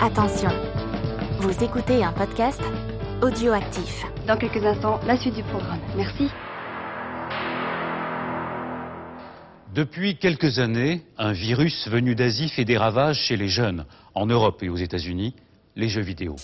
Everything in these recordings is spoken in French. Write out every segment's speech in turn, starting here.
Attention, vous écoutez un podcast audioactif. Dans quelques instants, la suite du programme. Merci. Depuis quelques années, un virus venu d'Asie fait des ravages chez les jeunes, en Europe et aux États-Unis, les jeux vidéo.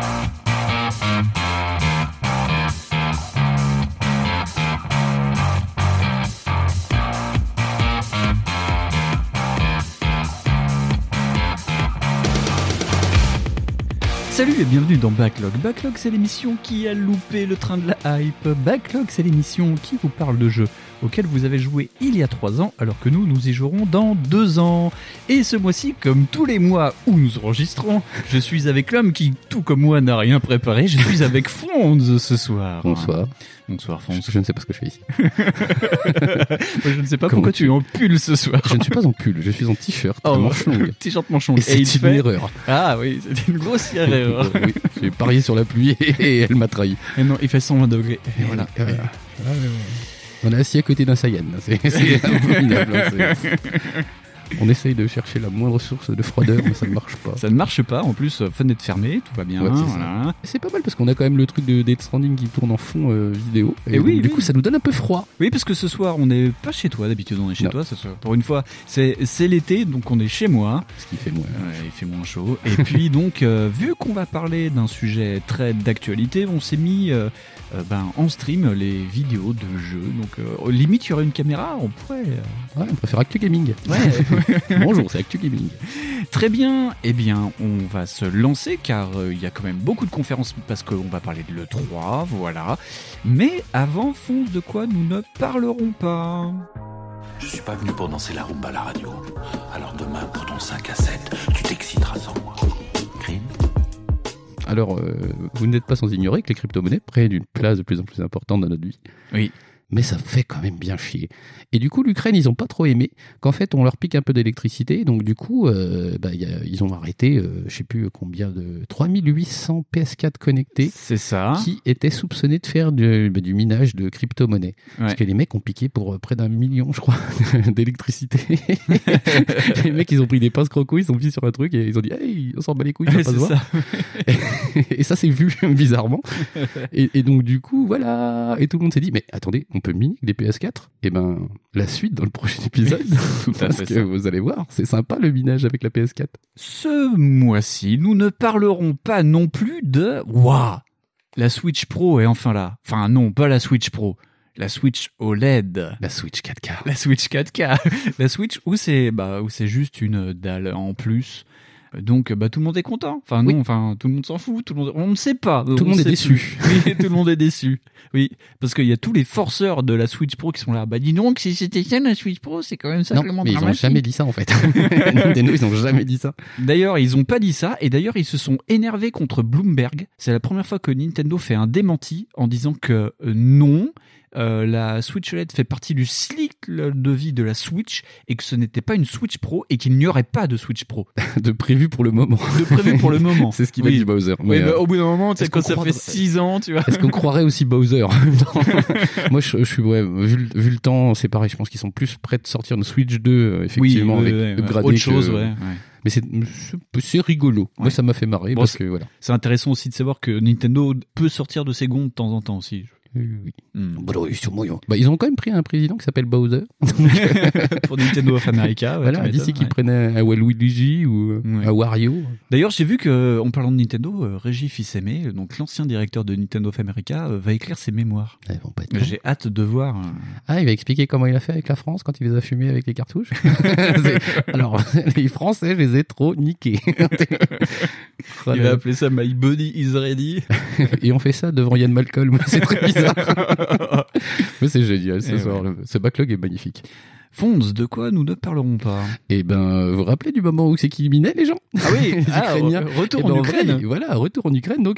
Salut et bienvenue dans Backlog. Backlog, c'est l'émission qui a loupé le train de la hype. Backlog, c'est l'émission qui vous parle de jeux auxquels vous avez joué il y a 3 ans, alors que nous y jouerons dans 2 ans. Et ce mois-ci, comme tous les mois où nous enregistrons, je suis avec l'homme qui, tout comme moi, n'a rien préparé. Je suis avec Fonz ce soir. Bonsoir. Bonsoir Fonz. Je ne sais pas ce que je fais ici. Je ne sais pas pourquoi tu es en pull ce soir. Je ne suis pas en pull, je suis en t-shirt, manche longue. T-shirt manche longue. Et c'est une erreur. Ah oui, c'est une grossière erreur. Oui, j'ai parié sur la pluie et elle m'a trahi. Et non, il fait 120 degrés. Et voilà. On est assis à côté d'un Saiyan. C'est abominable. On essaye de chercher la moindre source de froideur, mais ça ne marche pas. Ça ne marche pas, en plus, fenêtre fermée, tout va bien. Ouais, voilà. C'est pas mal parce qu'on a quand même le truc de Death Stranding qui tourne en fond vidéo. Et oui, du coup, ça nous donne un peu froid. Oui, parce que ce soir, on n'est pas chez toi. D'habitude, on est chez toi. Ce soir. Pour une fois, c'est l'été, donc on est chez moi. Ce qui fait moins. Ouais, il fait moins chaud. Et puis, donc, vu qu'on va parler d'un sujet très d'actualité, on s'est mis en stream les vidéos de jeux. Donc, limite, il y aurait une caméra, on pourrait. Ouais, on préfère Actu Gaming. Ouais. Bonjour, c'est Actu Gaming. Très bien, eh bien on va se lancer car il y a quand même beaucoup de conférences parce qu'on va parler de l'E3, voilà. Mais avant, Fonce, de quoi nous ne parlerons pas? Je suis pas venu pour danser la rumba à la radio. Alors demain, pour ton 5 à 7, tu t'exciteras sans moi. Crime. Alors, vous n'êtes pas sans ignorer que les crypto-monnaies prennent une place de plus en plus importante dans notre vie. Oui. Mais ça fait quand même bien chier. Et du coup, l'Ukraine, ils ont pas trop aimé qu'en fait, on leur pique un peu d'électricité. Donc du coup, ils ont arrêté, je sais plus combien de 3800 PS4 connectés. C'est ça. Qui étaient soupçonnés de faire du minage de crypto-monnaie. Ouais. Parce que les mecs ont piqué pour près d'1 million, je crois, d'électricité. Les mecs, ils ont pris des pinces croco, ils sont mis sur un truc et ils ont dit, hey, on s'en bat les couilles, ça va pas se voir. Et ça, c'est vu bizarrement. Et donc du coup, voilà. Et tout le monde s'est dit, mais attendez, on peut miner des PS4 ? Et ben, la suite dans le prochain épisode, parce que vous allez voir, c'est sympa le minage avec la PS4. Ce mois-ci, nous ne parlerons pas non plus de... Waouh, la Switch Pro est enfin là. Enfin non, pas la Switch Pro. La Switch OLED. La Switch 4K. La Switch 4K. La Switch où c'est juste une dalle en plus. Donc, tout le monde est content. Enfin, non, tout le monde s'en fout. On ne sait pas. Tout le monde est déçu. Oui, tout le monde est déçu. Oui, parce qu'il y a tous les forceurs de la Switch Pro qui sont là. Bah, dis donc, si c'était ça la Switch Pro, c'est quand même sacrément dramatique. Non, mais ils ont jamais dit ça, en fait. Nintendo, ils ont jamais dit ça. D'ailleurs, ils ont pas dit ça. Et d'ailleurs, ils se sont énervés contre Bloomberg. C'est la première fois que Nintendo fait un démenti en disant que non. La Switch OLED fait partie du cycle de vie de la Switch et que ce n'était pas une Switch Pro et qu'il n'y aurait pas de Switch Pro. De prévu pour le moment. C'est ce qu'il a dit Bowser. Mais au bout d'un moment, tu sais, quand ça fait 6 ans, tu vois. Est-ce qu'on croirait aussi Bowser? Moi, je suis, vu le temps, c'est pareil. Je pense qu'ils sont plus prêts de sortir une Switch 2, effectivement, avec upgradé autre chose, ouais. Mais c'est rigolo. Ouais. Moi, ça m'a fait marrer parce que voilà. C'est intéressant aussi de savoir que Nintendo peut sortir de ses gonds de temps en temps aussi. Oui. Ils ont quand même pris un président qui s'appelle Bowser. Pour Nintendo of America. Ouais, voilà, d'ici qu'ils prennent un Waluigi ou un Wario. D'ailleurs, j'ai vu que, en parlant de Nintendo, Régis Fils-Aimé, donc l'ancien directeur de Nintendo of America, va écrire ses mémoires. J'ai hâte de voir. Il va expliquer comment il a fait avec la France quand il les a fumés avec les cartouches. Alors, les Français, je les ai trop niqués. Il va appeler ça My Body is Ready. Et on fait ça devant Ian Malcolm. C'est très bizarre. Mais c'est génial ce soir. Ce backlog est magnifique. Fonz, de quoi nous ne parlerons pas? Eh ben, vous vous rappelez du moment où c'est qui minait les gens? Ah oui, Ukrainiens. Retour en Ukraine. Voilà, retour en Ukraine. Donc,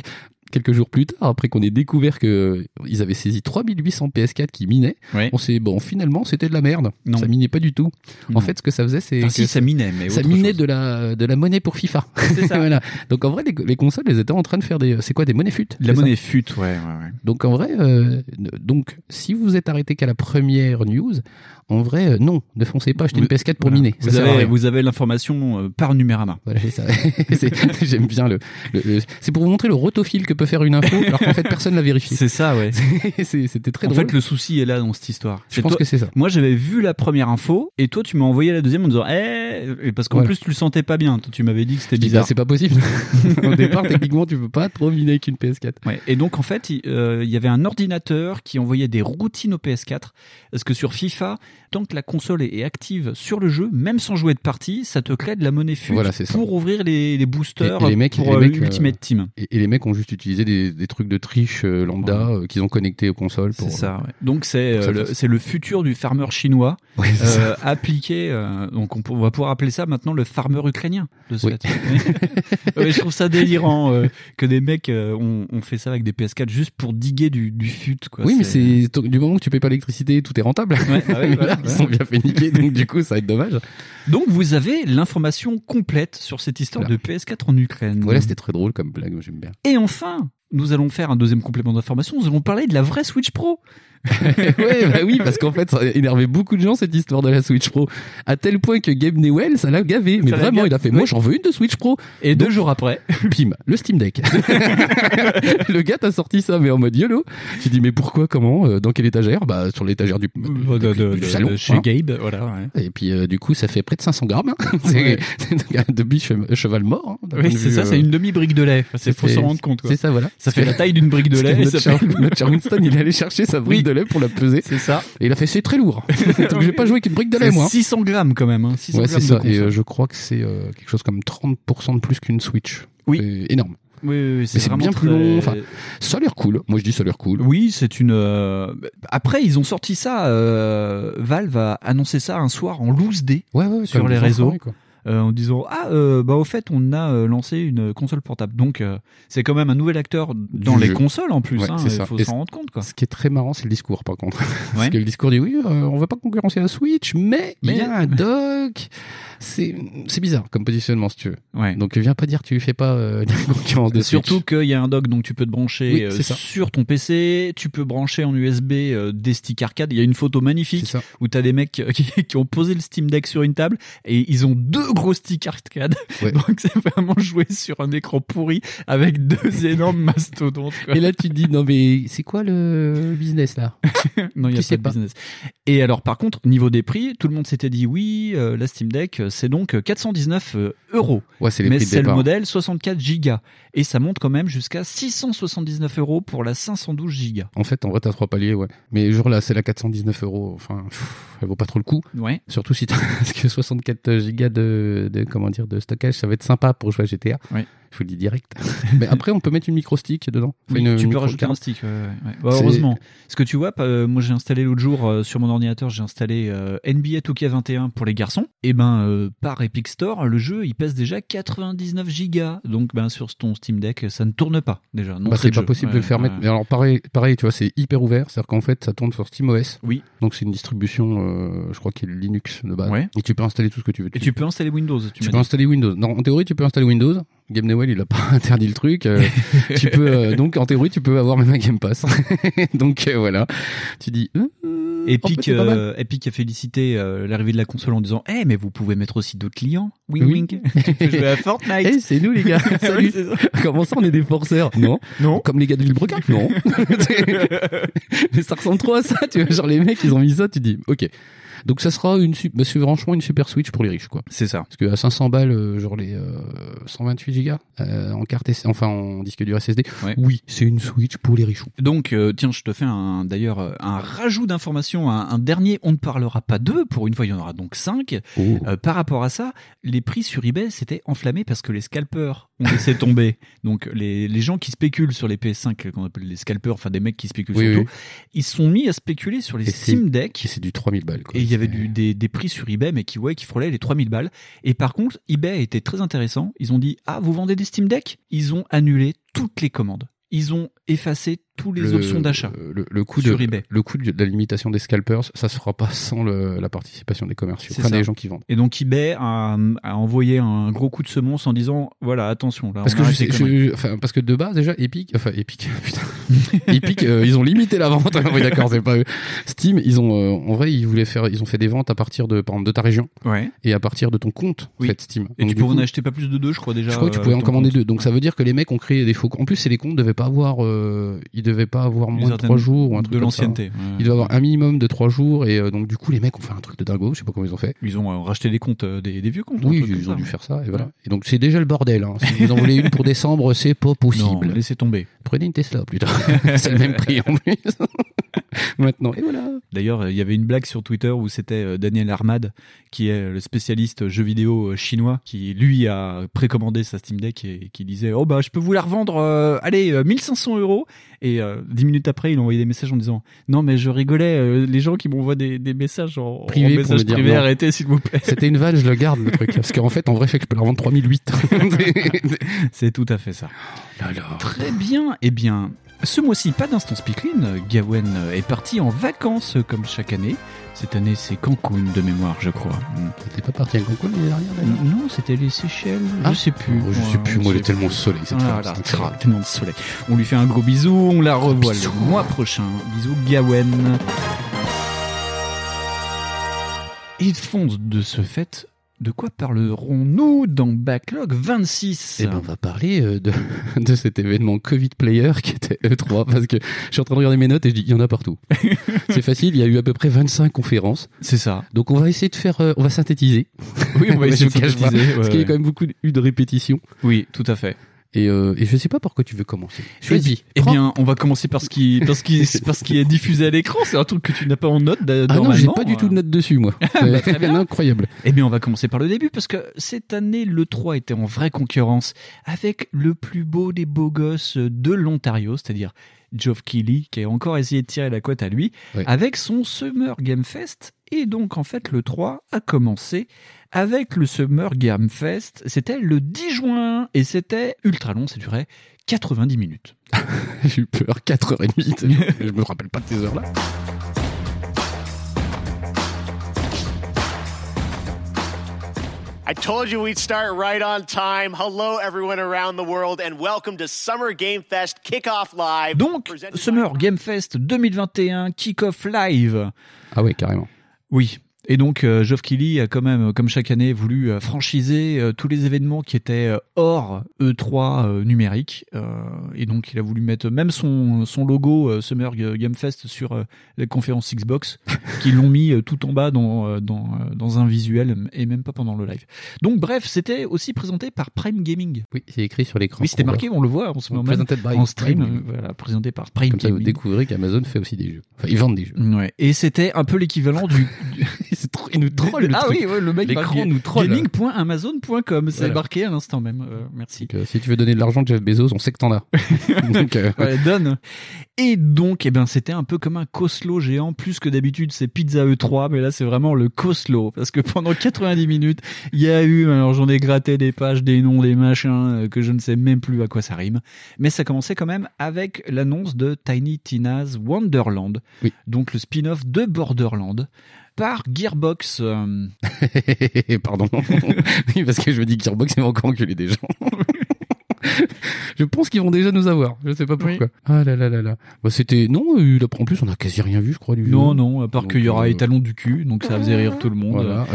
quelques jours plus tard, après qu'on ait découvert que ils avaient saisi 3800 PS4 qui minaient, on s'est finalement c'était de la merde. Non. Ça minait pas du tout. En fait, ce que ça faisait, c'est que ça minait, mais ça minait de la monnaie pour FIFA. C'est ça. Voilà. Donc en vrai, les consoles, elles étaient en train de faire des monnaie fut. La monnaie fut, ouais. Donc en vrai, donc si vous êtes arrêté qu'à la première news, en vrai, non, ne foncez pas acheter une PS4 pour miner. Vous avez l'information par Numérama. Voilà, c'est ça. J'aime bien c'est pour vous montrer le rotophile que peut faire une info, alors qu'en fait personne l'a vérifié. C'est ça, ouais. C'était très drôle. En fait, le souci est là dans cette histoire. Je pense que c'est ça. Moi, j'avais vu la première info, et toi, tu m'as envoyé la deuxième en disant, parce qu'en plus, tu le sentais pas bien. Toi, tu m'avais dit que c'était bizarre. C'est pas possible. Au départ, techniquement, tu peux pas trop miner avec une PS4. Ouais. Et donc, en fait, il y avait un ordinateur qui envoyait des routines au PS4. Parce que sur FIFA, tant que la console est active sur le jeu, même sans jouer de partie, ça te crée de la monnaie fut pour ouvrir les boosters pour Ultimate Team. Et les mecs ont juste utilisé des trucs de triche lambda qu'ils ont connectés aux consoles. C'est ça, ouais. Donc c'est le futur du farmer chinois appliqué. Donc on va pouvoir appeler ça maintenant le farmer ukrainien. De ce fait. Je trouve ça délirant que des mecs ont fait ça avec des PS4 juste pour diguer du fut. Quoi. Oui, mais c'est du moment que tu payes pas l'électricité, tout est rentable. Voilà. Ils sont bien fait niquer, donc du coup ça va être dommage. Donc vous avez l'information complète sur cette histoire de PS4 en Ukraine. Voilà, c'était très drôle comme blague, j'aime bien. Et enfin, nous allons faire un deuxième complément d'information, nous allons parler de la vraie Switch Pro. Oui, parce qu'en fait, ça a énervé beaucoup de gens cette histoire de la Switch Pro, à tel point que Gabe Newell, ça l'a gavé. Mais vraiment, il a fait, moi j'en veux une de Switch Pro. Et donc, 2 jours après, pim, le Steam Deck. Le gars t'a sorti ça, mais en mode YOLO. Tu dis, mais pourquoi, comment, dans quelle étagère? Bah, sur l'étagère du salon. Chez Gabe, voilà. Ouais. Et puis, du coup, ça fait près de 500 grammes. C'est un demi-cheval mort. Oui, c'est ça, c'est une demi-brique de lait. Faut s'en rendre compte, quoi. C'est ça, voilà. Ça fait la taille d'une brique de lait. Notre cher Winston, il est allé chercher sa brique de lait pour la peser. C'est ça. Et il a fait, c'est très lourd. Donc je vais pas jouer avec une brique de lait, moi. 600 grammes quand même. 600 ouais, grammes c'est ça. de Et je crois que c'est quelque chose comme 30% de plus qu'une Switch. Oui. C'est énorme. Oui, c'est bien plus long. Enfin, ça a l'air cool. Moi, je dis ça a l'air cool. Oui, c'est une. Après, ils ont sorti ça. Valve a annoncé ça un soir en loose day sur les réseaux. En disant au fait on a lancé une console portable, donc c'est quand même un nouvel acteur dans les consoles en plus, il faut s'en rendre compte, quoi. Ce qui est très marrant, c'est le discours par contre. Parce que le discours dit on va pas concurrencer la Switch, mais il y a un dock. C'est bizarre comme positionnement, si tu veux. Donc viens pas dire que tu fais pas une concurrence de Switch. Surtout qu'il y a un dock, donc tu peux te brancher sur ton PC, tu peux brancher en USB des sticks arcade. Il y a une photo magnifique où t'as des mecs qui ont posé le Steam Deck sur une table et ils ont 2 gros sticks arcade. Donc c'est vraiment joué sur un écran pourri avec 2 énormes mastodontes, quoi. Et là tu te dis non mais c'est quoi le business là? Non, il y a pas de business. Et alors par contre, niveau des prix, tout le monde s'était dit la Steam Deck c'est donc 419 €. Ouais, c'est les mais prix de c'est départ. le modèle 64 Go et ça monte quand même jusqu'à 679 € pour la 512 Go. En fait, en vrai, t'as 3 paliers, ouais. Mais genre là, c'est la 419 €. Enfin, elle vaut pas trop le coup. Ouais. Surtout si t'as parce que 64 Go de stockage, ça va être sympa pour jouer à GTA. Ouais. Je vous le dis direct. Mais après, on peut mettre une micro stick dedans. Enfin, tu peux rajouter un stick. Heureusement. Parce que tu vois, moi j'ai installé l'autre jour sur mon ordinateur, j'ai installé NBA 2K21 pour les garçons. Et par Epic Store, le jeu il pèse déjà 99 Go. Donc sur ton Steam Deck, ça ne tourne pas déjà. C'est pas possible de le faire mettre. Mais alors pareil, tu vois, c'est hyper ouvert. C'est-à-dire qu'en fait, ça tourne sur SteamOS. Oui. Donc c'est une distribution, je crois qu'il est Linux de base. Ouais. Et tu peux installer tout ce que tu veux. Et tu peux installer Windows. Tu peux installer Windows. Non, en théorie, tu peux installer Windows. Game Newell, il a pas interdit le truc. Tu peux donc en théorie, tu peux avoir même un Game Pass. Donc voilà. Tu dis. Epic a félicité l'arrivée de la console en disant mais vous pouvez mettre aussi d'autres clients. Wing wing. Tu peux jouer à Fortnite. C'est nous les gars. Salut. Comment ça on est des forceurs? Non. Comme les gars de Villebrequin? Non. Mais ça ressemble trop à ça, tu vois, genre les mecs ils ont mis ça, tu dis OK. Donc ça sera c'est franchement une super Switch pour les riches, quoi. C'est ça. Parce que à 500 balles, genre les 128 Go en carte en disque dur SSD. Ouais. Oui, c'est une Switch pour les richoux. Donc tiens, je te fais d'ailleurs un rajout d'informations, un dernier on ne parlera pas d'eux, pour une fois il y en aura donc 5. Par rapport à ça, les prix sur eBay s'étaient enflammés parce que les scalpers ont laissé tomber. Donc les gens qui spéculent sur les PS5, qu'on appelle les scalpers, enfin des mecs qui spéculent surtout, ils se sont mis à spéculer sur les Steam Deck. C'est du 3000 balles, quoi. Et il y avait des prix sur eBay, mais qui frôlaient les 3000 balles. Et par contre, eBay était très intéressant. Ils ont dit, vous vendez des Steam Deck? Ils ont annulé toutes les commandes. ils ont effacé tous les options d'achat le coût sur eBay. Le coût de la limitation des scalpers, ça se fera pas sans la participation des commerciaux, des gens qui vendent. Et donc eBay a envoyé un gros coup de semonce en disant voilà, attention là. Parce que de base déjà Epic, putain. Epic ils ont limité la vente. Oui d'accord, c'est pas eux. Steam, ils ont en vrai ils ont fait des ventes à partir de par exemple de ta région. Ouais. Et à partir de ton compte en fait Steam. Et donc, tu pouvais en acheter pas plus de 2 je crois déjà. Je crois que tu pouvais en commander 2. Donc ça veut dire que les mecs ont créé des faux comptes. En plus c'est les comptes devaient pas avoir moins de 3 jours ou un truc de comme l'ancienneté. Ça. Il doit avoir un minimum de 3 jours et donc du coup les mecs ont fait un truc de dingo, je sais pas comment ils ont fait. Ils ont racheté des comptes des vieux comptes. Oui, ils ont dû faire ça et voilà. Et donc c'est déjà le bordel hein. Si vous en voulez une pour décembre, c'est pas possible. Non, laissez tomber. Prenez une Tesla plutôt. C'est le même prix en plus. Maintenant et voilà. D'ailleurs, il y avait une blague sur Twitter où c'était Daniel Armad qui est le spécialiste jeux vidéo chinois qui lui a précommandé sa Steam Deck et qui disait "Oh bah je peux vous la revendre 1500 € et 10 minutes après, il a envoyé des messages en disant "Non mais je rigolais, les gens qui m'envoient des messages en message privé, arrêtez s'il vous plaît." C'était une vanne, je le garde le truc parce qu'en fait en vrai je sais que je peux la revendre 3008. C'est tout à fait ça. Très bien. Eh bien, ce mois-ci, pas d'instant Speakerin. Gawen est parti en vacances comme chaque année. Cette année, c'est Cancun de mémoire, je crois. T'es pas parti à Cancun l'année dernière? Non, c'était les Seychelles. Je sais plus. Moi, il est tellement de soleil. Tellement de soleil. On lui fait un gros bisou. On la revoit le mois prochain. Bisous, Gawen. Et font de ce fait. De quoi parlerons-nous dans Backlog 26 ? Eh ben, on va parler de cet événement Covid Player qui était E3 parce que je suis en train de regarder mes notes et je dis il y en a partout. C'est facile, il y a eu à peu près 25 conférences. C'est ça. Donc on va essayer de faire, on va synthétiser. Oui, on va essayer de synthétiser. Parce qu'il y a quand même beaucoup eu de répétitions. Oui, tout à fait. Et je sais pas par quoi tu veux commencer. Choisis. Eh bien, on va commencer par ce qui est diffusé à l'écran. C'est un truc que tu n'as pas en note. Ah non, j'ai pas du tout de note dessus, moi. C'est incroyable. Eh bien, on va commencer par le début parce que cette année, l'E3 était en vraie concurrence avec le plus beau des beaux gosses de l'Ontario, c'est-à-dire Geoff Keighley, qui a encore essayé de tirer la couette à lui, avec son Summer Game Fest. Et donc, en fait, l'E3 a commencé avec le Summer Game Fest. C'était le 10 juin et c'était ultra long, ça durait 90 minutes. J'ai eu peur, 4h30. Je me rappelle pas de ces heures-là. I told you we'd start right on time. Hello everyone around the world and welcome to Summer Game Fest Kickoff Live. Donc, Summer Game Fest 2021 Kickoff Live. Ah oui, carrément. Oui. Et donc, Geoff Keighley a quand même, comme chaque année, voulu franchiser tous les événements qui étaient hors E3 numérique. Et donc, il a voulu mettre même son logo Summer Game Fest sur la conférence Xbox, qu'ils l'ont mis tout en bas dans un visuel et même pas pendant le live. Donc, bref, c'était aussi présenté par Prime Gaming. Oui, c'est écrit sur l'écran. Oui, c'était marqué, on le voit en ce moment même en stream. Voilà, présenté par Prime Comme Gaming. Ça, vous découvrez qu'Amazon fait aussi des jeux. Enfin, ils vendent des jeux. Ouais. Et c'était un peu l'équivalent du... Il nous troll le truc. Oui, ouais, le mec l'écran nous troll. Gaming.amazon.com, c'est marqué à l'instant même. Merci. Donc, si tu veux donner de l'argent de Jeff Bezos, on sait que t'en as. Donc, ouais, donne. Et donc, c'était un peu comme un Coslo géant, plus que d'habitude, c'est Pizza E3, mais là, c'est vraiment le Coslo. Parce que pendant 90 minutes, il y a eu, alors j'en ai gratté des pages, des noms, des machins, que je ne sais même plus à quoi ça rime. Mais ça commençait quand même avec l'annonce de Tiny Tina's Wonderland. Oui. Donc, le spin-off de Borderland. Par Gearbox. Pardon. Oui, parce que je me dis Gearbox, ils vont encore enculer des gens. Je pense qu'ils vont déjà nous avoir. Je sais pas pourquoi. Oui. Ah là là là là. Bah, c'était, non, en plus, on a quasi rien vu, je crois, du Non, à part qu'il y aura étalon du cul, donc ça faisait rire tout le monde. Voilà.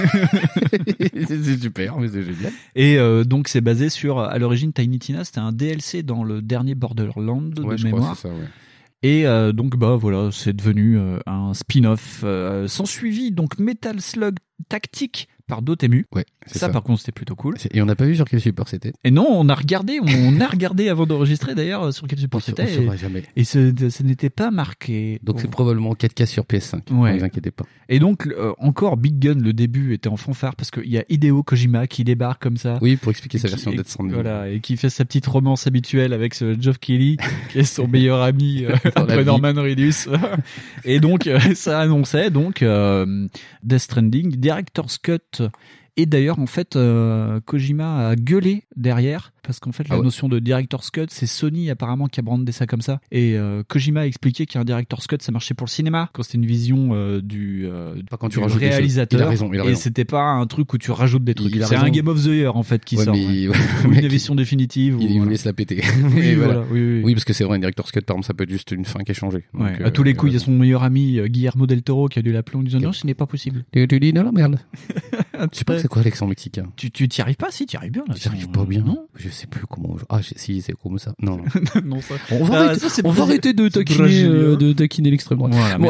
C'est super, mais c'est génial. Et donc, c'est basé sur, à l'origine, Tiny Tina, c'était un DLC dans le dernier Borderlands de mémoire. Crois que c'est ça, ouais. Et donc voilà, c'est devenu un spin-off sans suivi, donc Metal Slug Tactique par Dotemu. Ouais, c'est ça. Par contre, c'était plutôt cool. Et on n'a pas vu sur quel support c'était. Et non, on a regardé avant d'enregistrer d'ailleurs sur quel support c'était. On saura jamais. Et ce n'était pas marqué. Donc c'est probablement 4K sur PS5. Ouais. Ne vous inquiétez pas. Et donc encore Big Gun, le début était en fanfare parce qu'il y a Hideo Kojima qui débarque comme ça. Oui, pour expliquer sa version Death Stranding. Voilà, et qui fait sa petite romance habituelle avec ce Geoff Keighley qui est son meilleur ami après Norman Reedus. Et donc ça annonçait donc Death Stranding, Director's Cut. Et d'ailleurs, en fait, Kojima a gueulé derrière parce qu'en fait la notion de director's cut, c'est Sony apparemment qui a brandé ça comme ça. Et Kojima a expliqué qu'un director's cut, ça marchait pour le cinéma, quand c'était une vision du réalisateur. Il a raison. Et c'était pas un truc où tu rajoutes des trucs. C'est un Game of the Year en fait qui sort. Ou une édition définitive. Il voulait se la péter. Oui, parce que c'est vrai, un director's cut, par exemple, ça peut être juste une fin qui est changée. Donc, à tous les coups, il y a son meilleur ami Guillermo del Toro qui a dû l'appeler en disant non, ce n'est pas possible. Tu dis non, la merde. Je sais pas c'est quoi l'accent mexicain. Tu t'y arrives pas? Si, t'y arrives bien. Là. J'y arrive pas bien. Non, je sais plus comment. Si, c'est comme ça. Non. Non, ça. On va arrêter de taquiner l'extrême droite. Voilà,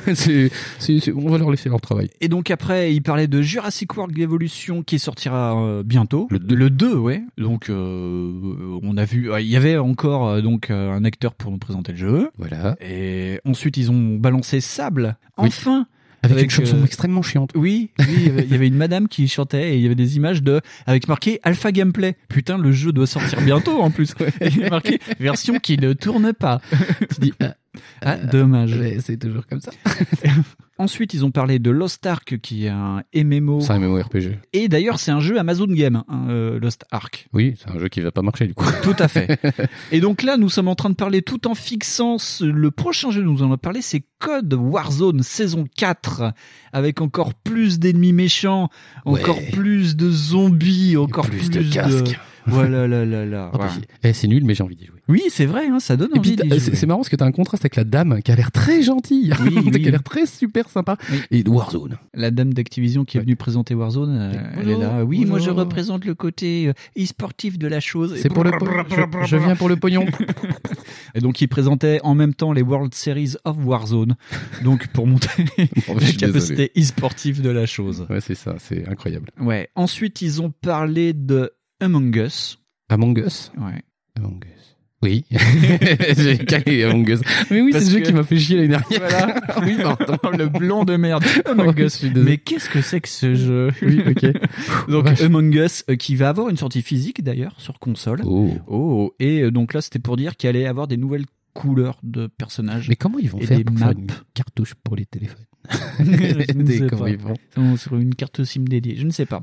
on va leur laisser leur travail. Et donc après, il parlait de Jurassic World Evolution qui sortira bientôt. Le 2, ouais. Donc on a vu, il y avait encore un acteur pour nous présenter le jeu. Voilà. Et ensuite ils ont balancé Sable. Enfin. Avec une chanson extrêmement chiante. Oui, il y avait une madame qui chantait et il y avait des images avec marqué Alpha Gameplay. Putain, le jeu doit sortir bientôt en plus. Et il y a marqué version qui ne tourne pas. Tu dis dommage. C'est toujours comme ça. Ensuite, ils ont parlé de Lost Ark, qui est un MMO. C'est un MMORPG. Et d'ailleurs, c'est un jeu Amazon Game, Lost Ark. Oui, c'est un jeu qui va pas marcher, du coup. Tout à fait. Et donc là, nous sommes en train de parler tout en fixant le prochain jeu, nous en avons parlé, c'est Code Warzone saison 4, avec encore plus d'ennemis méchants, encore plus de zombies, encore plus de casques. Voilà. C'est nul, mais j'ai envie d'y jouer. Oui, c'est vrai, ça donne envie d'y jouer. C'est marrant parce que t'as un contraste avec la dame qui a l'air très gentille, qui a l'air très super sympa. Oui. Et Warzone. La dame d'Activision qui est venue présenter Warzone, elle est là. Oui, moi je représente le côté e-sportif de la chose. C'est pour je viens pour le pognon. Et donc il présentait en même temps les World Series of Warzone, donc pour montrer la capacité e-sportive de la chose. Ouais, c'est ça, c'est incroyable. Ouais. Ensuite, ils ont parlé de Among Us. Among Us. Ouais. Among Us. Oui. J'ai calé Among Us. Mais oui, c'est le jeu qui m'a fait chier l'année dernière. Voilà. Oui, pardon. Le blond de merde. Among Us. Mais qu'est-ce que c'est que ce jeu? Oui, ok. Donc, Among Us, qui va avoir une sortie physique d'ailleurs, sur console. Oh. Et donc là, c'était pour dire qu'il allait avoir des nouvelles couleurs de personnages. Mais comment ils vont faire pour faire une cartouche pour les téléphones? Je ne sais pas. Ils vont sur une carte SIM dédiée. Je ne sais pas.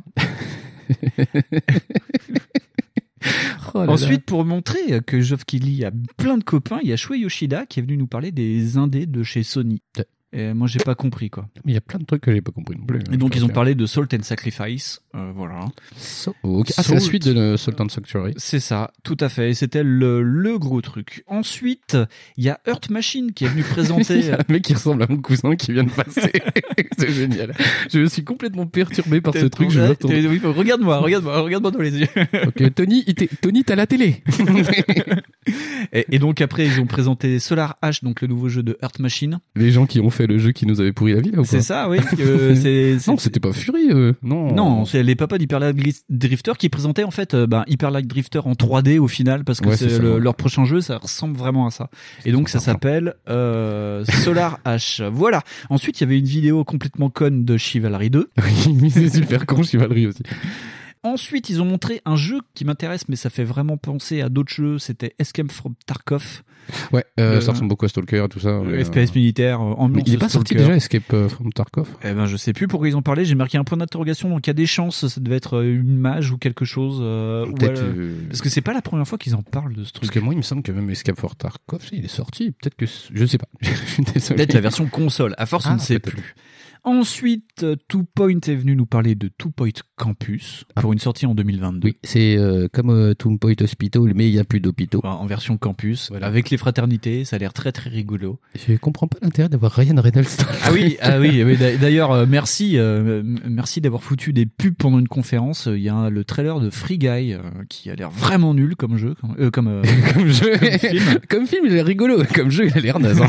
Ensuite, pour montrer que Geoff Keighley a plein de copains, il y a Shuei Yoshida qui est venu nous parler des indés de chez Sony. Et moi, j'ai pas compris, quoi. Mais il y a plein de trucs que j'ai pas compris non plus. Et donc, ils ont parlé de Salt and Sacrifice. Voilà. C'est la suite de Salt and Sanctuary. C'est ça, tout à fait. Et c'était le gros truc. Ensuite, il y a Earth Machine qui est venu présenter. Il y a un mec qui ressemble à mon cousin qui vient de passer. C'est génial. Je me suis complètement perturbé par ce truc. Oui, regarde-moi dans les yeux. Ok, Tony, t'as la télé. Et donc après, ils ont présenté Solar Ash, donc le nouveau jeu de Earth Machine. Les gens qui ont fait le jeu qui nous avait pourri la vie, là, ou pas? C'est ça, oui. Non, c'était pas Fury. Non, c'est les papas d'Hyper Light Drifter qui présentaient en fait Hyper Light Drifter en 3D au final, parce que c'est leur prochain jeu, ça ressemble vraiment à ça. Et donc ça s'appelle Solar Ash. Voilà. Ensuite, il y avait une vidéo complètement conne de Chivalry 2. Oui, c'est super con, Chivalry aussi. Ensuite, ils ont montré un jeu qui m'intéresse, mais ça fait vraiment penser à d'autres jeux. C'était Escape from Tarkov. Ouais, ça ressemble beaucoup à Stalker et tout ça. FPS militaire, ambiance. Il est pas sorti déjà Escape from Tarkov? Eh ben, je sais plus pourquoi ils ont parlé. J'ai marqué un point d'interrogation, donc il y a des chances, ça devait être une mage ou quelque chose. Peut-être. Parce que c'est pas la première fois qu'ils en parlent de ce truc. Parce que moi, il me semble que même Escape from Tarkov, il est sorti. Peut-être que, je sais pas. Désolé. Peut-être la version console. À force, on ne sait plus. Ensuite, Two Point est venu nous parler de Two Point Campus pour une sortie en 2022. Oui, c'est comme Two Point Hospital, mais il n'y a plus d'hôpitaux. En version campus, avec les fraternités, ça a l'air très très rigolo. Je comprends pas l'intérêt d'avoir Ryan Reynolds. Ah oui. D'ailleurs, merci d'avoir foutu des pubs pendant une conférence. Il y a le trailer de Free Guy qui a l'air vraiment nul comme jeu, comme jeu, comme film. Comme film, il est rigolo. Comme jeu, il a l'air naze.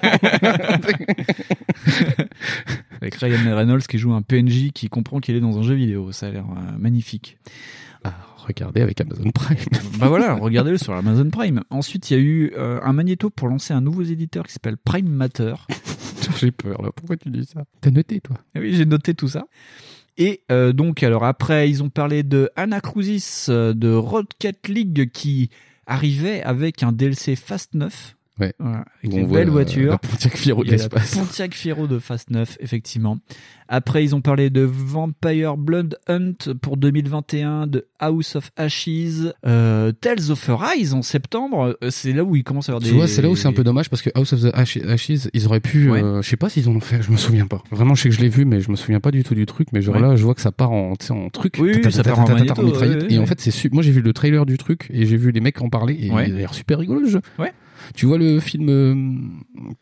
Avec Ryan Reynolds qui joue un PNJ qui comprend qu'il est dans un jeu vidéo. Ça a l'air magnifique. Regardez avec Amazon Prime. Bah voilà, regardez-le sur Amazon Prime. Ensuite, il y a eu un magnéto pour lancer un nouveau éditeur qui s'appelle Prime Matter. J'ai peur là. Pourquoi tu dis ça? T'as noté, toi? Oui, j'ai noté tout ça. Et donc, alors après, ils ont parlé de Anacrusis de Rocket League qui arrivait avec un DLC Fast 9. Ouais. Voilà, avec les belles voitures. La Pontiac Fiero de l'espace. La Pontiac Fiero de Fast 9, effectivement. Après, ils ont parlé de Vampire Blood Hunt pour 2021, de House of Ashes, Tales of Arise en septembre. C'est là où ils commencent à avoir des... Tu vois, c'est là où c'est un peu dommage parce que House of the Ashes, ils auraient pu... je sais pas s'ils en ont fait, je me souviens pas. Vraiment, je sais que je l'ai vu, mais je me souviens pas du tout du truc. Mais genre là, je vois que ça part en truc. Oui, ça part en mitraillette. Et en fait, moi, j'ai vu le trailer du truc et j'ai vu les mecs en parler et il a l'air super rigolo le jeu. Ouais. Tu vois le film Pyramide ?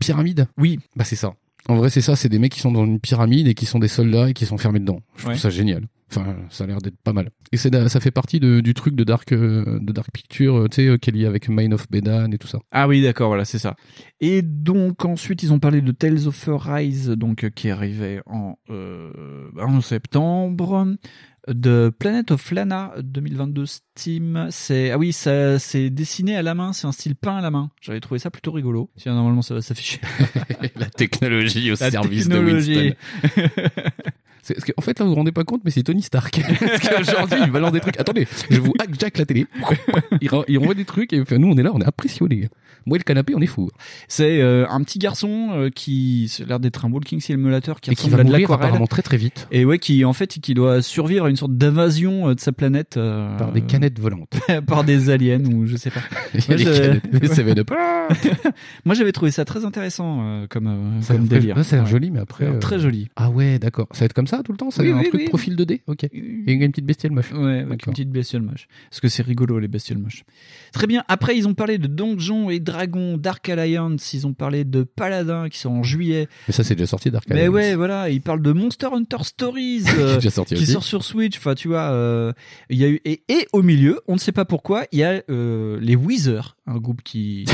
Oui. Bah c'est ça. En vrai, c'est ça, c'est des mecs qui sont dans une pyramide et qui sont des soldats et qui sont fermés dedans. Je trouve ça génial. Enfin, ça a l'air d'être pas mal. Et ça fait partie du truc de Dark Pictures, tu sais, qui est lié avec Mine of Medan et tout ça. Ah oui, d'accord, voilà, c'est ça. Et donc, ensuite, ils ont parlé de Tales of Arise, donc, qui arrivait en septembre. De Planet of Lana 2022 Steam, c'est dessiné à la main, c'est un style peint à la main. J'avais trouvé ça plutôt rigolo. Tiens, normalement ça va s'afficher. La technologie au service de Winston. Parce qu'en fait là vous vous rendez pas compte mais c'est Tony Stark. Parce qu'aujourd'hui il balance des trucs. Attendez, je vous hack la télé. Il envoie des trucs et nous on est là, on est impressionnés. Moi et le canapé on est fous. C'est un petit garçon qui a l'air d'être un walking simulator qui ressemble à de l'aquarelle apparemment très très vite. Et ouais qui doit survivre à une sorte d'invasion de sa planète par des canettes volantes. Par des aliens ou je sais pas. Moi j'avais trouvé ça très intéressant comme délire. Ça a l'air joli mais après très joli. Ah ouais, d'accord. Ça va être comme ça tout le temps, ça un truc profil 2D. OK. Et une petite bestiole moche. Ouais, avec une petite bestiole moche. Parce que c'est rigolo les bestioles moches. Très bien. Après ils ont parlé de Donjons et Dragons Dark Alliance, ils ont parlé de Paladin qui sort en juillet. Mais ça c'est déjà sorti Dark Alliance. Mais ouais, voilà, ils parlent de Monster Hunter Stories déjà sorti qui sort sur Switch. Enfin, tu vois, il y a eu et au milieu, on ne sait pas pourquoi, il y a les Weezer, un groupe qui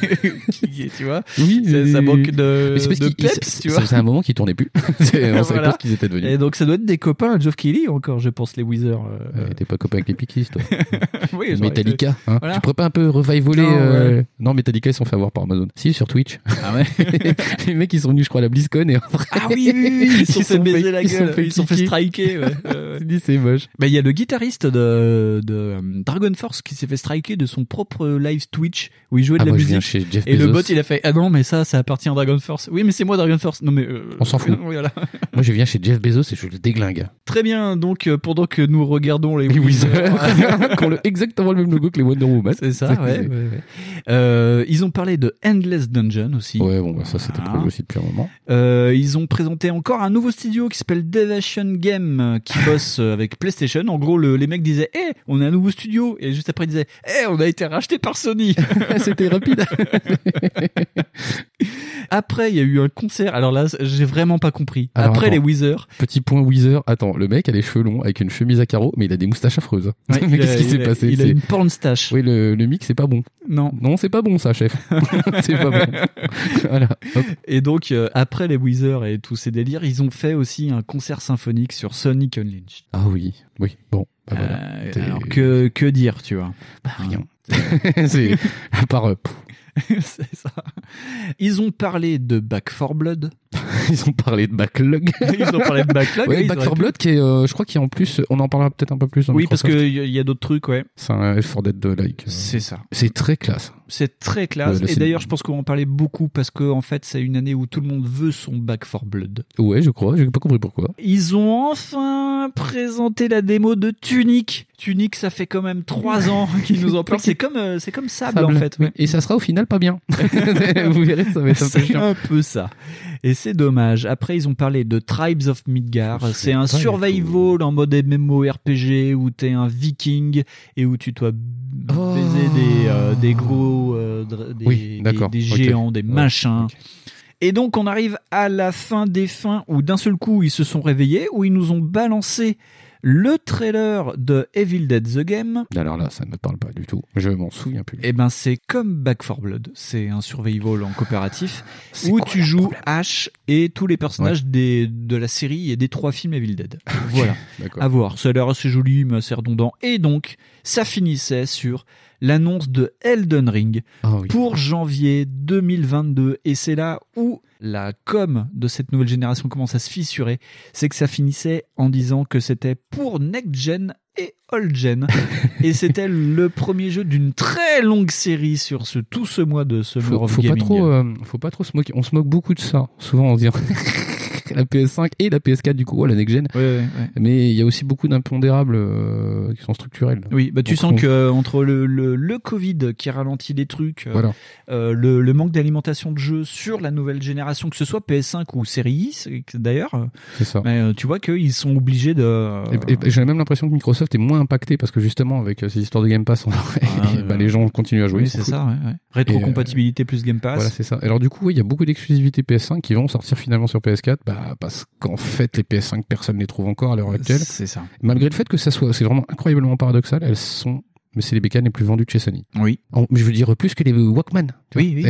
tu vois. Oui, ça manque de peps, tu vois. C'est un moment qui tournait plus. On savait pas ce qu'ils étaient devenus. Et donc ça doit être des copains à Geoff Keighley encore, je pense, les Weezer. T'es pas copain avec les Pixies, toi. Oui, Metallica, hein. Voilà. Tu pourrais pas un peu revivaler non, Metallica ils sont fait avoir par Amazon. Si, sur Twitch. Ah ouais. Les mecs ils sont venus je crois à la BlizzCon et ah oui, ils se sont fait baiser la gueule, ils se sont fait striker. C'est moche. Bah il y a le guitariste de Dragon Force qui s'est fait striker de son propre live Twitch où il jouait de la musique. Chez Jeff et Bezos. le bot il a fait ah non mais ça appartient à Dragon Force. Oui mais c'est moi Dragon Force. Non mais on s'en fout. Voilà. Moi je viens chez Jeff Bezos et je le déglingue. Très bien, donc pendant que nous regardons les Weezer qui ont exactement le même logo que les Wonder Woman. C'est ça, ouais. Ils ont parlé de Endless Dungeon aussi. Ouais, bon, bah, ça c'était prévu aussi depuis un moment. Ils ont présenté encore un nouveau studio qui s'appelle Deviation Game qui bosse avec PlayStation. En gros, les mecs disaient on a un nouveau studio et juste après ils disaient on a été racheté par Sony. C'était rapide. Après, il y a eu un concert. Alors là, j'ai vraiment pas compris. Après les Weezer. Petit point Weezer. Attends, le mec a les cheveux longs avec une chemise à carreaux, mais il a des moustaches affreuses. Ouais, mais qu'est-ce qui s'est passé? Il a une pornstache. Oui, le mix, c'est pas bon. Non, c'est pas bon ça, chef. C'est pas bon. Voilà. Hop. Et donc, après les Weezer et tous ces délires, ils ont fait aussi un concert symphonique sur Sonic Unleashed. Ah oui. Bon. Bah voilà. Alors que dire, tu vois? Rien. C'est à part. C'est ça. Ils ont parlé de Back 4 Blood. Ils ont parlé de Backlog. Ils ont parlé de Backlog. Ouais, Back 4 Blood qui est, je crois qu'il y a en plus, on en parlera peut-être un peu plus dans Microsoft. Parce qu'il y a d'autres trucs, ouais. C'est un Left 4 Dead-like. C'est ça. C'est très classe. C'est très classe. Et d'ailleurs, je pense qu'on va en parler beaucoup parce que, en fait, c'est une année où tout le monde veut son Back 4 Blood. Ouais, je crois. J'ai pas compris pourquoi. Ils ont enfin présenté la démo de Tunic. Tunic, ça fait quand même 3 ans qu'ils nous en parlent. C'est comme Sable, en fait. Ouais. Et ça sera au final pas bien. Vous verrez, ça va être un peu chiant. C'est un peu ça. Et c'est dommage. Après, ils ont parlé de Tribes of Midgard. C'est un survival en mode MMORPG où t'es un viking et où tu dois baiser des gros, des géants, des machins. Okay. Et donc, on arrive à la fin des fins où d'un seul coup, ils se sont réveillés, où ils nous ont balancé le trailer de Evil Dead The Game. Alors là, ça ne me parle pas du tout. Je m'en souviens plus. Eh ben, c'est comme Back 4 Blood. C'est un survival en coopératif où tu joues Ash et tous les personnages de la série et des 3 films Evil Dead. Voilà. À voir. Ça a l'air assez joli, mais assez redondant. Et donc, ça finissait sur l'annonce de Elden Ring pour janvier 2022. Et c'est là où la com de cette nouvelle génération commence à se fissurer, c'est que ça finissait en disant que c'était pour next gen et old gen, et c'était le premier jeu d'une très longue série sur tout ce mois de Summer of Gaming. Faut pas trop se moquer. On se moque beaucoup de ça, souvent en disant la PS5 et la PS4 du coup, la next gen. Ouais. Mais il y a aussi beaucoup d'impondérables qui sont structurels. Oui, bah tu sens que entre le Covid qui ralentit les trucs, le manque d'alimentation de jeux sur la nouvelle génération, que ce soit PS5 ou série X d'ailleurs, c'est ça. Mais tu vois qu'ils sont obligés de. Et j'ai même l'impression que Microsoft est moins impacté parce que justement avec ces histoires de Game Pass, les gens continuent à jouer. Oui, c'est ça. Ouais. Rétrocompatibilité plus Game Pass. Voilà, c'est ça. Alors du coup, il y a beaucoup d'exclusivités PS5 qui vont sortir finalement sur PS4, parce qu'en fait les PS5 personne ne les trouve encore à l'heure actuelle. C'est ça. Malgré le fait que c'est vraiment incroyablement paradoxal, mais c'est les bécanes les plus vendues de chez Sony. Oui. Je veux dire plus que les Walkman. Oui.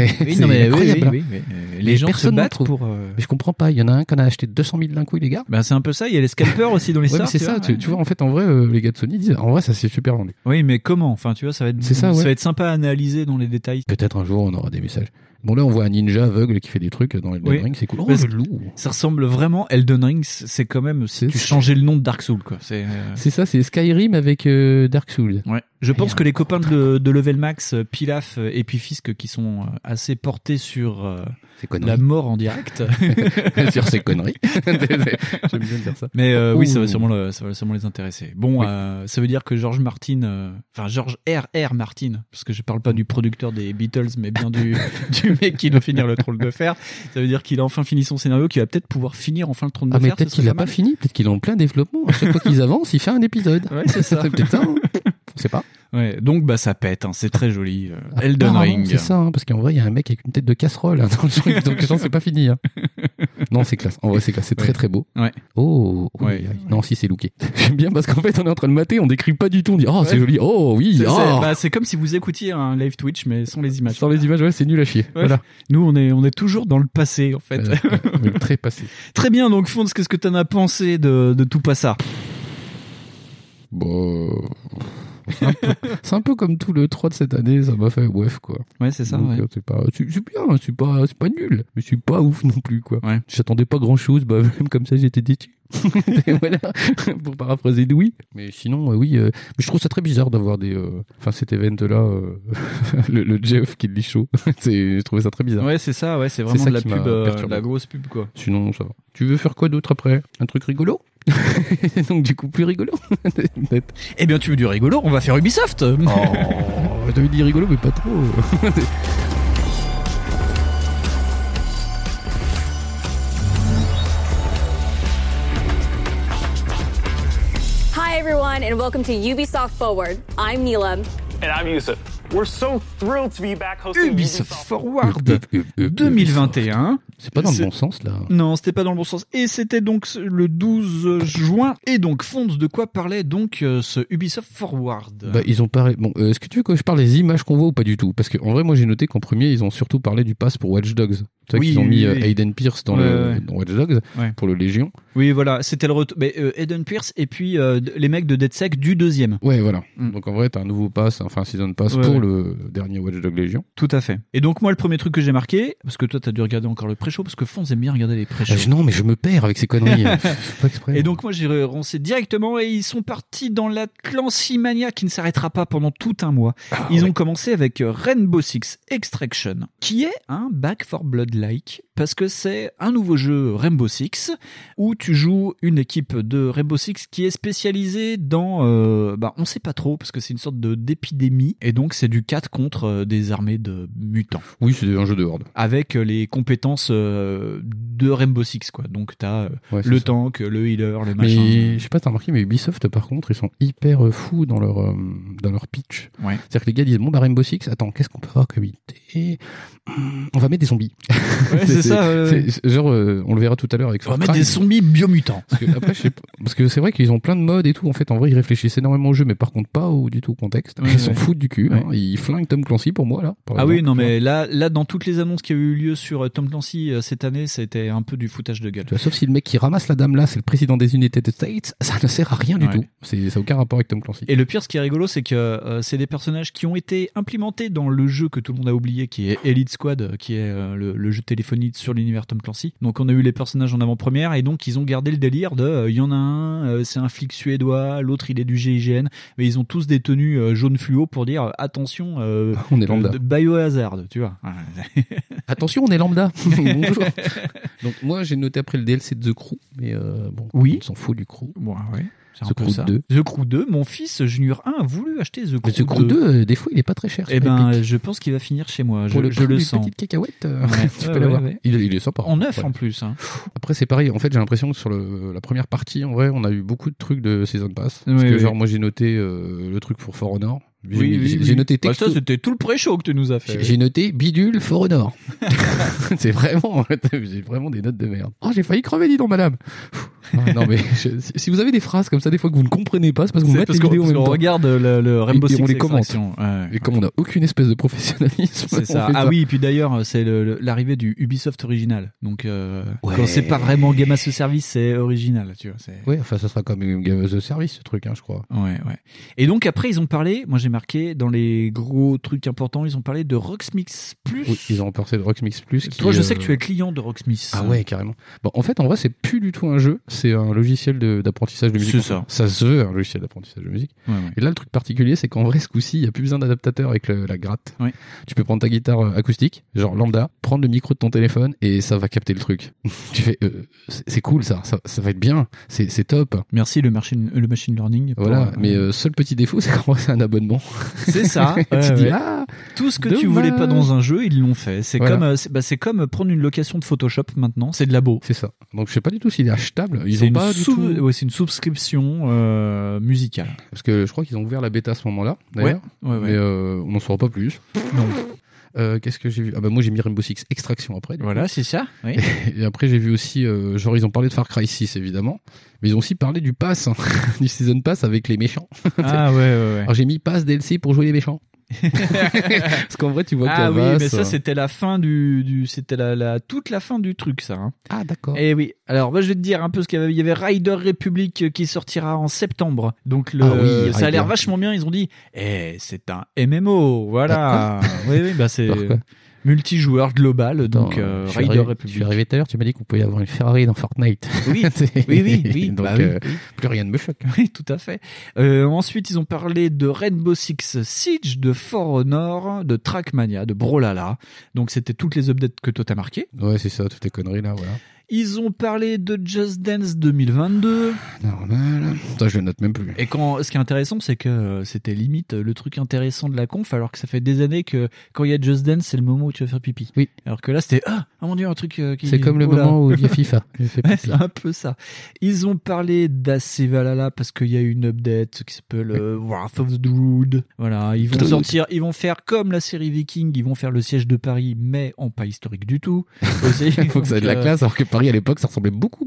Les gens se battent pour. Mais je comprends pas. Il y en a un qui en a acheté 200 000 d'un coup, les gars. C'est un peu ça. Il y a les scalpers aussi dans les stores. C'est ça. Tu vois, en fait, en vrai, les gars de Sony disent, en vrai, ça s'est super vendu. Oui, mais comment? Enfin, tu vois, ça va être sympa à analyser dans les détails. Peut-être un jour, on aura des messages. Bon, là, on voit un ninja aveugle qui fait des trucs dans Elden Ring, c'est cool. Oh, le loup. Ça ressemble vraiment, Elden Ring, c'est quand même, si tu changeais le nom de Dark Souls, quoi. C'est ça, c'est Skyrim avec Dark Souls. Ouais. Je pense que les copains de Level Max, Pilaf et puis Fisk, qui sont assez portés sur la mort en direct. Sur ces conneries. J'aime bien dire ça. Mais oui, ça va sûrement les intéresser. Bon, ça veut dire que George R.R. Martin, parce que je parle pas du producteur des Beatles, mais bien du mec qui doit finir le Trône de Fer. Ça veut dire qu'il a enfin fini son scénario, qu'il va peut-être pouvoir finir enfin le Trône de Fer. Mais peut-être qu'il l'a pas fini, peut-être qu'il est en plein développement. À chaque fois qu'ils avancent, il fait un épisode. Ouais, c'est ça. C'est peut-être ça. On sait pas. Ouais, donc ça pète, c'est très joli. Elden Ring. C'est ça, parce qu'en vrai, il y a un mec avec une tête de casserole dans le truc, donc je pense que c'est pas fini. Non, c'est classe. En vrai, c'est classe. C'est très très beau. Ouais. Oh, ouais. Non, si c'est looké. J'aime bien parce qu'en fait, on est en train de mater, on décrit pas du tout, on dit c'est joli. Oh oui. C'est comme si vous écoutiez un live Twitch, mais sans les images. Sans les images, c'est nul à chier. Ouais. Voilà. Nous, on est toujours dans le passé, en fait. Très passé. Très bien. Donc, Fonds, qu'est-ce que t'en as pensé de tout pas ça? Bon. C'est un peu comme tout le 3 de cette année, ça m'a fait ouf, quoi. Ouais, c'est ça. Donc, ouais. c'est bien, c'est pas nul, mais c'est pas ouf non plus, quoi. Ouais. J'attendais pas grand chose, même comme ça j'étais déçu. Voilà, pour paraphraser Louis. Mais sinon, oui, mais je trouve ça très bizarre d'avoir cet event-là, le Jeff qui lit chaud. Je trouvais ça très bizarre. Ouais, c'est ça, c'est vraiment de la pub, la grosse pub, quoi. Sinon, ça va. Tu veux faire quoi d'autre après? Un truc rigolo? Donc du coup plus rigolo. Eh bien tu veux du rigolo, on va faire Ubisoft. T'avais dit rigolo mais pas trop. Hi everyone and welcome to Ubisoft Forward. I'm Neela. And I'm Yusuf. We're so thrilled to be back hosting Ubisoft Forward 2021. C'est pas dans le bon sens là. Non, c'était pas dans le bon sens. Et c'était donc le 12 juin. Et donc, Fonds, de quoi parlait donc ce Ubisoft Forward? Ils ont parlé. Bon, est-ce que tu veux que je parle des images qu'on voit ou pas du tout? Parce qu'en vrai, moi j'ai noté qu'en premier, ils ont surtout parlé du pass pour Watch Dogs. Tu vois qu'ils ont mis Aiden Pierce dans Watch Dogs pour le Légion. Oui, voilà, c'était le retour. Aiden Pierce et puis les mecs de DeadSec du deuxième. Ouais, voilà. Donc en vrai, t'as un nouveau pass, enfin un season pass pour le dernier Watch Dogs Légion. Tout à fait. Et donc moi, le premier truc que j'ai marqué, parce que toi t'as dû regarder encore le pré-show, parce que Fonds aime bien regarder les pré-shows. Non, mais je me perds avec ces conneries. Pas exprès. Et donc moi j'ai relancé directement et ils sont partis dans la Clancymania qui ne s'arrêtera pas pendant tout un mois. Ils ont commencé avec Rainbow Six Extraction, qui est un Back 4 Blood-like, parce que c'est un nouveau jeu Rainbow Six où tu joues une équipe de Rainbow Six qui est spécialisée dans on sait pas trop parce que c'est une sorte d'épidémie et donc c'est du 4 contre des armées de mutants. Oui, c'est un jeu de horde. Avec les compétences de Rainbow Six, quoi. Donc t'as le tank, le healer, le machin. Mais je sais pas, t'as remarqué, mais Ubisoft par contre ils sont hyper fous dans leur pitch. Ouais. C'est-à-dire que les gars disent Rainbow Six, attends, qu'est-ce qu'on peut avoir comme idée? On va mettre des zombies. Ouais, c'est ça. Genre, on le verra tout à l'heure avec. On va mettre des zombies biomutants. Parce que c'est vrai qu'ils ont plein de modes et tout. En fait, en vrai, ils réfléchissent énormément au jeu, mais par contre pas du tout au contexte. Ils s'en foutent du cul. Hein. Ils flinguent Tom Clancy pour moi là. Oui, non, mais là, dans toutes les annonces qui ont eu lieu sur Tom Clancy cette année, c'était un peu du foutage de gueule. Sauf si le mec qui ramasse la dame là, c'est le président des United States, ça ne sert à rien du tout. Ça n'a aucun rapport avec Tom Clancy. Et le pire, ce qui est rigolo, c'est que c'est des personnages qui ont été implémentés dans le jeu que tout le monde a oublié, qui est Elite Squad, qui est le jeu de téléphonie limite sur l'univers Tom Clancy. Donc on a eu les personnages en avant-première et donc ils ont gardé le délire de il y en a un, c'est un flic suédois, l'autre il est du GIGN, mais ils ont tous des tenues jaunes fluo pour dire attention, on est lambda. Biohazard, tu vois. Attention, on est lambda. Bonjour. Donc moi j'ai noté après le DLC de The Crew, mais bon, oui, on s'en fout du Crew. Bon, ouais. The Crew 2. The Crew 2, mon fils Junior 1 a voulu acheter The Crew 2. The Crew 2, des fois, il est pas très cher. Eh ben, je pense qu'il va finir chez moi. Pour je le sens. Petite cacahuète, tu peux l'avoir. Ouais. Il est sympa. En neuf en plus. Hein. Après, c'est pareil. En fait, j'ai l'impression que sur la première partie, en vrai, on a eu beaucoup de trucs de Season Pass. Parce que, genre, moi, j'ai noté le truc pour For Honor. J'ai noté texto. Ça, c'était tout le pré-show que tu nous as fait. J'ai noté bidule For Honor. C'est vraiment, j'ai vraiment des notes de merde. Oh, j'ai failli crever, dis donc, madame. Non, mais si vous avez des phrases comme ça, des fois que vous ne comprenez pas, c'est parce que vous mettez les vidéos en même temps. On regarde le Rainbow Six et on les commente. Ouais. Et comme on n'a aucune espèce de professionnalisme. C'est ça. Ah oui, et puis d'ailleurs, c'est l'arrivée du Ubisoft original. Donc, quand c'est pas vraiment Game as a Service, c'est original, tu vois. Ouais, enfin, ça sera quand même Game as a Service, ce truc, hein, je crois. Ouais. Et donc, après, ils ont parlé, moi j'ai marqué, dans les gros trucs importants, ils ont parlé de Rocksmith Plus. Oui, ils ont parlé de Rocksmith Plus. Toi, je sais que tu es client de Rocksmith. Ah ouais, carrément. Bon, en fait, en vrai, c'est plus du tout un jeu, c'est un logiciel d'apprentissage de musique. C'est ça. Ça se veut un logiciel d'apprentissage de musique. Ouais. Et là, le truc particulier, c'est qu'en vrai, ce coup-ci, il n'y a plus besoin d'adaptateur avec la gratte. Ouais. Tu peux prendre ta guitare acoustique, genre lambda, prendre le micro de ton téléphone et ça va capter le truc. Tu fais, c'est cool ça va être bien, c'est top. Merci le machine learning. Voilà, mais seul petit défaut, c'est qu'en vrai, c'est un abonnement. C'est ça. Tu dis, tout ce que tu voulais pas dans un jeu, ils l'ont fait. C'est comme prendre une location de Photoshop maintenant, c'est de labo. C'est ça. Donc je sais pas du tout s'il est achetable. Ils ont pas du tout. Ouais, c'est une subscription musicale. Parce que je crois qu'ils ont ouvert la bêta à ce moment-là, d'ailleurs. Ouais. Mais on n'en saura pas plus. Non. Qu'est-ce que j'ai vu ? Ah bah moi j'ai mis Rainbow Six Extraction après. Voilà, c'est ça. Oui. Et après j'ai vu aussi, genre ils ont parlé de Far Cry 6 évidemment, mais ils ont aussi parlé du pass, du Season Pass avec les méchants. Ah ouais. Alors j'ai mis pass DLC pour jouer les méchants. Parce qu'en vrai tu vois que oui, mais ça c'était la fin c'était toute la fin du truc ça. Hein. Ah d'accord. Et oui. Alors je vais te dire un peu ce qu'il y avait. Il y avait Rider Republic qui sortira en septembre. Donc ça a l'air vachement bien. Ils ont dit, c'est un MMO, voilà. Oui, bah c'est multijoueur global. Donc Rider Republic. Je suis arrivé tout à l'heure. Tu m'as dit qu'on pouvait avoir une Ferrari dans Fortnite. Oui. Donc plus rien ne me choque. Oui, tout à fait. Ensuite, ils ont parlé de Rainbow Six Siege, de For Honor, de Trackmania, de Brawlhalla. Donc c'était toutes les updates que toi t'as marquées. Ouais, c'est ça, toutes les conneries là, voilà. Ils ont parlé de Just Dance 2022. Normal. Ça, je le note même plus. Et ce qui est intéressant, c'est que c'était limite le truc intéressant de la conf, alors que ça fait des années que quand il y a Just Dance, c'est le moment où tu vas faire pipi. Oui. Alors que là, c'était oh mon dieu, un truc qui. C'est comme le moment où il y a FIFA. Ouais, c'est un peu ça. Ils ont parlé d'AC Valhalla parce qu'il y a une update qui s'appelle Wrath of the Rood. Voilà, ils vont sortir, ils vont faire comme la série Viking, ils vont faire le siège de Paris, mais en pas historique du tout. Il faut que ça ait de la classe, alors que Paris à l'époque ça ressemblait beaucoup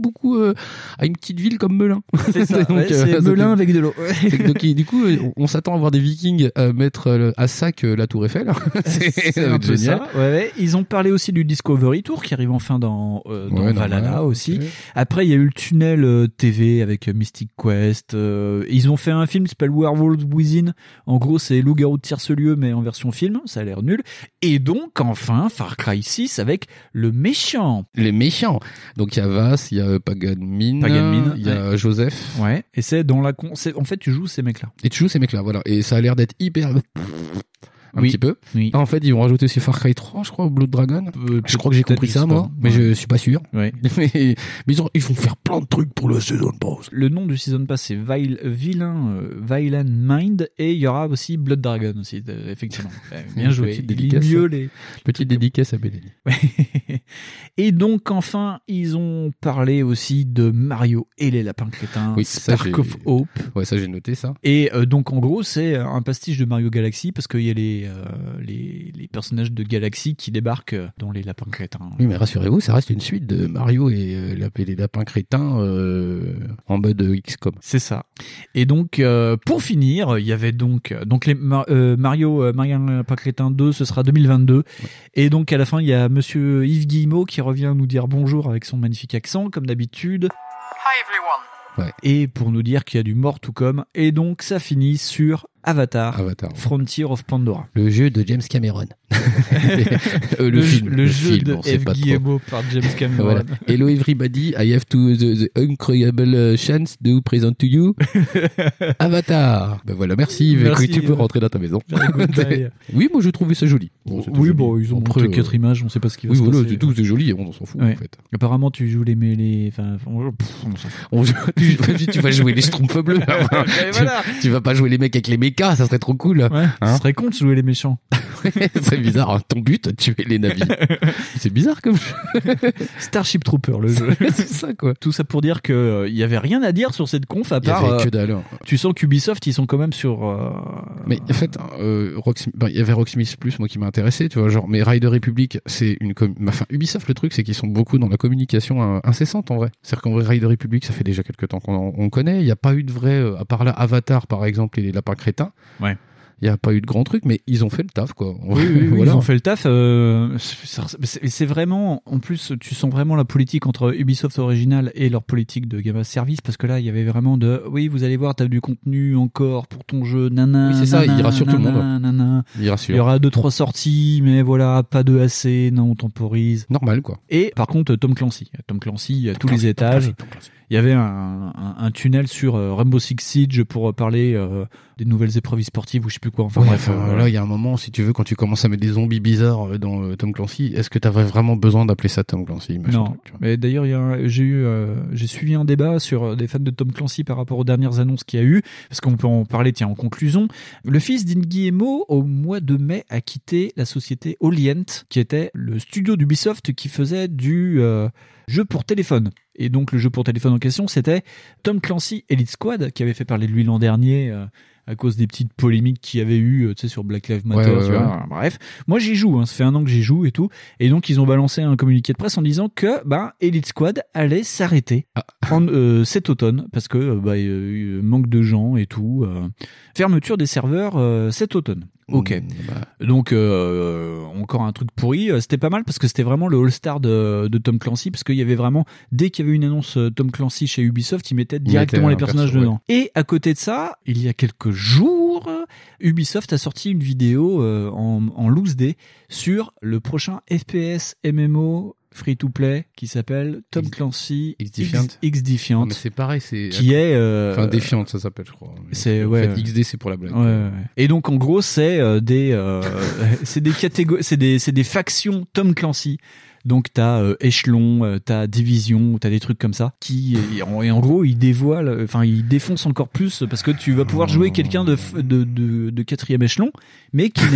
à une petite ville comme Melun. C'est ça. Donc, c'est Melun avec de l'eau. Donc du coup on s'attend à voir des Vikings mettre à sac la Tour Eiffel. C'est un peu ça. Ouais. Ils ont parlé aussi du Discovery Tour qui arrive enfin dans Valhalla aussi. Okay. Après il y a eu le tunnel TV avec Mystic Quest. Ils ont fait un film qui s'appelle Werewolves Within. En gros c'est Loup-garou de Tiercelieu mais en version film. Ça a l'air nul. Et donc enfin Far Cry 6 avec le méchant. Les méchants. Donc il y a Vass, il y a Pagan Min, il y a Joseph. Ouais. Et c'est dans en fait tu joues ces mecs-là. Et tu joues ces mecs-là, voilà. Et ça a l'air d'être hyper petit peu. Oui. En fait, ils vont rajouter aussi Far Cry 3, je crois, Blood Dragon. Je crois que j'ai compris ça, moi, mais je suis pas sûr. Ouais. mais ils vont faire plein de trucs pour le Season Pass. Le nom du Season Pass, c'est Violent Mind, et il y aura aussi Blood Dragon aussi, effectivement. Bien joué. Petite dédicace à Bélénie. Et donc, enfin, ils ont parlé aussi de Mario et les lapins crétins. Oui, Spark of Hope. Ouais, ça j'ai noté ça. Et donc, en gros, c'est un pastiche de Mario Galaxy parce qu'il y a les personnages de Galaxy qui débarquent dans les lapins crétins. Oui, mais rassurez-vous, ça reste une suite de Mario et les lapins crétins en mode XCOM. C'est ça. Et donc, pour finir, il y avait donc les Mario lapin crétin 2, ce sera 2022. Ouais. Et donc, à la fin, il y a Monsieur Yves Guillemot qui revient nous dire bonjour avec son magnifique accent, comme d'habitude. Hi everyone. Ouais. Et pour nous dire qu'il y a du mort tout comme. Et donc, ça finit sur Avatar, Frontier of Pandora. Le jeu de James Cameron. le jeu de on sait F. pas Guillemot par James Cameron. Voilà. Hello everybody, I have the incredible chance to present to you Avatar. Ben voilà, merci. Tu peux rentrer dans ta maison. Oui, moi je trouvais ça joli. Bon, ils ont montré 4 images, on sait pas ce qui va se passer. Oui, voilà, c'est joli, on s'en fout en fait. Apparemment, tu joues les tu vas jouer les Schtroumpfs bleus. Voilà. Tu vas pas jouer les mecs avec les mechas, ça serait trop cool. Ouais, ça serait con de jouer les méchants. C'est bizarre, hein. Ton but, tuer les navires. C'est bizarre comme jeu. Starship Trooper, le jeu. C'est ça, quoi. Tout ça pour dire que il y avait rien à dire sur cette conf à part. Il y avait que dalle. Tu sens qu'Ubisoft, ils sont quand même sur. Mais en fait, il y avait Rocksmith Plus, moi qui m'a intéressé, tu vois, genre. Mais Rider Republic, c'est une enfin Ubisoft, le truc, c'est qu'ils sont beaucoup dans la communication incessante en vrai. C'est-à-dire qu'en vrai, Rider Republic, ça fait déjà quelques temps qu'on connaît. Il n'y a pas eu de vrai, à part là, Avatar par exemple, et les lapins crétins. Ouais. Il n'y a pas eu de grand truc, mais ils ont fait le taf, quoi. Oui, voilà. Ils ont fait le taf. C'est vraiment, en plus, tu sens vraiment la politique entre Ubisoft original et leur politique de Game as Service, parce que là, il y avait vraiment oui, vous allez voir, t'as du contenu encore pour ton jeu, nana. Oui, c'est ça, il rassure tout le monde. Il rassure. Il y aura 2-3 sorties, mais voilà, pas de assez, non, on temporise. Normal, quoi. Et par contre, Tom Clancy, à tous les étages. Il y avait un tunnel sur Rainbow Six Siege pour parler des nouvelles épreuves sportives ou je sais plus quoi. Enfin, bref, là, il y a un moment, si tu veux, quand tu commences à mettre des zombies bizarres dans Tom Clancy, est-ce que t'avais vraiment besoin d'appeler ça Tom Clancy? Non. Mais d'ailleurs, j'ai suivi un débat sur des fans de Tom Clancy par rapport aux dernières annonces qu'il y a eu, parce qu'on peut en parler, tiens, en conclusion. Le fils d'In Guillemot, au mois de mai, a quitté la société Orient, qui était le studio d'Ubisoft qui faisait du jeu pour téléphone. Et donc le jeu pour téléphone en question, c'était Tom Clancy Elite Squad, qui avait fait parler de lui l'an dernier à cause des petites polémiques qu'il y avait eu, tu sais, sur Black Lives Matter, tu vois. Bref, moi j'y joue, ça fait 1 an que j'y joue et tout. Et donc ils ont balancé un communiqué de presse en disant que Elite Squad allait s'arrêter cet automne parce que manque de gens et tout. Fermeture des serveurs cet automne. Ok. Donc encore un truc pourri. C'était pas mal parce que c'était vraiment le All-Star de Tom Clancy, parce qu'il y avait vraiment, dès qu'il y avait une annonce Tom Clancy chez Ubisoft, ils mettaient directement les personnages dedans. Ouais. Et à côté de ça, il y a quelques jours, Ubisoft a sorti une vidéo en loose day sur le prochain FPS MMO free-to-play qui s'appelle Tom Clancy X Defiant. Mais c'est pareil, enfin Defiant, ça s'appelle, je crois. C'est en fait, XD, c'est pour la blague. Ouais. Et donc en gros, c'est c'est des catégories, c'est des factions Tom Clancy. Donc t'as échelon, t'as division, t'as des trucs comme ça qui et en gros ils défoncent encore plus, parce que tu vas pouvoir jouer quelqu'un de 4e échelon, mais qui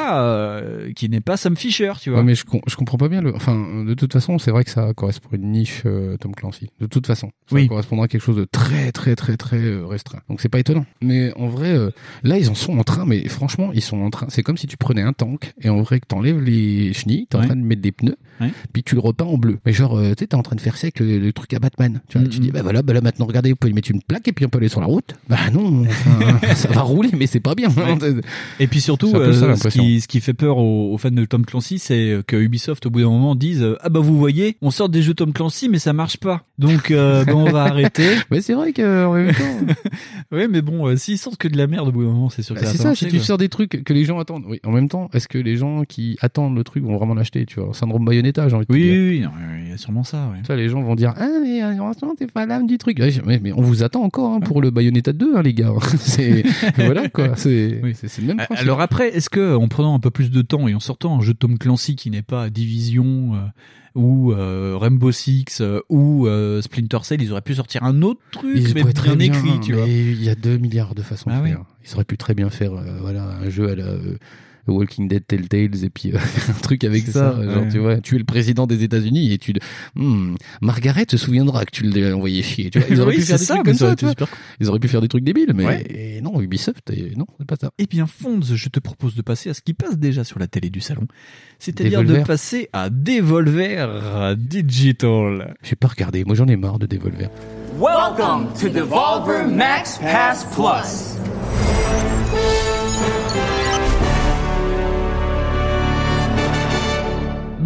n'est pas Sam Fisher, tu vois. Ouais, mais je comprends pas bien de toute façon, c'est vrai que ça correspond à une niche Tom Clancy. De toute façon, ça correspondra à quelque chose de très très très très restreint. Donc c'est pas étonnant. Mais en vrai, là ils en sont en train, mais franchement ils sont en train. C'est comme si tu prenais un tank et en vrai que t'enlèves les chenilles, t'es en train de mettre des pneus. Ouais. Puis tu le repeins en bleu. Mais genre, tu sais, t'es en train de faire ça avec le truc à Batman. Tu vois, tu dis, là maintenant, regardez, vous pouvez mettre une plaque et puis on peut aller sur la route. Bah non, ça va rouler, mais c'est pas bien. Ouais. Et puis surtout, ce qui fait peur aux fans de Tom Clancy, c'est que Ubisoft, au bout d'un moment, dise, vous voyez, on sort des jeux Tom Clancy, mais ça marche pas. Donc, on va arrêter. Mais c'est vrai qu'en même temps. Oui, mais bon, s'ils sortent que de la merde au bout d'un moment, c'est sûr que ça va c'est pas marcher, si tu sors des trucs que les gens attendent. Oui, en même temps, est-ce que les gens qui attendent le truc vont vraiment l'acheter, tu vois? Syndrome Bayonetta, j'ai envie de dire. Oui, il y a sûrement ça, ouais. Tu vois, les gens vont dire, mais en ce moment, t'es pas l'âme du truc. Mais on vous attend encore, pour le Bayonetta 2, les gars. Voilà, quoi. C'est le même principe. Alors après, est-ce que, en prenant un peu plus de temps et en sortant un jeu de Tom Clancy qui n'est pas Division, ou Rainbow Six, ou Splinter Cell, ils auraient pu sortir un autre truc, mais bien écrit, tu vois. Il y a 2 milliards de façons de faire. Oui. Ils auraient pu très bien faire, un jeu à la, Walking Dead Telltales, et puis un truc avec ça, genre, tu vois, tu es le président des États-Unis et Margaret se souviendra que tu l'as envoyé chier, tu vois. Ils auraient pu faire des trucs comme ça, tu vois. Ils auraient pu faire des trucs débiles, mais non, Ubisoft, non, c'est pas ça. Eh bien, Fonds, je te propose de passer à ce qui passe déjà sur la télé du salon, c'est-à-dire de passer à Devolver Digital. J'ai pas regardé, moi j'en ai marre de Devolver. Welcome to Devolver Max Pass Plus.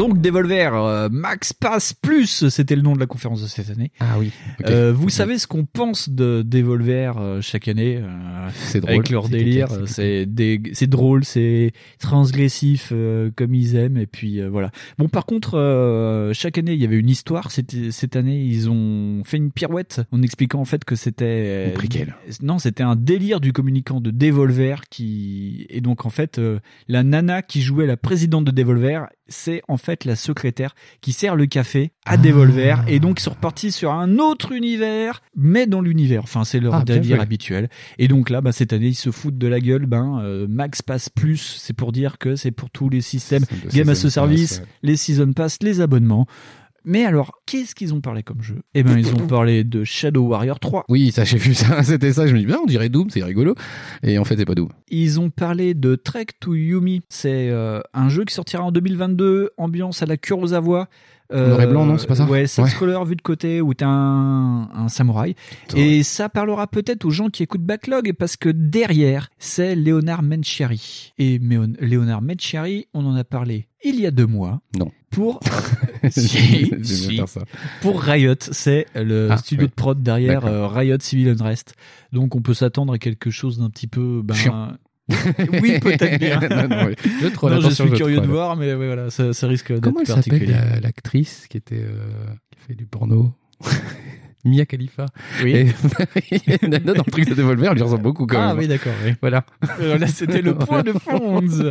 Donc Devolver, Max Pass Plus, c'était le nom de la conférence de cette année. Ah oui. Okay. Vous savez ce qu'on pense de Devolver chaque année, c'est drôle, avec leur délire, c'est drôle, c'est transgressif comme ils aiment, et puis voilà. Bon, par contre, chaque année il y avait une histoire. Cette année ils ont fait une pirouette en expliquant en fait que c'était c'était un délire du communicant de Devolver et donc en fait la nana qui jouait la présidente de Devolver, c'est en fait la secrétaire qui sert le café à Devolver, et donc ils sont repartis sur un autre univers, mais dans l'univers. Enfin, c'est leur délire habituel. Et donc là, cette année, ils se foutent de la gueule. Max Pass Plus, c'est pour dire que c'est pour tous les systèmes Game as a Service, les Season Pass, les abonnements. Mais alors, qu'est-ce qu'ils ont parlé comme jeu ? Eh ben, ils ont parlé de Shadow Warrior 3. Oui, ça, j'ai vu ça, c'était ça. Je me dis, on dirait Doom, c'est rigolo. Et en fait, c'est pas Doom. Ils ont parlé de Trek to Yomi. C'est un jeu qui sortira en 2022, ambiance à la Kurosawa. Noir et blanc, non, c'est pas ça ? Ouais, side-scroller vu de côté où t'es un samouraï. Et ça parlera peut-être aux gens qui écoutent Backlog, parce que derrière, c'est Leonard Menciari. Et Leonard Menciari, on en a parlé il y a 2 mois. Non. Pour pour Riot, c'est le studio de prod derrière Riot Civil Unrest. Donc on peut s'attendre à quelque chose d'un petit peu oui, peut-être bien. Je suis curieux de voir, mais voilà, ça risque d'être particulier. Comment elle s'appelle l'actrice qui fait du porno? Mia Khalifa. Oui. Et dans le truc de Devolver, elle lui ressemble beaucoup quand même. Ah oui, d'accord. Oui. Voilà. Là, c'était le point de Fonz.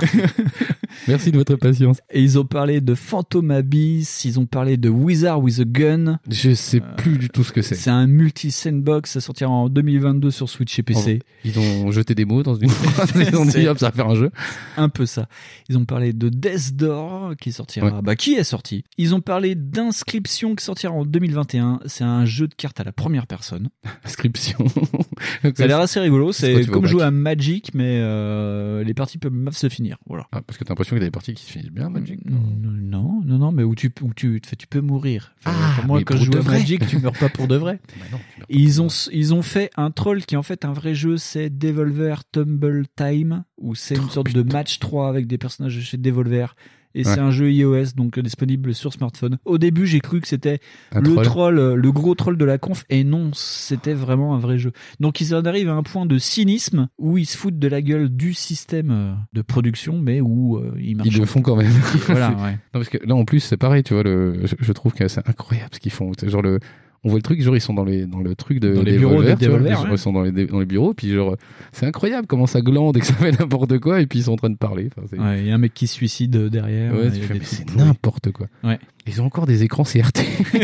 Merci de votre patience. Et ils ont parlé de Phantom Abyss, ils ont parlé de Wizard with a Gun. Je sais plus du tout ce que c'est. C'est un multi-sandbox, ça sortira en 2022 sur Switch et PC. Ils ont jeté des mots dans une phrase, ils ont dit hop, ça va faire un jeu. Un peu ça. Ils ont parlé de Death Door qui sortira. Qui est sorti. Ils ont parlé d'Inscription qui sortira en 2021. C'est un jeu de cartes à la première personne. Inscription. Ça a l'air assez rigolo. C'est comme jouer à Magic, mais les parties peuvent se finir. Voilà. Ah, parce que t'as l'impression qu'il y a des parties qui se finissent bien à Magic. Non, mais où tu peux mourir. Moi, quand je joue à Magic, tu meurs pas pour de vrai. Non, ils ont fait un troll qui est en fait un vrai jeu, c'est Devolver Tumble Time, où c'est une sorte de match 3 avec des personnages chez Devolver. Et c'est un jeu iOS, donc disponible sur smartphone. Au début, j'ai cru que c'était le gros troll de la conf, et non, c'était vraiment un vrai jeu. Donc ils en arrivent à un point de cynisme où ils se foutent de la gueule du système de production, mais où ils marchent. Ils le font quand même. Voilà, Non, parce que là, en plus, c'est pareil, tu vois, je trouve que c'est incroyable ce qu'ils font. C'est genre on voit le truc, genre ils sont dans le truc de dans les bureaux de Devolver, ils sont dans les bureaux, puis genre c'est incroyable comment ça glande et que ça fait n'importe quoi, et puis ils sont en train de parler. Enfin, y a un mec qui se suicide derrière. Ouais, c'est n'importe quoi. Ouais. Ils ont encore des écrans CRT.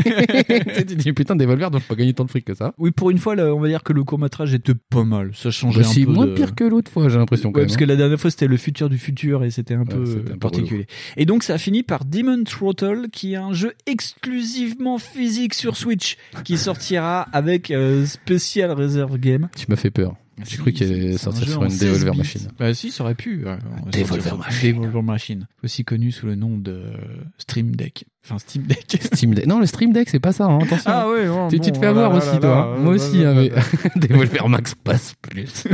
Tu te dis putain, Devolver doivent pas gagner tant de fric que ça. Oui, pour une fois, là, on va dire que le court-métrage était pas mal. Ça changeait un peu. C'est moins pire que l'autre fois, j'ai l'impression. Parce que la dernière fois, c'était le futur du futur, et c'était un peu particulier. Et donc, ça a fini par Demon Throttle, qui est un jeu exclusivement physique sur Switch, qui sortira avec Special Reserve Game. Tu m'as fait peur. J'ai cru qu'il allait sortir sur une Devolver Machine. Bah si, ça aurait pu. Devolver Machine. Devolver Machine. Aussi connu sous le nom de Stream Deck. Enfin, Steam Deck. Non, le Stream Deck, c'est pas ça, hein, attention. Ah ouais, tu te fais avoir aussi, toi. Moi aussi, mais Devolver Max Pass Plus.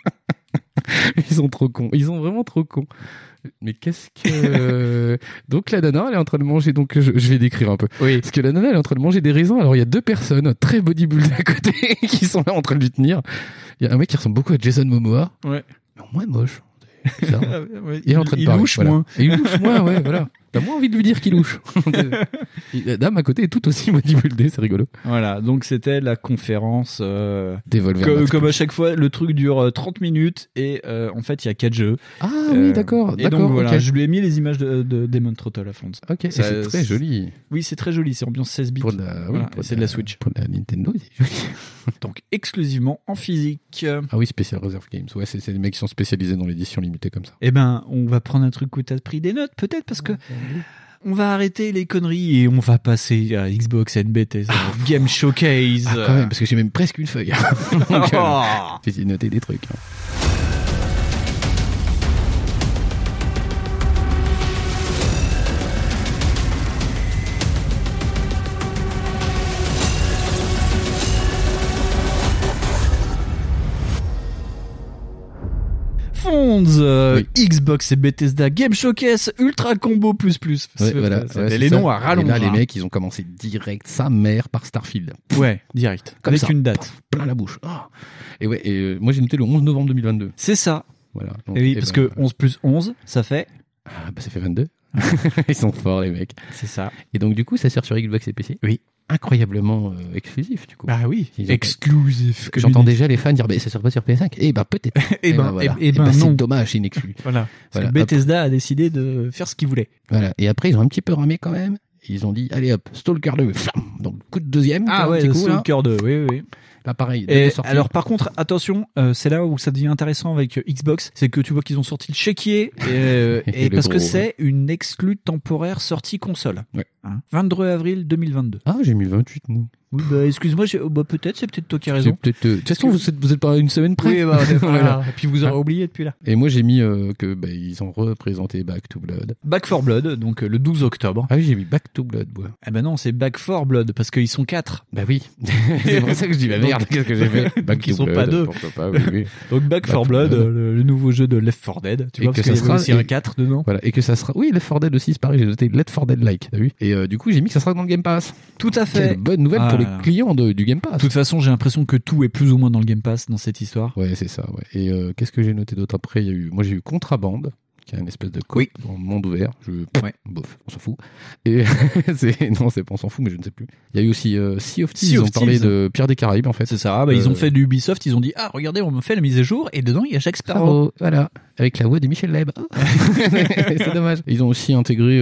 Ils sont trop cons. Ils sont vraiment trop cons. Mais qu'est-ce que... Donc la nana, elle est en train de manger, donc je vais décrire un peu. Oui. Parce que la nana, elle est en train de manger des raisins, alors il y a 2 personnes très bodybuildées à côté qui sont là en train de lui tenir. Il y a un mec qui ressemble beaucoup à Jason Momoa. Ouais. Mais moins moche. Il est en train de parler. Il louche moins. Et il louche moins, ouais, voilà. T'as moins envie de lui dire qu'il louche. La dame à côté est tout aussi bodybuildée, c'est rigolo. Voilà, donc c'était la conférence Devolver. Comme à chaque fois, le truc dure 30 minutes et en fait, il y a 4 jeux. Ah oui, d'accord. Et donc voilà, je lui ai mis les images de Demon Throttle à fond. Ok, c'est très joli. Oui, c'est très joli, c'est ambiance 16 bits. C'est de la Switch. Pour la Nintendo, c'est joli. Donc exclusivement en physique. Ah oui, Special Reserve Games. Ouais, c'est les mecs qui sont spécialisés dans l'édition limitée comme ça. Eh ben, on va prendre un truc où t'as pris des notes, peut-être, parce que on va arrêter les conneries et on va passer à Xbox NBT Game Showcase. Ah, quand même, parce que j'ai même presque une feuille. Donc, j'ai noté des trucs. Worlds, Xbox et Bethesda Game Showcase, Ultra Combo ++. Voilà, c'était les noms à rallonge. Et là, les mecs, ils ont commencé direct sa mère par Starfield. Ouais, direct. Comme avec ça. une date. Plein la bouche. Et moi, j'ai noté le 11 novembre 2022. C'est ça. Voilà. Donc, et oui, parce que 11 plus 11, ça fait... ça fait 22. Ils sont forts, les mecs. C'est ça. Et donc, du coup, ça sort sur Xbox et PC. Oui. Incroyablement exclusif, du coup. Bah oui, exclusif. J'entends déjà les fans dire, ça sort pas sur PS5. Eh ben, peut-être. Voilà. Non. C'est dommage, c'est une exclu. Voilà. Bethesda a décidé de faire ce qu'il voulait. Voilà. Et après, ils ont un petit peu ramé quand même. Ils ont dit, allez hop, Stalker 2, donc coup de deuxième. Stalker 2, oui. Là, pareil. Alors, par contre, attention, c'est là où ça devient intéressant avec Xbox, c'est que tu vois qu'ils ont sorti le chéquier, et parce que c'est une exclue temporaire sortie console. Ouais. 22 avril 2022. Ah, j'ai mis 28, moi. Oui, excuse-moi, peut-être, c'est peut-être toi qui as raison. De toute façon, vous êtes pas à une semaine près. Oui, voilà. Et puis vous aurez oublié depuis là. Et moi, j'ai mis que ils ont représenté Back 4 Blood. Back 4 Blood, donc le 12 octobre. Ah oui, j'ai mis Back 4 Blood, moi. Ah ben non, c'est Back 4 Blood, parce qu'ils sont 4. Bah oui. C'est pour ça que je dis, merde, qu'est-ce que j'ai fait? Back 2 Blood. Ils sont pas 2. Pas, oui. Donc Back 4 Blood, le nouveau jeu de Left 4 Dead. Tu vois, parce qu'il y avait aussi un 4 dedans. Voilà. Et que ça sera, oui, Left 4 Dead aussi, c'est pareil, j'ai noté Left 4 Dead like, t'as vu? Et du coup, j'ai mis que ça sera dans le Game Pass. Tout à fait. Quelle bonne nouvelle pour les clients du Game Pass. De toute façon, j'ai l'impression que tout est plus ou moins dans le Game Pass dans cette histoire. Ouais, c'est ça. Ouais. Et qu'est-ce que j'ai noté d'autre après? Moi, j'ai eu Contrabande, qui est une espèce de code en monde ouvert. Bof, on s'en fout. Et on s'en fout, mais je ne sais plus. Il y a eu aussi Sea of Thieves. Ils ont parlé de Pirates des Caraïbes, en fait. C'est ça. Ils ont fait du Ubisoft. Ils ont dit, regardez, on me fait la mise à jour, et dedans il y a Jack Sparrow. Voilà. Avec la voix de Michel Leb. C'est dommage. Ils ont aussi intégré,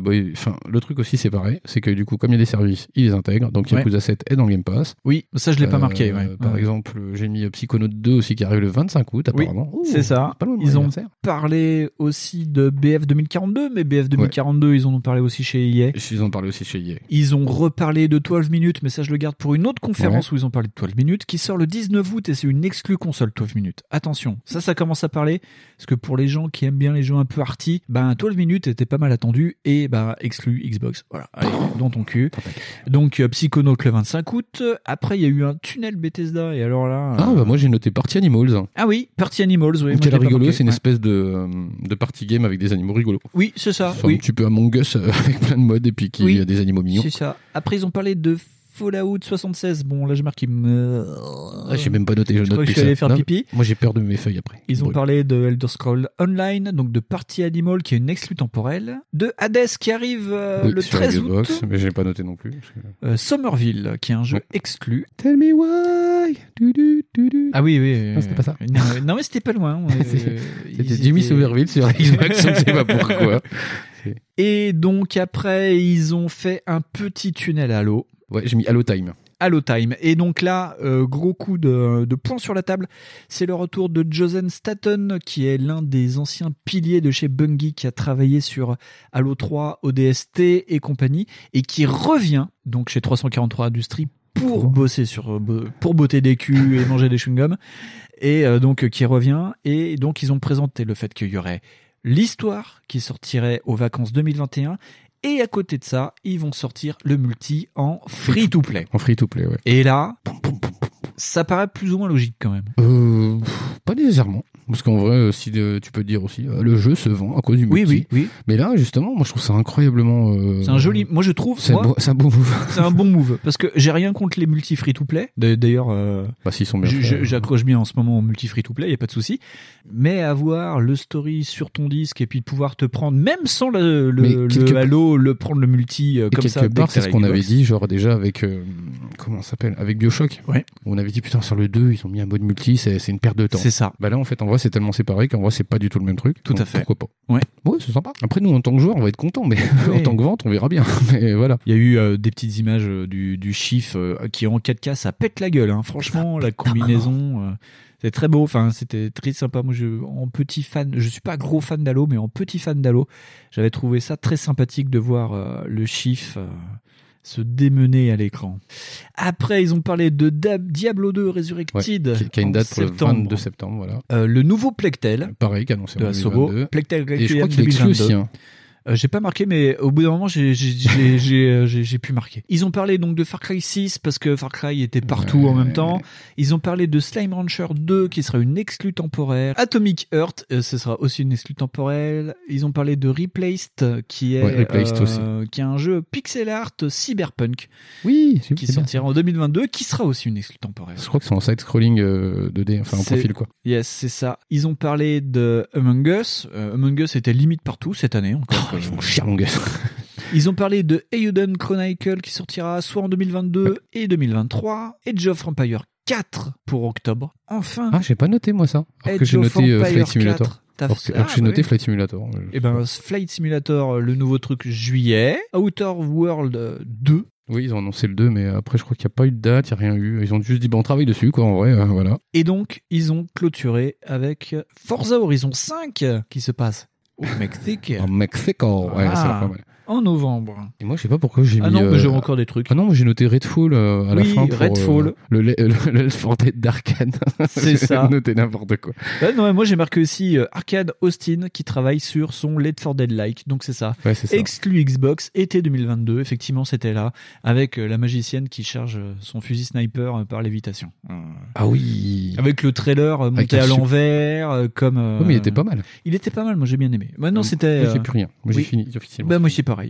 le truc aussi, c'est pareil. C'est que du coup, comme il y a des services, ils les intègrent. Donc, Yakuza 7 est dans le Game Pass. Oui, ça, je l'ai pas marqué. Par exemple, j'ai mis Psychonaut 2 aussi qui arrive le 25 août, apparemment. Oui, c'est ça. Ils ont parlé aussi de BF 2042, mais BF 2042, ils en ont parlé aussi chez EA. Ils en ont parlé aussi chez EA. Ils ont reparlé de 12 minutes, mais ça, je le garde pour une autre conférence où ils ont parlé de 12 minutes, qui sort le 19 août et c'est une exclue console 12 minutes. Attention, ça commence à parler, parce que pour les gens qui aiment bien les jeux un peu arty, 12 minutes était pas mal attendu et exclu Xbox. Voilà, allez, dans ton cul. Donc Psychonaut le 25 août. Après, il y a eu un tunnel Bethesda et alors là. Moi j'ai noté Party Animals. Ah oui, Party Animals. Oui. Qui est rigolo, c'est une espèce de party game avec des animaux rigolos. Oui, c'est ça. Un petit peu Among Us avec plein de modes et puis qui a des animaux mignons. C'est ça. Après, ils ont parlé de Fallout 76. Bon, là, j'ai marqué. J'ai même pas noté. Je note que je suis allé faire pipi. Moi, j'ai peur de mes feuilles après. Ils ont parlé de Elder Scrolls Online, donc de Party Animal qui est une exclue temporelle, de Hades qui arrive le 13 août. Mais j'ai pas noté non plus. Somerville qui est un jeu exclu. Tell me why. Ah oui. Non, c'était pas ça. Non, mais c'était pas loin. C'était Jimmy Somerville sur Xbox, je ne sais pas pourquoi. Et donc après, ils ont fait un petit tunnel à Halo. Ouais, j'ai mis Halo Time. Halo Time. Et donc là, gros coup de poing sur la table, c'est le retour de Joseph Staten, qui est l'un des anciens piliers de chez Bungie, qui a travaillé sur Halo 3, ODST et compagnie, et qui revient donc chez 343 Industries pour bosser pour botter des culs et manger des chewing-gums, et donc qui revient. Et donc ils ont présenté le fait qu'il y aurait l'histoire qui sortirait aux vacances 2021. Et à côté de ça, ils vont sortir le multi en free-to-play. En free-to-play, ouais. Et là, ça paraît plus ou moins logique quand même. Pas nécessairement. Parce qu'en vrai, si tu peux dire aussi, le jeu se vend à cause du multi. Oui. Mais là, justement, moi je trouve ça incroyablement. C'est un joli. Moi je trouve. C'est un bon move. C'est un bon move. Parce que j'ai rien contre les multi free-to-play. D'ailleurs, s'ils sont bien j'accroche bien en ce moment au multi free-to-play, y a pas de souci. Mais avoir le story sur ton disque et puis de pouvoir te prendre, même sans le Halo, prendre le multi comme ça. Quelque part, c'est ce qu'on avait dit, genre déjà avec comment ça s'appelle, avec BioShock. Ouais. On avait dit putain sur le 2, ils ont mis un mode multi, c'est une perte de temps. C'est ça. Là en fait, en vrai, c'est tellement séparé qu'en vrai, c'est pas du tout le même truc. Tout à fait. Pourquoi pas? Ouais, c'est sympa. Après, nous, en tant que joueurs, on va être contents, mais en tant que vente, on verra bien. Mais voilà. Il y a eu des petites images du chiffre qui en 4K, ça pète la gueule. Hein. Franchement, la combinaison. C'est très beau, enfin c'était très sympa. Moi, en petit fan, je suis pas gros fan d'Halo, mais en petit fan d'Halo, j'avais trouvé ça très sympathique de voir le chiffre se démener à l'écran. Après, ils ont parlé de Diablo 2 Resurrected, qui a une date pour le 22 septembre, voilà. Le nouveau Plague Tale, pareil, qui annoncé de en 2022. Plague Tale et je crois qu'il est exclu aussi. Hein. J'ai pas marqué, mais au bout d'un moment, j'ai pu marquer. Ils ont parlé donc de Far Cry 6 parce que Far Cry était partout en même temps. Ils ont parlé de Slime Rancher 2 qui sera une exclue temporaire. Atomic Heart, ce sera aussi une exclue temporelle. Ils ont parlé de Replaced qui est qui est un jeu pixel art cyberpunk. Oui, qui sortira en 2022, qui sera aussi une exclue temporaire. Je crois que c'est en side-scrolling 2D, enfin en profil quoi. Yes, c'est ça. Ils ont parlé de Among Us. Among Us était limite partout cette année encore. Ils font chier Among Us. Ils ont parlé de Eiyuden Chronicle qui sortira soit en 2022 et 2023. Age of Empire 4 pour octobre. Enfin. Ah, j'ai pas noté moi ça. Alors que j'ai noté Flight Simulator. Alors que j'ai noté Flight Simulator. Et ben Flight Simulator, le nouveau truc juillet. Outer World 2. Oui, ils ont annoncé le 2, mais après, je crois qu'il n'y a pas eu de date, il n'y a rien eu. Ils ont juste dit, on travaille dessus, quoi, en vrai, voilà. Et donc, ils ont clôturé avec Forza Horizon 5 qui se passe au Mexique. En Mexique, ouais, c'est pas mal. En novembre. Et moi, je sais pas pourquoi j'ai mis... Ah non, mais j'ai encore des trucs. Ah non, j'ai noté Redfall à la fin. Oui, Redfall. Le Left 4 Dead d'Arkane. C'est ça. J'ai noté n'importe quoi. Non, moi, j'ai marqué aussi Arcade Austin qui travaille sur son Left 4 Dead-like. Donc, c'est ça. Ouais, c'est ça. Exclu Xbox, été 2022. Effectivement, c'était là. Avec la magicienne qui charge son fusil sniper par lévitation. Ah oui. Avec le trailer monté à l'envers, comme... Oui, mais il était pas mal. Il était pas mal, moi, j'ai bien aimé. Maintenant, c'était... Moi, j'ai plus rien. Moi, j'ai fini, officiellement. Bah, moi, c'est pareil.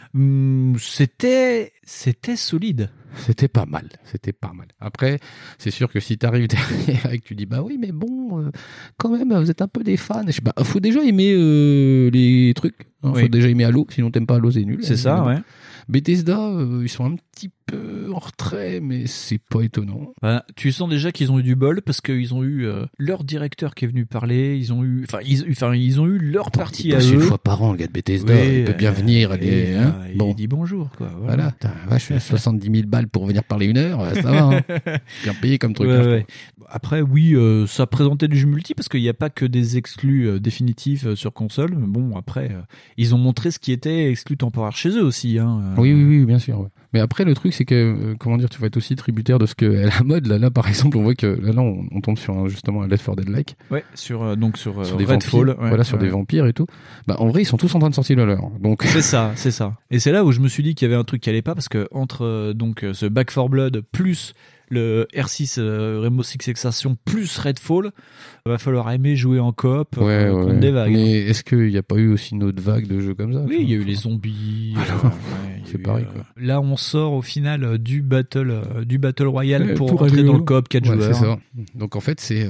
C'était solide. C'était pas mal. Après, c'est sûr que si t'arrives derrière et que tu dis bah oui mais bon quand même vous êtes un peu des fans. Faut déjà aimer les trucs. Faut déjà aimer Halo, sinon t'aimes pas Halo, c'est nul. C'est ça, ouais. Bethesda, ils sont un petit peu en retrait, mais c'est pas étonnant. Bah, tu sens déjà qu'ils ont eu du bol parce qu'ils ont eu leur directeur qui est venu parler, ils ont eu leur partie à eux. Une fois par an, le gars de Bethesda, il peut bien venir. Il dit bonjour, quoi. Voilà. Je suis 70 000 balles pour venir parler 1 heure, ça va. Hein. Bien payé comme truc. Ouais. Après, oui, ça présentait du jeu multi parce qu'il n'y a pas que des exclus définitifs sur console. Bon, après, ils ont montré ce qui était exclu temporaire chez eux aussi. Hein. Oui, bien sûr. Ouais. Mais après, le truc, c'est que, tu vas être aussi tributaire de ce que est la mode. Là, par exemple, on voit que là, on tombe sur justement un Left 4 Dead-like. Ouais, sur des Redfall. Ouais, sur des vampires et tout. Bah, en vrai, ils sont tous en train de sortir le leur. Donc... C'est ça. Et c'est là où je me suis dit qu'il y avait un truc qui allait pas parce que entre ce Back 4 Blood plus le R6 Rainbow Six Extraction plus Redfall, va falloir aimer jouer en coop contre des vagues. Mais est-ce qu'il n'y a pas eu aussi une autre vague de jeux comme ça? Oui, il y a eu les zombies. C'est pareil, quoi. Là, on sort au final du Battle Royale pour rentrer dans le coop 4 joueurs. C'est ça. Donc en fait, c'est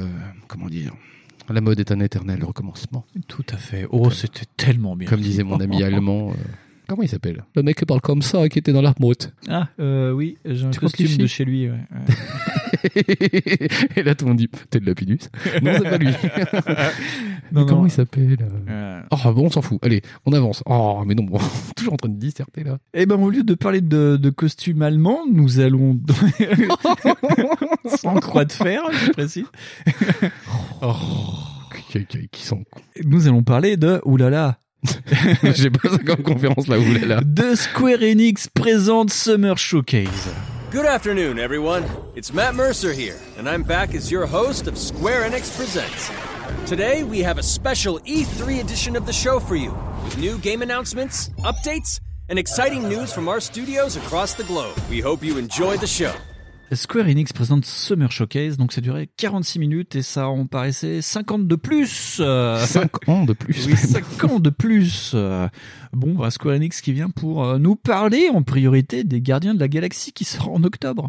la mode est un éternel recommencement. Tout à fait. Oh, c'était tellement bien. Comme disait mon ami allemand. Comment il s'appelle? Le mec qui parle comme ça, qui était dans l'Armouth. Ah, oui, j'ai un costume de chez lui. Ouais. Et là, tout le monde dit, t'es de Lapidus? Non, c'est pas lui. Comment il s'appelle? Oh, bon, on s'en fout. Allez, on avance. Oh, mais non, toujours en train de disserter, là. Eh ben, au lieu de parler de costumes allemands, nous allons... Sans croix de fer, je précise. Qui sont... Nous allons parler de... Oulala. J'ai pas ça comme conférence là, oulala. The Square Enix présente Summer Showcase. Good afternoon, everyone. It's Matt Mercer here, and I'm back as your host of Square Enix Presents. Today, we have a special E3 edition of the show for you, with new game announcements, updates, and exciting news from our studios across the globe. We hope you enjoy the show. Square Enix présente Summer Showcase, donc ça durait 46 minutes et ça en paraissait 50 de plus. 5 ans de plus. Oui, 5 ans de plus. Bon, Square Enix qui vient pour nous parler en priorité des Gardiens de la Galaxie qui sort en octobre.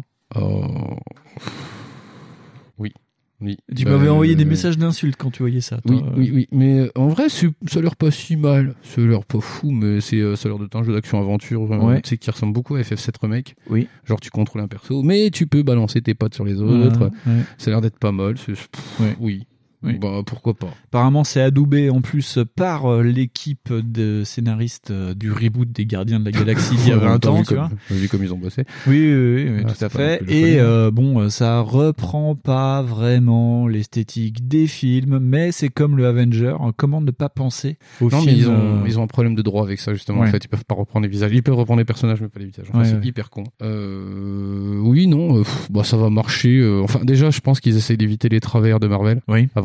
Oui. Tu m'avais envoyé des messages d'insultes quand tu voyais ça. Toi. Oui. Mais en vrai, ça a l'air pas si mal. Ça a l'air pas fou, mais ça a l'air d'être un jeu d'action-aventure tu sais, qui ressemble beaucoup à FF7 Remake. Oui. Genre, tu contrôles un perso, mais tu peux balancer tes potes sur les autres. Ouais. Ça a l'air d'être pas mal. Oui. Bah, pourquoi pas. Apparemment, c'est adoubé en plus par l'équipe de scénaristes du reboot des Gardiens de la Galaxie d'il y a 20 ans, tu vois. Vu comme ils ont bossé. Oui, tout à fait. Et ça reprend pas vraiment l'esthétique des films, mais c'est comme le Avenger. Comment ne pas penser au film? Non, mais ils ont un problème de droit avec ça, justement. En fait, ils peuvent pas reprendre les visages. Ils peuvent reprendre les personnages, mais pas les visages. Enfin, c'est hyper con. Ça va marcher. Enfin, déjà, je pense qu'ils essayent d'éviter les travers de Marvel. Oui. Avant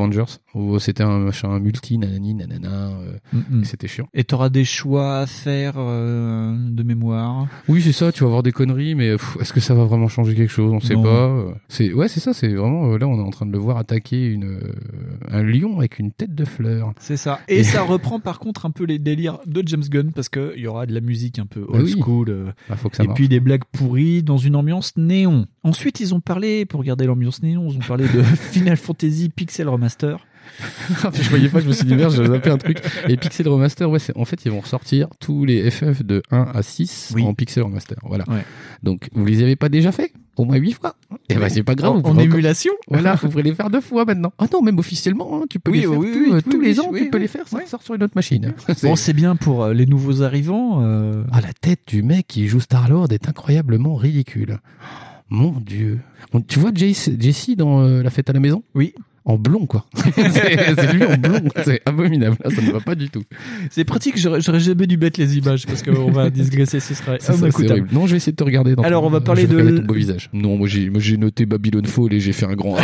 Avengers, où c'était un machin multi, nanani, nanana, et c'était chiant. Et t'auras des choix à faire de mémoire. Oui, c'est ça, tu vas avoir des conneries, mais est-ce que ça va vraiment changer quelque chose? On sait pas. C'est ça, c'est vraiment, là, on est en train de le voir attaquer un lion avec une tête de fleur. C'est ça. Et ça reprend par contre un peu les délires de James Gunn, parce qu'il y aura de la musique un peu old school. Faut que ça marche. Puis des blagues pourries dans une ambiance néon. Ensuite, ils ont parlé, pour garder l'ambiance néon, ils ont parlé de Final Fantasy Pixel Remaster. Je voyais pas, je me suis dit merde, j'ai zappé un truc. Et Pixel Remaster, en fait, ils vont ressortir tous les FF de 1 à 6 en Pixel Remaster. Voilà. Ouais. Donc, vous les avez pas déjà fait? Au moins 8 fois. Et c'est pas grave. En émulation? Voilà, vous pourrez les faire 2 fois maintenant. Ah non, même officiellement, tu peux les faire tous les ans, tu peux les faire, ça sort sur une autre machine. Bon, c'est bien pour les nouveaux arrivants. Ah, la tête du mec qui joue Star-Lord est incroyablement ridicule. Mon Dieu. Tu vois Jesse dans La Fête à la Maison? Oui. En blond, quoi. c'est lui en blond. C'est abominable. Là, ça ne va pas du tout. C'est pratique. J'aurais jamais dû mettre les images parce qu'on va digresser. Ce serait horrible. Non, je vais essayer de te regarder. Alors, on va parler de ton beau visage. Non, moi j'ai noté Babylon Fall et j'ai fait un grand.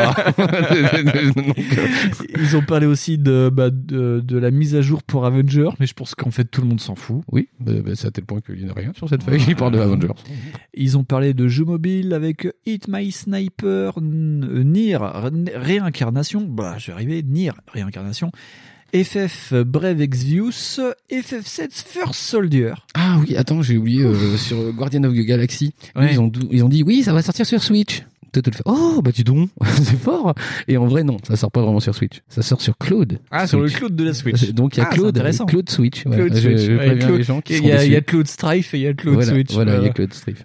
Ils ont parlé aussi de la mise à jour pour Avengers, mais je pense qu'en fait tout le monde s'en fout. Oui, c'est à tel point qu'il n'y a rien sur cette feuille qui parle de Avengers. Ils ont parlé de jeux mobiles avec Hit My Sniper, Nier, Réincarnation, je vais arriver, Nier, Réincarnation, FF Brave Exvius, FF7 First Soldier. Ah oui, attends, j'ai oublié, sur Guardian of the Galaxy, ils ont dit oui, ça va sortir sur Switch. Toi, tu le fais. Oh, dis donc, c'est fort. Et en vrai, non, ça sort pas vraiment sur Switch. Ça sort sur Cloud. Ah, sur le Cloud de la Switch. Donc, il y a Cloud Switch. Voilà. Cloud Switch. Je préviens les gens qui sont dessus. Il y a Cloud Strife et il y a Cloud Switch. Voilà, il y a Cloud Strife.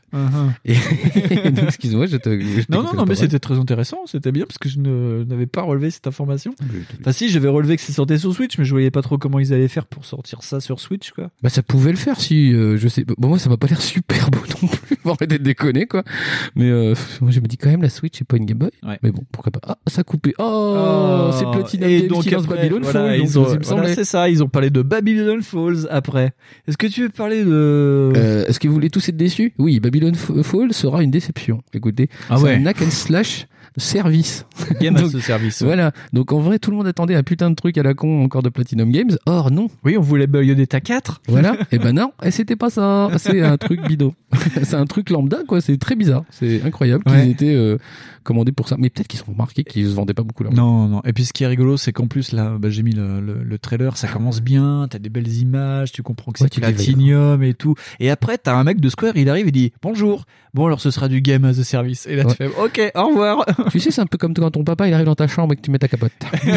Et donc, excuse-moi, Non, mais c'était très intéressant. C'était bien parce que je n'avais pas relevé cette information. Enfin, si, j'avais relevé que ça sortait sur Switch, mais je voyais pas trop comment ils allaient faire pour sortir ça sur Switch, quoi. Ça pouvait le faire si, je sais. Bon, moi, ça m'a pas l'air super beau non plus. Faut arrêter de déconner, quoi. Mais, moi, je me dis quand même, la Switch, c'est pas une Game Boy. Ouais. Mais bon, pourquoi pas. Ah, ça a coupé. C'est Platinum Games qui lance Babylon Falls. C'est ça, ils ont parlé de Babylon Falls après. Est-ce que tu veux parler de... Est-ce que vous voulez tous être déçus? Oui, Babylon Falls sera une déception. Écoutez, c'est un hack and slash service. Game as a service. Voilà. Donc en vrai, tout le monde attendait un putain de truc à la con encore de Platinum Games. Or non. Oui, on voulait Bayonetta 4. Voilà. Et non. Et c'était pas ça. C'est un truc bidon. C'est un truc lambda, quoi. C'est très bizarre. C'est incroyable qu'ils étaient commandés pour ça. Mais peut-être qu'ils sont remarqués qu'ils se vendaient pas beaucoup là. Non. Et puis ce qui est rigolo, c'est qu'en plus là, j'ai mis le trailer. Ça commence bien. T'as des belles images. Tu comprends que c'est Platinum et tout. Et après, t'as un mec de Square. Il arrive et dit bonjour. Bon, alors ce sera du Game as a Service. Et là, tu fais ok, au revoir. Tu sais, c'est un peu comme quand ton papa il arrive dans ta chambre et que tu mets ta capote. Tu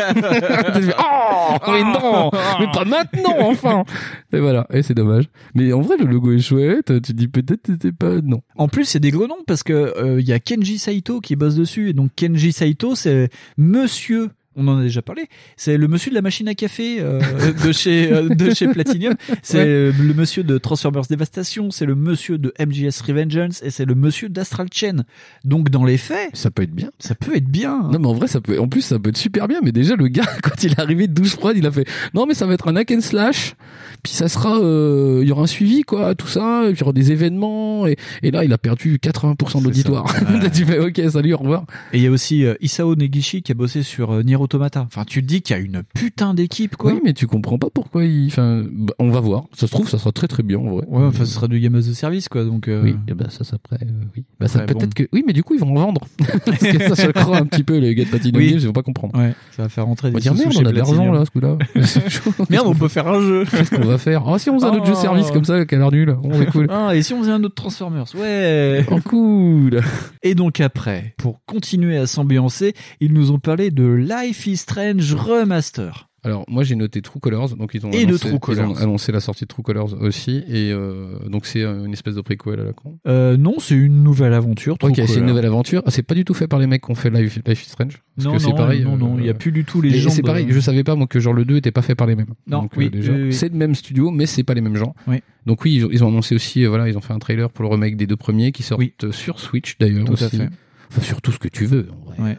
fais, mais non, mais pas maintenant, enfin. Et voilà, et c'est dommage. Mais en vrai, le logo est chouette. Tu dis peut-être c'était pas non. En plus, c'est des gros noms parce que y a Kenji Saito qui bosse dessus. Et donc Kenji Saito, c'est Monsieur. On en a déjà parlé. C'est le monsieur de la machine à café de chez Platinum. C'est le monsieur de Transformers Devastation. C'est le monsieur de MGS Revengeance et c'est le monsieur d'Astral Chain. Donc dans les faits, ça peut être bien. Ça peut être bien. Non mais en vrai, ça peut être super bien. Mais déjà le gars, quand il est arrivé de douche froide, il a fait non mais ça va être un hack and slash. Puis ça sera, il y aura un suivi quoi, tout ça. Et puis il y aura des événements. Et là, il a perdu 80% de l'auditoire. Tu fais ok, salut, au revoir. Et il y a aussi Isao Negishi qui a bossé sur Nier Automata. Enfin, tu te dis qu'il y a une putain d'équipe, quoi. Oui, mais tu comprends pas pourquoi on va voir. Ça se trouve, ça sera très très bien, en vrai. Ouais, enfin, ce sera du Game as a Service, quoi, donc, Oui, et ça après, oui. Ça peut-être que, oui, mais du coup, ils vont en vendre. Parce que ça se croit un petit peu, les gars de Platinum Games, ils vont pas comprendre. Ouais, ça va faire rentrer des sous chez Platinum. On a de l'argent, là, ce coup-là. Merde, on peut faire un jeu. Qu'est-ce qu'on va faire? Si on faisait un autre jeu service comme ça, qui a l'air nul. On est cool. Et si on faisait un autre Transformers? Ouais. Oh, cool. Et donc après, pour continuer à s'ambiancer, ils nous ont parlé de Life is Strange Remaster. Alors moi j'ai noté True Colors, donc ils ont annoncé la sortie de True Colors aussi, et donc c'est une espèce de préquel à la con. Non, c'est une nouvelle aventure. Ok, c'est une nouvelle aventure. C'est pas du tout fait par les mecs qui ont fait Life is Strange. Parce que c'est pareil. Non, il y a plus du tout les gens. C'est pareil. Je savais pas moi que genre le 2 était pas fait par les mêmes. Non, donc, c'est le même studio, mais c'est pas les mêmes gens. Oui. Donc oui, ils ont annoncé aussi, ils ont fait un trailer pour le remake des 2 premiers qui sortent sur Switch d'ailleurs. Tout à fait. Enfin sur tout ce que tu veux. En vrai. Ouais.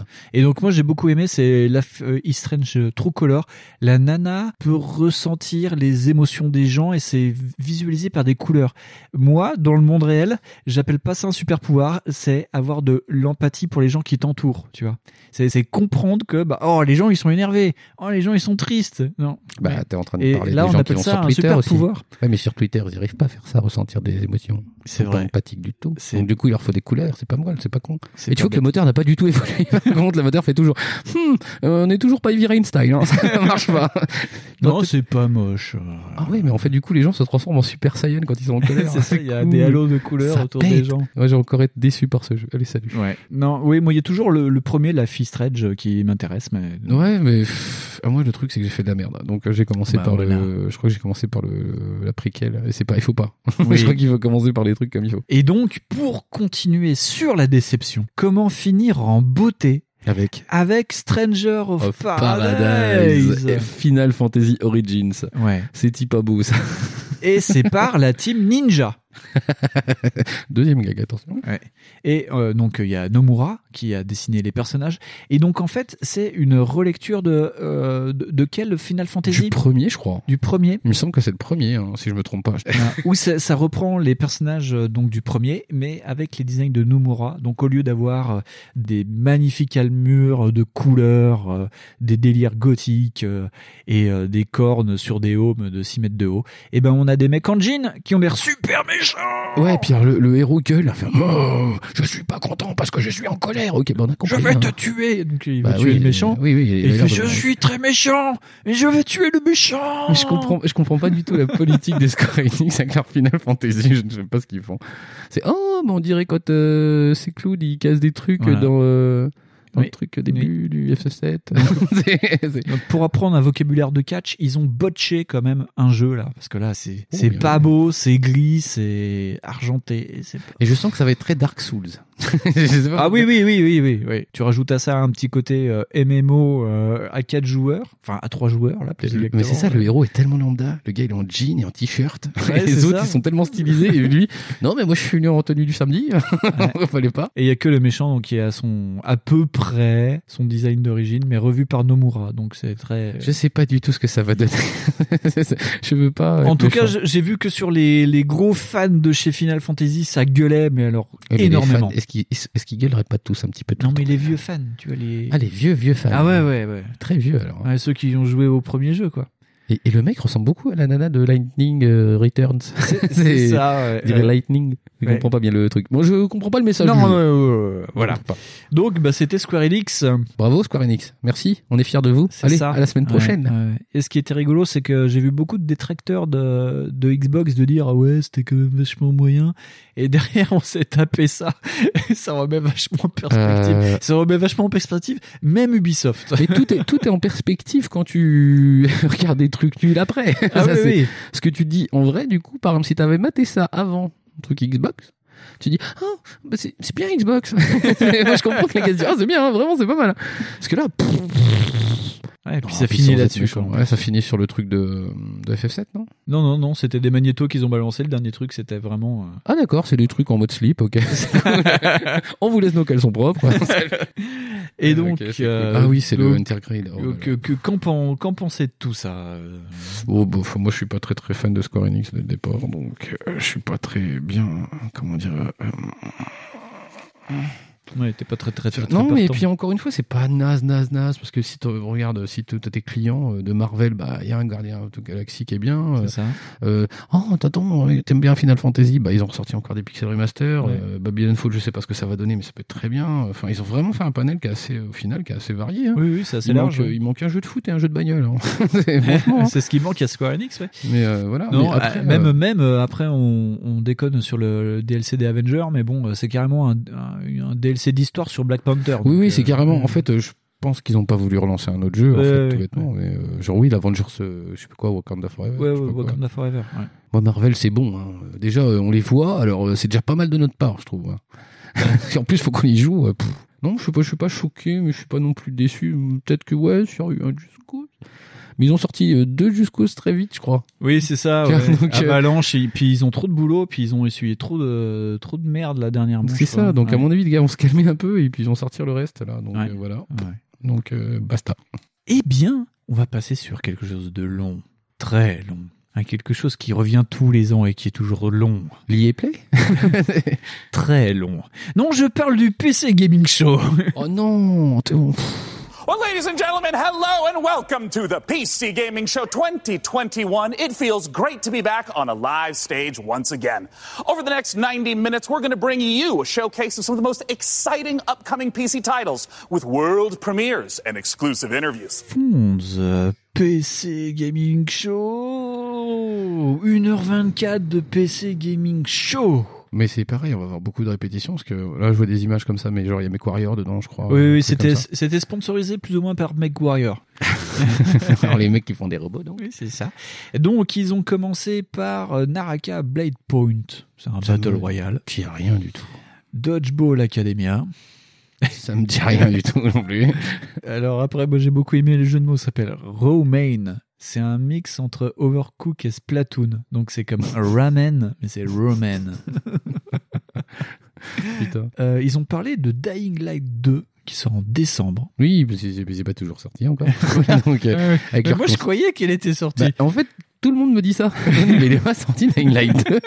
Et donc moi j'ai beaucoup aimé, c'est Life is Strange True Color. La nana peut ressentir les émotions des gens et c'est visualisé par des couleurs. Moi, dans le monde réel, j'appelle pas ça un super pouvoir, c'est avoir de l'empathie pour les gens qui t'entourent, tu vois. C'est comprendre que les gens ils sont énervés, les gens ils sont tristes. Non. T'es en train de parler là, des gens qui vont sur Twitter aussi. Pouvoir. Ouais, mais sur Twitter, ils n'arrivent pas à faire ça, ressentir des émotions. C'est vrai. Pas empathique du tout. Donc du coup, il leur faut des couleurs. C'est pas mal, c'est pas con. Et tu vois que le moteur n'a pas du tout évolué. Par contre, le moteur fait toujours. On n'est toujours pas Heavy Rain style. Hein. Ça marche pas. Non, c'est pas moche. Ah oui, mais en fait, du coup, les gens se transforment en Super Saiyan quand ils sont en colère. C'est ça. Il y a des halos de couleurs ça autour pète. des gens. Ouais, j'ai encore été déçu par ce jeu. Allez, salut. Ouais. Non, oui, moi, il y a toujours le premier, la Life is Strange, qui m'intéresse, mais. Ouais, mais moi, le truc, c'est que j'ai fait de la merde. Donc, j'ai commencé par je crois que j'ai commencé par la préquelle. Et c'est pas, il faut pas. Oui. Je crois qu'il faut commencer par les trucs comme il faut. Et donc, pour continuer sur la déception, comment finir en beauté avec Stranger of Paradise et Final Fantasy Origins. Ouais. C'est pas beau, ça. Et c'est par la team Ninja. Deuxième gag, attention. Ouais. Et donc il y a Nomura qui a dessiné les personnages. Et donc en fait c'est une relecture de quel Final Fantasy ? Du premier, je crois. Du premier. Il me semble que c'est le premier, hein, si je me trompe pas. Où ça reprend les personnages donc du premier, mais avec les designs de Nomura. Donc au lieu d'avoir des magnifiques armures de couleurs, des délires gothiques et des cornes sur des aumes de 6 mètres de haut, et ben on a des mecs en jean qui ont l'air super méchants. Ouais, puis le héros gueule, enfin, je suis pas content parce que je suis en colère. Ok, on a compris. Je vais te tuer. Donc il va tuer le méchant. Oui. Et il fait, je suis très méchant et je vais tuer le méchant. Mais je comprends pas du tout la politique des Square Enix avec leur Final Fantasy. Je ne sais pas ce qu'ils font. C'est mais on dirait quand c'est Cloud, il casse des trucs dans le truc début du FF7. Donc, pour apprendre un vocabulaire de catch, ils ont botché quand même un jeu là, parce que là c'est pas beau, c'est gris, c'est argenté. Et je sens que ça va être très Dark Souls. Oui. Tu rajoutes à ça un petit côté MMO à 4 joueurs, enfin à 3 joueurs là. Mais c'est ça, le héros est tellement lambda. Le gars il est en jean et en t-shirt. Les autres ils sont tellement stylisés et lui, non mais moi je suis venu en tenue du samedi. Fallait pas. Et il y a que le méchant donc qui a à peu près son design d'origine, mais revu par Nomura. Donc c'est très. Je sais pas du tout ce que ça va donner. Je veux pas. En tout cas, j'ai vu que sur les gros fans de chez Final Fantasy, ça gueulait, mais alors énormément. Est-ce qu'ils gueuleraient pas tous un petit peu? Non, mais les vieux fans, tu vois les. Ah, les vieux fans. Ah ouais. Très vieux alors. Ouais, ceux qui ont joué au premier jeu, quoi. Et le mec ressemble beaucoup à la nana de Lightning Returns. C'est ça, ouais. Je dirais Lightning. Je comprends pas bien le truc. Moi, je comprends pas le message. Non, voilà. Donc, c'était Square Enix. Bravo, Square Enix. Merci. On est fiers de vous. Allez, à la semaine prochaine. Ouais. Et ce qui était rigolo, c'est que j'ai vu beaucoup de détracteurs de Xbox de dire, c'était quand même vachement moyen. Et derrière, on s'est tapé ça. Ça remet vachement en perspective. Même Ubisoft. Mais tout est en perspective quand tu regardes des trucs nuls après. Oui. Ce que tu dis en vrai, du coup, par exemple, si t'avais maté ça avant un truc Xbox, tu dis c'est bien Xbox. Moi je comprends que les gars disent c'est bien, vraiment c'est pas mal. Parce que là et puis ça finit là-dessus. Ça finit sur le truc de FF7, non? Non, c'était des magnétos qu'ils ont balancé. Le dernier truc, c'était vraiment. Ah d'accord, c'est des trucs en mode slip, ok. On vous laisse nos caleçons propres. Et donc, c'est le Intergrade. Qu'en pensez de tout ça? Moi, je suis pas très très fan de Square Enix dès le départ, donc je suis pas très bien. Comment dire? Ouais, t'es pas très non, mais puis encore une fois, c'est pas naze, parce que si tu regardes, si t'as tes clients de Marvel, il y a un Gardien of the Galaxy qui est bien. C'est ça. T'aimes bien Final Fantasy, ils ont ressorti encore des Pixel Remaster. Babylon Fall, je sais pas ce que ça va donner, mais ça peut être très bien. Enfin, ils ont vraiment fait un panel qui est assez, au final, qui est assez varié. Hein. Oui, c'est assez large. Il manque un jeu de foot et un jeu de bagnole. Hein. Franchement. C'est ce qui manque à Square Enix, ouais. Mais voilà. Non, mais après, après, on déconne sur le DLC des Avengers, mais bon, c'est carrément un DLC d'histoire sur Black Panther. Oui, c'est carrément. En fait, je pense qu'ils n'ont pas voulu relancer un autre jeu, tout bêtement. Mais l'Avengers, je sais pas quoi, Wakanda Forever. Wakanda Forever. Ouais. Bon, Marvel, c'est bon. Hein. Déjà, on les voit. Alors, c'est déjà pas mal de notre part, je trouve. Hein. En plus, faut qu'on y joue. Non, je suis pas choqué, mais je suis pas non plus déçu. Peut-être que ouais, sur un Just Cause. Mais ils ont sorti 2 Just Cause très vite, je crois. Oui, c'est ça. Ouais. Donc, Avalanche, et puis ils ont trop de boulot, puis ils ont essuyé trop de merde là dernièrement. C'est ça. Donc à mon avis, les gars vont se calmer un peu et puis ils vont sortir le reste là. Donc voilà. Ouais. Donc basta. Eh bien, on va passer sur quelque chose de long, très long. Quelque chose qui revient tous les ans et qui est toujours long. L'EA Play. Très long. Non, je parle du PC Gaming Show. Oh non. Well, ladies and gentlemen, hello and welcome to the PC Gaming Show 2021. It feels great to be back on a live stage once again. Over the next 90 minutes, we're going to bring you a showcase of some of the most exciting upcoming PC titles with world premieres and exclusive interviews. PC Gaming Show 1h24 de PC Gaming Show. Mais c'est pareil, on va avoir beaucoup de répétitions parce que là je vois des images comme ça, mais genre il y a MechWarrior dedans, je crois. Oui, c'était sponsorisé plus ou moins par MechWarrior. Alors les mecs qui font des robots, donc. Oui, c'est ça. Et donc ils ont commencé par Naraka Blade Point, c'est un Battle Royale. Qui a rien du tout. Dodgeball Academia. Ça me dit rien du tout non plus. Alors après, moi j'ai beaucoup aimé le jeu de mots, ça s'appelle Romain. C'est un mix entre Overcooked et Splatoon. Donc c'est comme ramen, mais c'est Roman. Ils ont parlé de Dying Light 2 qui sort en décembre. Oui, mais c'est pas toujours sorti encore. Donc, mais moi je croyais qu'il était sorti. En fait, tout le monde me dit ça. Mais il est pas sorti Dying Light 2.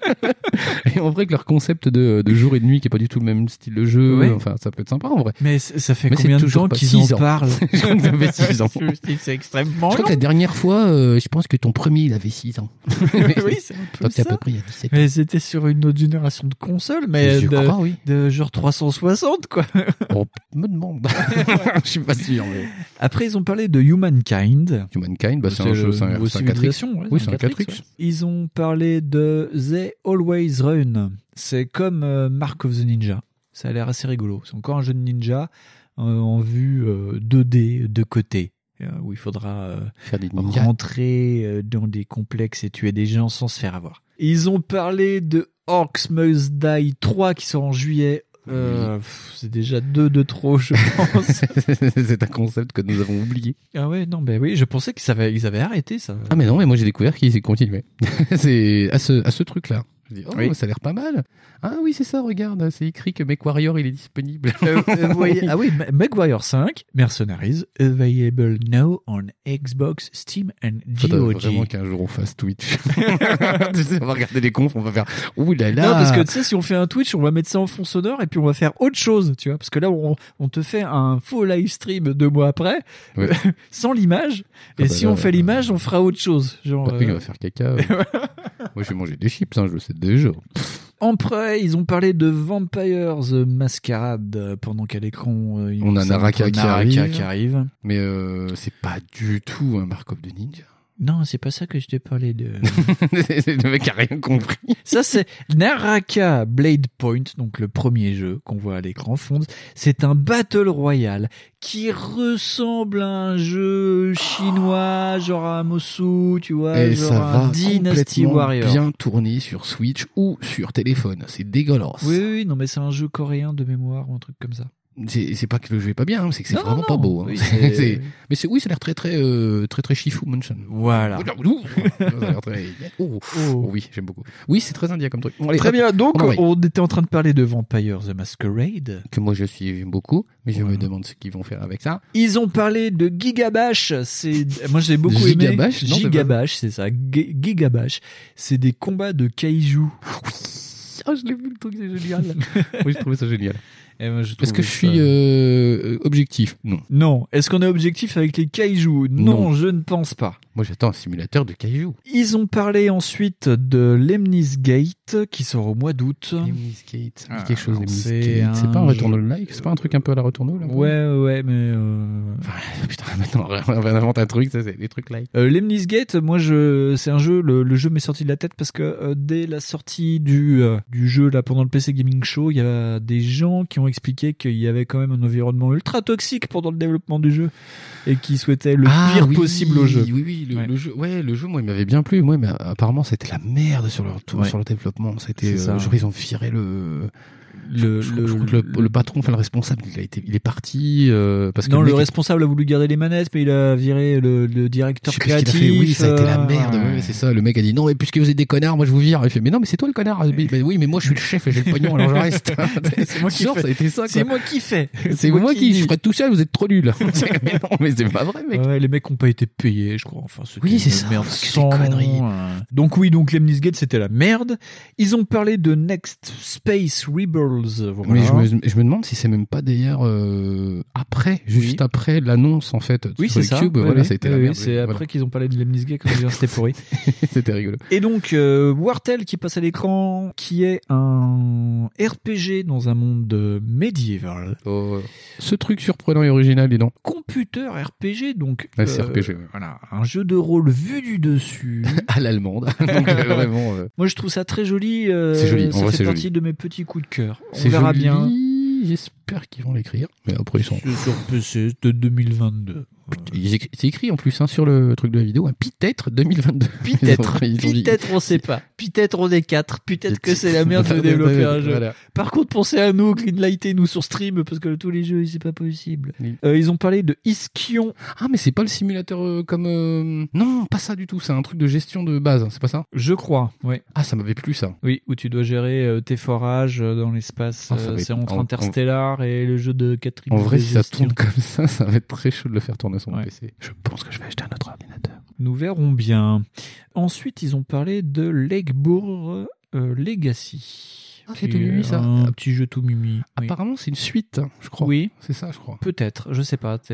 Et en vrai que leur concept de jour et de nuit qui est pas du tout le même style de jeu, enfin ça peut être sympa en vrai. Mais ça fait combien de temps qu'ils en parlent? Je crois que ça fait 6 ans. C'est extrêmement long. Je crois que la dernière fois, je pense que ton premier il avait 6 ans. Oui, c'est un peu ça. À peu près il y a 17 ans. Mais c'était sur une autre génération de consoles, mais de genre 360 quoi. On me demande. Je suis pas sûr. Mais... Après ils ont parlé de Humankind. Humankind, bah, c'est un jeu, c'est un 4X. Oui, c'est un 4X. Ouais. Ils ont parlé de The Always Run. C'est comme Mark of the Ninja. Ça a l'air assez rigolo. C'est encore un jeu de ninja en vue 2D de côté. Où il faudra faire des rentrer dans des complexes et tuer des gens sans se faire avoir. Ils ont parlé de Orcs Must Die 3 qui sort en juillet. C'est déjà 2 de trop, je pense. C'est un concept que nous avons oublié. Ah ouais, non, ben oui, je pensais qu'ils avaient arrêté ça. Ah mais non, mais moi j'ai découvert qu'ils continuaient. C'est à ce truc-là. Je dis, oui. Ça a l'air pas mal. Ah oui, c'est ça, regarde, c'est écrit que MechWarrior il est disponible. Ah oui, MechWarrior 5, Mercenaries, available now on Xbox, Steam and GOG. Faudrait vraiment qu'un jour on fasse Twitch. Tu sais, on va regarder les confs, on va faire ouh là là. Non, parce que tu sais, si on fait un Twitch, on va mettre ça en fond sonore et puis on va faire autre chose, tu vois. Parce que là, on te fait un faux live stream 2 mois après, sans l'image. Et si on fait l'image, on fera autre chose. Genre, on va faire caca. Moi, je vais manger des chips, je le sais déjà. Après, ils ont parlé de Vampire the Masquerade pendant qu'à l'écran, on a Naraka qui arrive. Mais c'est pas du tout un Mark of the Ninja. Non, c'est pas ça que je t'ai parlé de. Le mec a rien compris. Ça, c'est Naraka Blade Point, donc le premier jeu qu'on voit à l'écran fond. C'est un Battle Royale qui ressemble à un jeu chinois, genre à Mosu, tu vois, et genre ça va Dynasty Warrior. Bien tourné sur Switch ou sur téléphone. C'est dégueulasse. Oui, non, mais c'est un jeu coréen de mémoire ou un truc comme ça. C'est pas que le jeu est pas bien, c'est que c'est vraiment pas beau. Hein. Oui, mais ça a l'air très Shifu Mansion. Voilà. Ça a l'air très... Oui, j'aime beaucoup. Oui, c'est très indien comme truc. Bon, allez, très bien. Donc, on était en train de parler de Vampire the Masquerade. Que moi je suis beaucoup, mais je me demande ce qu'ils vont faire avec ça. Ils ont parlé de Gigabash. Moi, j'ai beaucoup aimé. Gigabash, c'est ça. Gigabash. C'est des combats de kaiju. Je l'ai vu le truc, c'est génial. Oui, j'ai trouvé ça génial. Est-ce que je suis objectif? Non. Non. Est-ce qu'on est objectif avec les kaiju? Non, je ne pense pas. Moi, j'attends un simulateur de kaiju. Ils ont parlé ensuite de Lemnis Gate, qui sort au mois d'août. Lemnis Gate, quelque chose. C'est pas un Returnal-like? C'est pas un truc un peu à la Returnal? Ouais, mais... Putain, maintenant, on va inventer un truc, ça, c'est des trucs like. Lemnis Gate, moi, c'est un jeu, le jeu m'est sorti de la tête parce que dès la sortie du jeu, là, pendant le PC Gaming Show, il y a des gens qui ont expliqué qu'il y avait quand même un environnement ultra toxique pendant le développement du jeu et qui souhaitaient le pire possible au jeu. Oui, le jeu, moi, il m'avait bien plu, mais apparemment, c'était la merde sur le développement. C'était, genre, ils ont viré le patron, enfin le responsable, il est parti parce que non, le responsable a voulu garder les manettes, mais il a viré le directeur créatif. Oui, ça a été la merde. Ouais, c'est ça. Le mec a dit non, mais puisque vous êtes des connards, moi je vous vire. Il fait mais non, mais c'est toi le connard. Oui, mais moi je suis le chef et j'ai le pognon, alors je reste. C'est moi qui fais. Ça a été ça. Quoi. C'est moi qui fais. C'est moi qui je ferai tout seul. Vous êtes trop nuls. Mais non, mais c'est pas vrai, mec. Ouais, les mecs ont pas été payés, je crois. Enfin, oui, c'est ça. Merde sans conneries. Donc Lemnis Gate, c'était la merde. Ils ont parlé de Next Space Rebels. Voilà. Mais je me demande si c'est même pas d'ailleurs après, juste après l'annonce en fait sur YouTube. Voilà, ça a été la merde. C'est après qu'ils ont parlé de Lemnis Gate quand c'était pourri. C'était rigolo. Et donc Wartel qui passe à l'écran, qui est un RPG dans un monde médiéval. Ce truc surprenant et original, dis donc. Computer RPG, donc c'est RPG. Voilà, un jeu de rôle vu du dessus à l'allemande. Donc vraiment. Moi, je trouve ça très joli. C'est joli. Ça fait partie de mes petits coups de cœur. On verra bien. J'espère qu'ils vont l'écrire. Mais après, ils sont sur PC de 2022. C'est écrit en plus sur le truc de la vidéo, peut-être 2022. Peut-être on sait pas. Peut-être on est 4. Peut-être que c'est la merde de développer un jeu. Voilà. Par contre, pensez à nous, greenlightez-nous sur stream parce que tous les jeux, c'est pas possible. Oui. Ils ont parlé de Ischion. Ah, mais c'est pas le simulateur comme. Non, pas ça du tout. C'est un truc de gestion de base. C'est pas ça ? Je crois. Oui. Ah, ça m'avait plu ça. Oui, où tu dois gérer tes forages dans l'espace. C'est entre Interstellar et le jeu de Catherine. En vrai, si ça tourne comme ça va être très chaud de le faire tourner sur mon PC. Je pense que je vais acheter un autre ordinateur. Nous verrons bien. Ensuite, ils ont parlé de Legbourg Legacy. Ah, c'est tout mimi, ça. Un petit jeu tout mimi. Apparemment, oui. C'est une suite, je crois. Oui. C'est ça, je crois. Peut-être, je sais pas.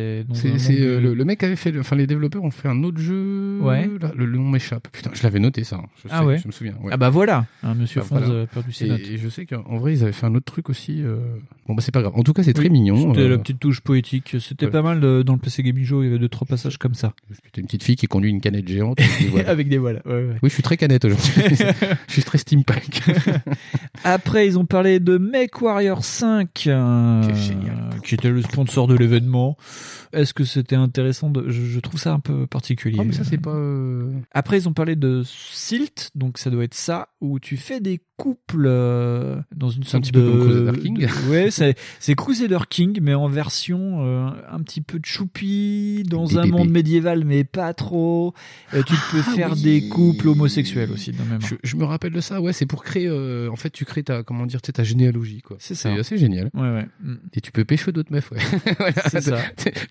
Le mec avait fait, les développeurs ont fait un autre jeu. Ouais. Là, le nom m'échappe. Putain, je l'avais noté, ça. Je me souviens. Ouais. Ah bah voilà. Monsieur Fonz a perdu ses notes. Et je sais qu'en vrai, ils avaient fait un autre truc aussi. Bon, bah, c'est pas grave. En tout cas, c'est très mignon. C'était la petite touche poétique. C'était pas mal dans le PC Gaming Show. Il y avait 2-3 passages comme ça. C'était une petite fille qui conduit une canette géante. Avec des voiles. Ouais. Oui, je suis très canette aujourd'hui. Je suis très steampunk. Après, ils ont parlé de MechWarrior 5, qui était le sponsor de l'événement. Est-ce que c'était intéressant je trouve ça un peu particulier. Oh, mais ça, c'est pas... Après, ils ont parlé de Silt, donc ça doit être ça, où tu fais des couples dans une sorte un petit peu comme Crusader King. Ouais, c'est Crusader King, mais en version un petit peu choupi, dans un monde médiéval, mais pas trop. Tu peux faire des couples homosexuels aussi. Dans le même je me rappelle de ça, ouais, c'est pour créer... en fait, tu crées ta généalogie, quoi. C'est assez génial. Ouais. Et tu peux pécho d'autres meufs, ouais. Voilà, c'est ça.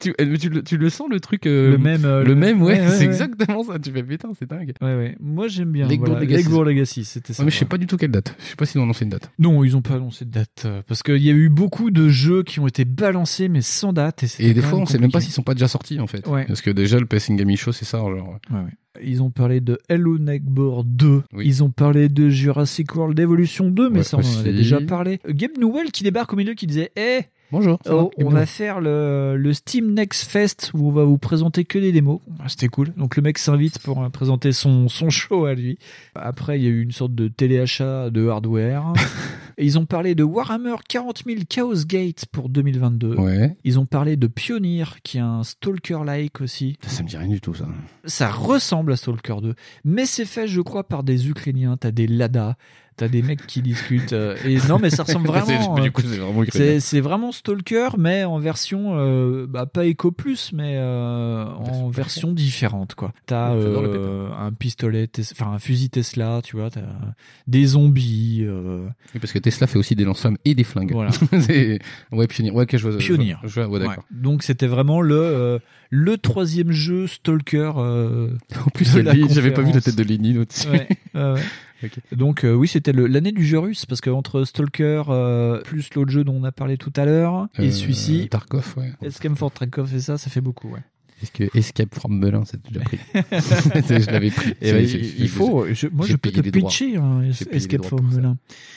Tu le sens, le truc... le même, ouais, c'est exactement ça. Tu fais, putain, c'est dingue. Ouais. Moi, j'aime bien. Legbourg Legacy, c'était ça. Mais je sais pas du tout quelle date. Je sais pas s'ils ont annoncé une date. Non, ils ont pas annoncé de date. Parce qu'il y a eu beaucoup de jeux qui ont été balancés, mais sans date. Et des fois, on sait même pas s'ils sont pas déjà sortis, en fait. Ouais. Parce que déjà, le PS Gaming Show, c'est ça, genre... Ouais. Ils ont parlé de Hello Neighbor 2. Oui. Ils ont parlé de Jurassic World Evolution 2, mais ça, on en avait déjà parlé. Gabe Newell qui débarque au milieu, qui disait bonjour. On va faire le Steam Next Fest où on va vous présenter que des démos. C'était cool. Donc le mec s'invite pour présenter son show à lui. Après, il y a eu une sorte de téléachat de hardware. Et ils ont parlé de Warhammer 40 000 Chaos Gate pour 2022. Ouais. Ils ont parlé de Pioneer, qui est un Stalker-like aussi. Ça me dit rien du tout, ça. Ça ressemble à Stalker 2. Mais c'est fait, je crois, par des Ukrainiens. T'as des Lada. T'as des mecs qui discutent et non mais ça ressemble vraiment c'est vraiment Stalker mais en version pas Echo Plus mais en version différente quoi. T'as un pistolet un fusil Tesla, tu vois, t'as des zombies Oui, parce que Tesla fait aussi des lance-flammes et des flingues. Voilà. Pionnier. Ouais, je vois. Pionnier. Ouais, d'accord. Ouais. Donc c'était vraiment le troisième jeu Stalker en plus j'avais pas vu la tête de Lénine au-dessus. Ouais. Okay. Donc oui, c'était l'année du jeu russe parce que entre Stalker plus l'autre jeu dont on a parlé tout à l'heure et celui-ci, Tarkov, ouais. Escape from Tarkov et ça fait beaucoup, ouais. Est-ce que Escape from Melun, c'est déjà pris? Je l'avais pris. Il faut. Moi, je peux te pitcher Escape from Melun.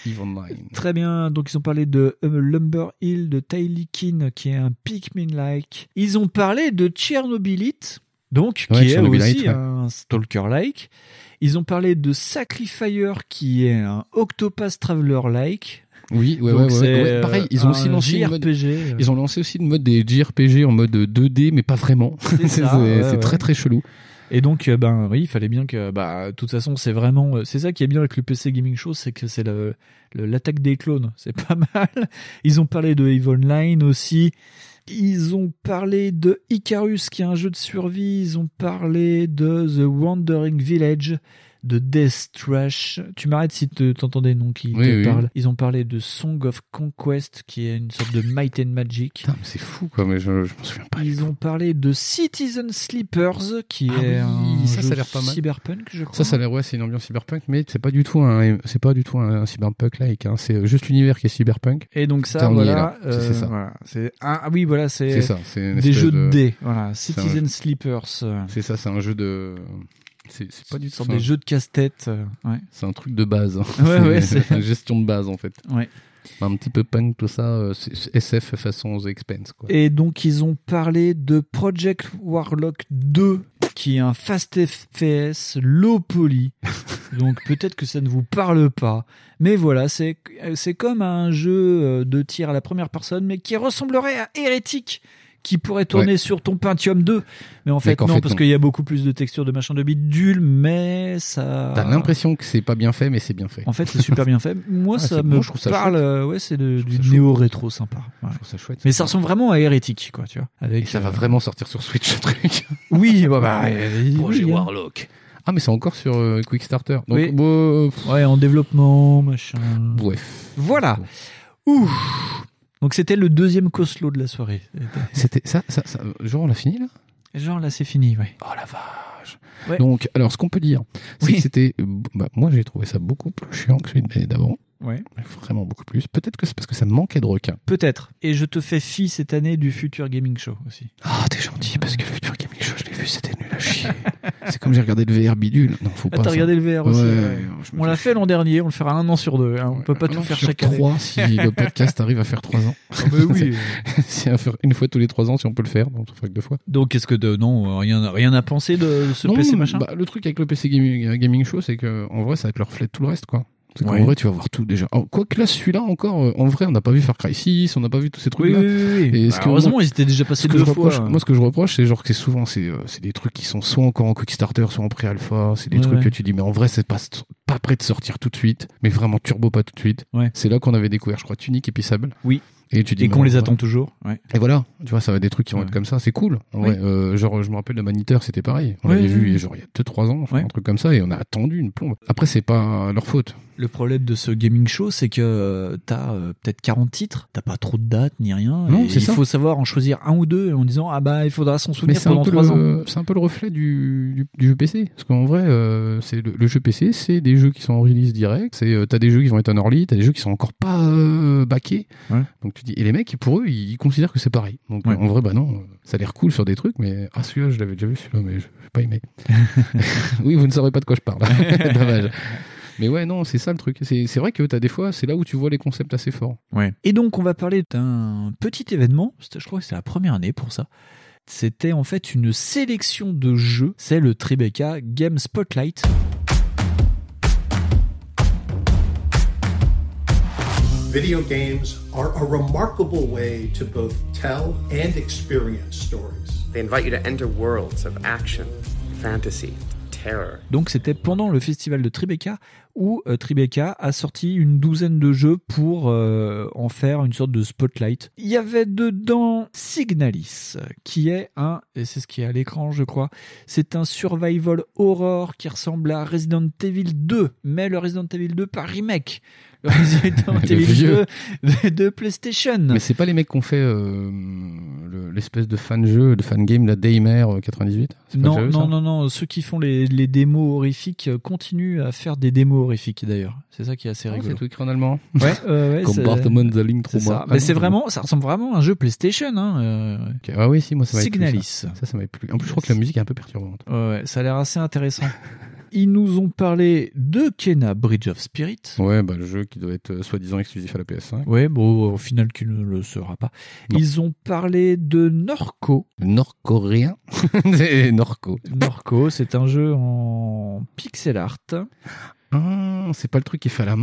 Très bien. Donc, ils ont parlé de Lumber Hill de Tylikin, qui est un Pikmin-like. Ils ont parlé de Chernobylite, donc qui est aussi un Stalker-like. Ils ont parlé de Sacrifier, qui est un Octopath Traveler-like. Oui, ouais. Pareil, ils ont aussi lancé JRPG. Ils ont lancé aussi le mode des JRPG en mode 2D, mais pas vraiment. C'est très très chelou. Et donc, oui, il fallait bien que, de toute façon, c'est vraiment, c'est ça qui est bien avec le PC Gaming Show, c'est que c'est l'attaque des clones. C'est pas mal. Ils ont parlé de EVE Online aussi. Ils ont parlé de Icarus, qui est un jeu de survie. Ils ont parlé de The Wandering Village, de Death Trash. Tu m'arrêtes si t'entendais non qui te parle. Ils ont parlé de Song of Conquest, qui est une sorte de Might and Magic. Putain, mais c'est fou, quoi, mais je m'en souviens pas. Ils ont parlé de Citizen Sleepers, qui est un ça jeu a l'air pas mal. cyberpunk, je crois. Ça a l'air, c'est une ambiance cyberpunk, mais c'est pas du tout un cyberpunk-like, hein. C'est juste l'univers qui est cyberpunk. Et donc ça, voilà, c'est ça. Voilà, oui, voilà, c'est ça. C'est des jeux de dés. Voilà, Citizen Sleepers. C'est ça, c'est un jeu de... C'est pas du tout des jeux de casse-tête. Ouais. C'est un truc de base. Ouais, c'est une gestion de base en fait. Ouais. Un petit peu punk tout ça, c'est SF façon The Expanse quoi. Et donc ils ont parlé de Project Warlock 2, qui est un fast FPS low poly. Donc peut-être que ça ne vous parle pas, mais voilà, c'est comme un jeu de tir à la première personne, mais qui ressemblerait à Heretic, qui pourrait tourner sur ton Pentium 2. Mais en fait, non, parce qu'il y a beaucoup plus de textures, de machin de bidule, mais ça... T'as l'impression que c'est pas bien fait, mais c'est bien fait. En fait, c'est super bien fait. Moi, ça me parle... c'est du néo-rétro sympa. Ouais. Je trouve ça chouette. Mais ça ressemble vraiment à Hérétique, quoi, tu vois. Et ça va vraiment sortir sur Switch, ce truc. Oui, Projet Warlock. Ah, mais c'est encore sur Quickstarter. Donc, ouais, en développement, machin... Bref. Voilà. Ouh. Donc c'était le deuxième Coslo de la soirée. C'était ça, genre on l'a fini là ? Genre là c'est fini, ouais. Oh la vache. Ouais. Donc alors ce qu'on peut dire, c'est que c'était, moi j'ai trouvé ça beaucoup plus chiant que celui de l'année d'avant. Ouais. Vraiment beaucoup plus. Peut-être que c'est parce que ça me manquait de requins. Peut-être. Et je te fais fi cette année du Future Gaming Show aussi. Ah, t'es gentil, parce que le Future Gaming Show, je l'ai vu, c'était nul à chier. C'est comme j'ai regardé le VR bidule. Non, faut pas. T'as regardé le VR aussi. Ouais. On l'a fait l'an dernier, on le fera 1 an sur 2. Hein. On peut pas tout faire chaque année. 3 si le podcast arrive à faire 3 ans. Ah bah oui. Si à faire une fois tous les 3 ans, si on peut le faire, donc on fera que 2 fois. Donc est-ce que non, rien à penser de ce PC machin ? Le truc avec le PC Gaming Show, c'est que en vrai, ça te le reflète tout le reste, quoi. C'est qu'en vrai, tu vas voir tout déjà. Quoique là, celui-là encore, en vrai, on n'a pas vu Far Cry 6, on n'a pas vu tous ces trucs-là. Oui. Et heureusement, ils étaient déjà passés 2 fois. Moi, ce que je reproche, c'est genre que c'est souvent, c'est des trucs qui sont soit encore en Quickstarter, soit en pré-alpha. C'est des trucs que tu dis, mais en vrai, c'est pas prêt de sortir tout de suite, mais vraiment turbo pas tout de suite. Ouais. C'est là qu'on avait découvert, je crois, Tunic et Peaceable. Oui. Et tu dis, qu'on les attend toujours. Ouais. Et voilà, tu vois, ça va être des trucs qui vont être comme ça, c'est cool. Ouais, genre, je me rappelle de Maniteur, c'était pareil. On l'avait vu, genre, il y a 2-3 ans, un truc comme ça, et on a attendu une plombe. Après, c'est pas leur faute. Le problème de ce gaming show, c'est que t'as peut-être 40 titres, t'as pas trop de dates ni rien. Non, c'est ça. Il faut savoir en choisir un ou deux en disant il faudra s'en souvenir pendant 3 ans. C'est un peu le reflet du jeu PC. Parce qu'en vrai, c'est le jeu PC, c'est des jeux qui sont en release direct. T'as des jeux qui vont être en early, t'as des jeux qui sont encore pas backés. Ouais. Donc tu dis, et les mecs, pour eux, ils considèrent que c'est pareil. Donc en vrai, non, ça a l'air cool sur des trucs, mais celui-là, je l'avais déjà vu, celui-là, mais je n'ai pas aimé. Oui, vous ne saurez pas de quoi je parle. Dommage. Mais ouais, non, c'est ça le truc. C'est vrai que t'as des fois, c'est là où tu vois les concepts assez forts. Ouais. Et donc, on va parler d'un petit événement. Je crois que c'est la première année pour ça. C'était en fait une sélection de jeux. C'est le Tribeca Game Spotlight. Video games are a remarkable way to both tell and experience stories. They invite you to enter worlds of action, fantasy, terror. Donc c'était pendant le festival de Tribeca où Tribeca a sorti une douzaine de jeux pour en faire une sorte de spotlight. Il y avait dedans Signalis, qui est et c'est ce qui est à l'écran je crois, c'est un survival horror qui ressemble à Resident Evil 2, mais le Resident Evil 2 par remake. Le Resident Evil 2 de PlayStation. Mais c'est pas les mecs qui ont fait l'espèce de fan-jeu, de fan-game, la Daymare 98 ? Non, ceux qui font les démos horrifiques continuent à faire des démos horrifiques d'ailleurs. C'est ça qui est assez rigolo. C'est tout écrit en allemand. Ouais. Compartmenting Trauma. Mais ça ressemble vraiment à un jeu PlayStation. Okay. Ah oui, si, moi ça m'a Signalis. plu. Ça m'a plu. En plus, je crois que la musique est un peu perturbante. Ouais, ça a l'air assez intéressant. Ils nous ont parlé de Kena Bridge of Spirit. Ouais, le jeu qui doit être soi-disant exclusif à la PS5. Ouais, au final, qui ne le sera pas. Non. Ils ont parlé de Norco. Nord-coréen. Norco, c'est un jeu en pixel art. C'est pas le truc qui est fait à la main, là ?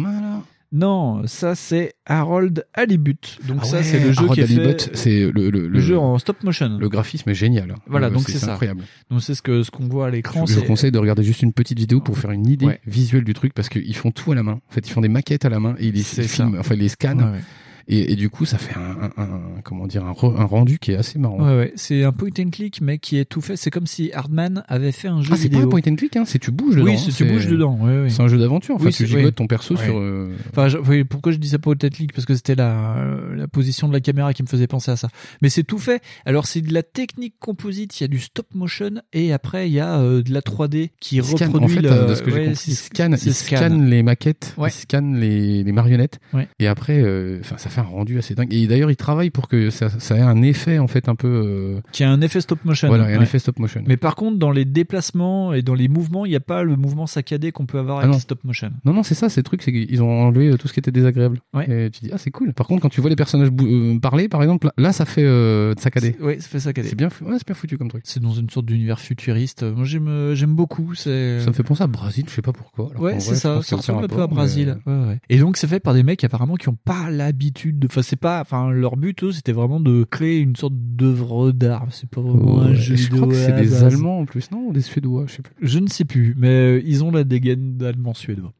Non, ça c'est Harold Halibut. Donc ça c'est le jeu Harold qui est Halibut, fait. C'est le jeu en stop motion. Le graphisme est génial. Voilà, donc c'est ça. Incroyable. Donc c'est ce qu'on voit à l'écran. Je vous conseille de regarder juste une petite vidéo pour faire une idée visuelle du truc, parce qu'ils font tout à la main. En fait, ils font des maquettes à la main et ils les filment, enfin ils les scannent. Ouais. Et du coup, ça fait un rendu qui est assez marrant. Ouais. C'est un point and click, mais qui est tout fait. C'est comme si Hardman avait fait un jeu vidéo. C'est pas un point and click, hein, c'est tu bouges dedans. Oui, tu bouges dedans. Ouais. C'est un jeu d'aventure. Enfin, tu gigotes ton perso sur. Enfin, pourquoi je dis ça point and click ? Parce que c'était la position de la caméra qui me faisait penser à ça. Mais c'est tout fait. Alors, c'est de la technique composite. Il y a du stop motion et après il y a de la 3D qui reproduit. En fait, de ce que j'ai compris, ils scannent les maquettes, ils scannent les marionnettes, et après, ça fait un rendu assez dingue. Et d'ailleurs, ils travaillent pour que ça ait un effet en fait un peu qui a un effet stop motion. Voilà, un effet stop motion. Mais par contre, dans les déplacements et dans les mouvements, il n'y a pas le mouvement saccadé qu'on peut avoir avec les stop motion. Non, c'est ça, c'est le truc, c'est qu'ils ont enlevé tout ce qui était désagréable. Et tu dis c'est cool. Par contre, quand tu vois les personnages parler, par exemple, là, ça fait saccadé. Oui, ça fait saccadé. C'est bien foutu comme truc. C'est dans une sorte d'univers futuriste. Moi, j'aime beaucoup. Ça me fait penser à Brésil, je sais pas pourquoi. C'est ça. Ça ressemble un peu à Brésil. Ouais. Et donc, c'est fait par des mecs apparemment qui n'ont pas l'habitude de. Leur but, eux, c'était vraiment de créer une sorte d'œuvre d'art. C'est pas vraiment un jeu vidéo. Je crois que c'est des Allemands en plus, non ? Ou des Suédois, je sais plus. Je ne sais plus, mais ils ont la dégaine d'Allemand suédois.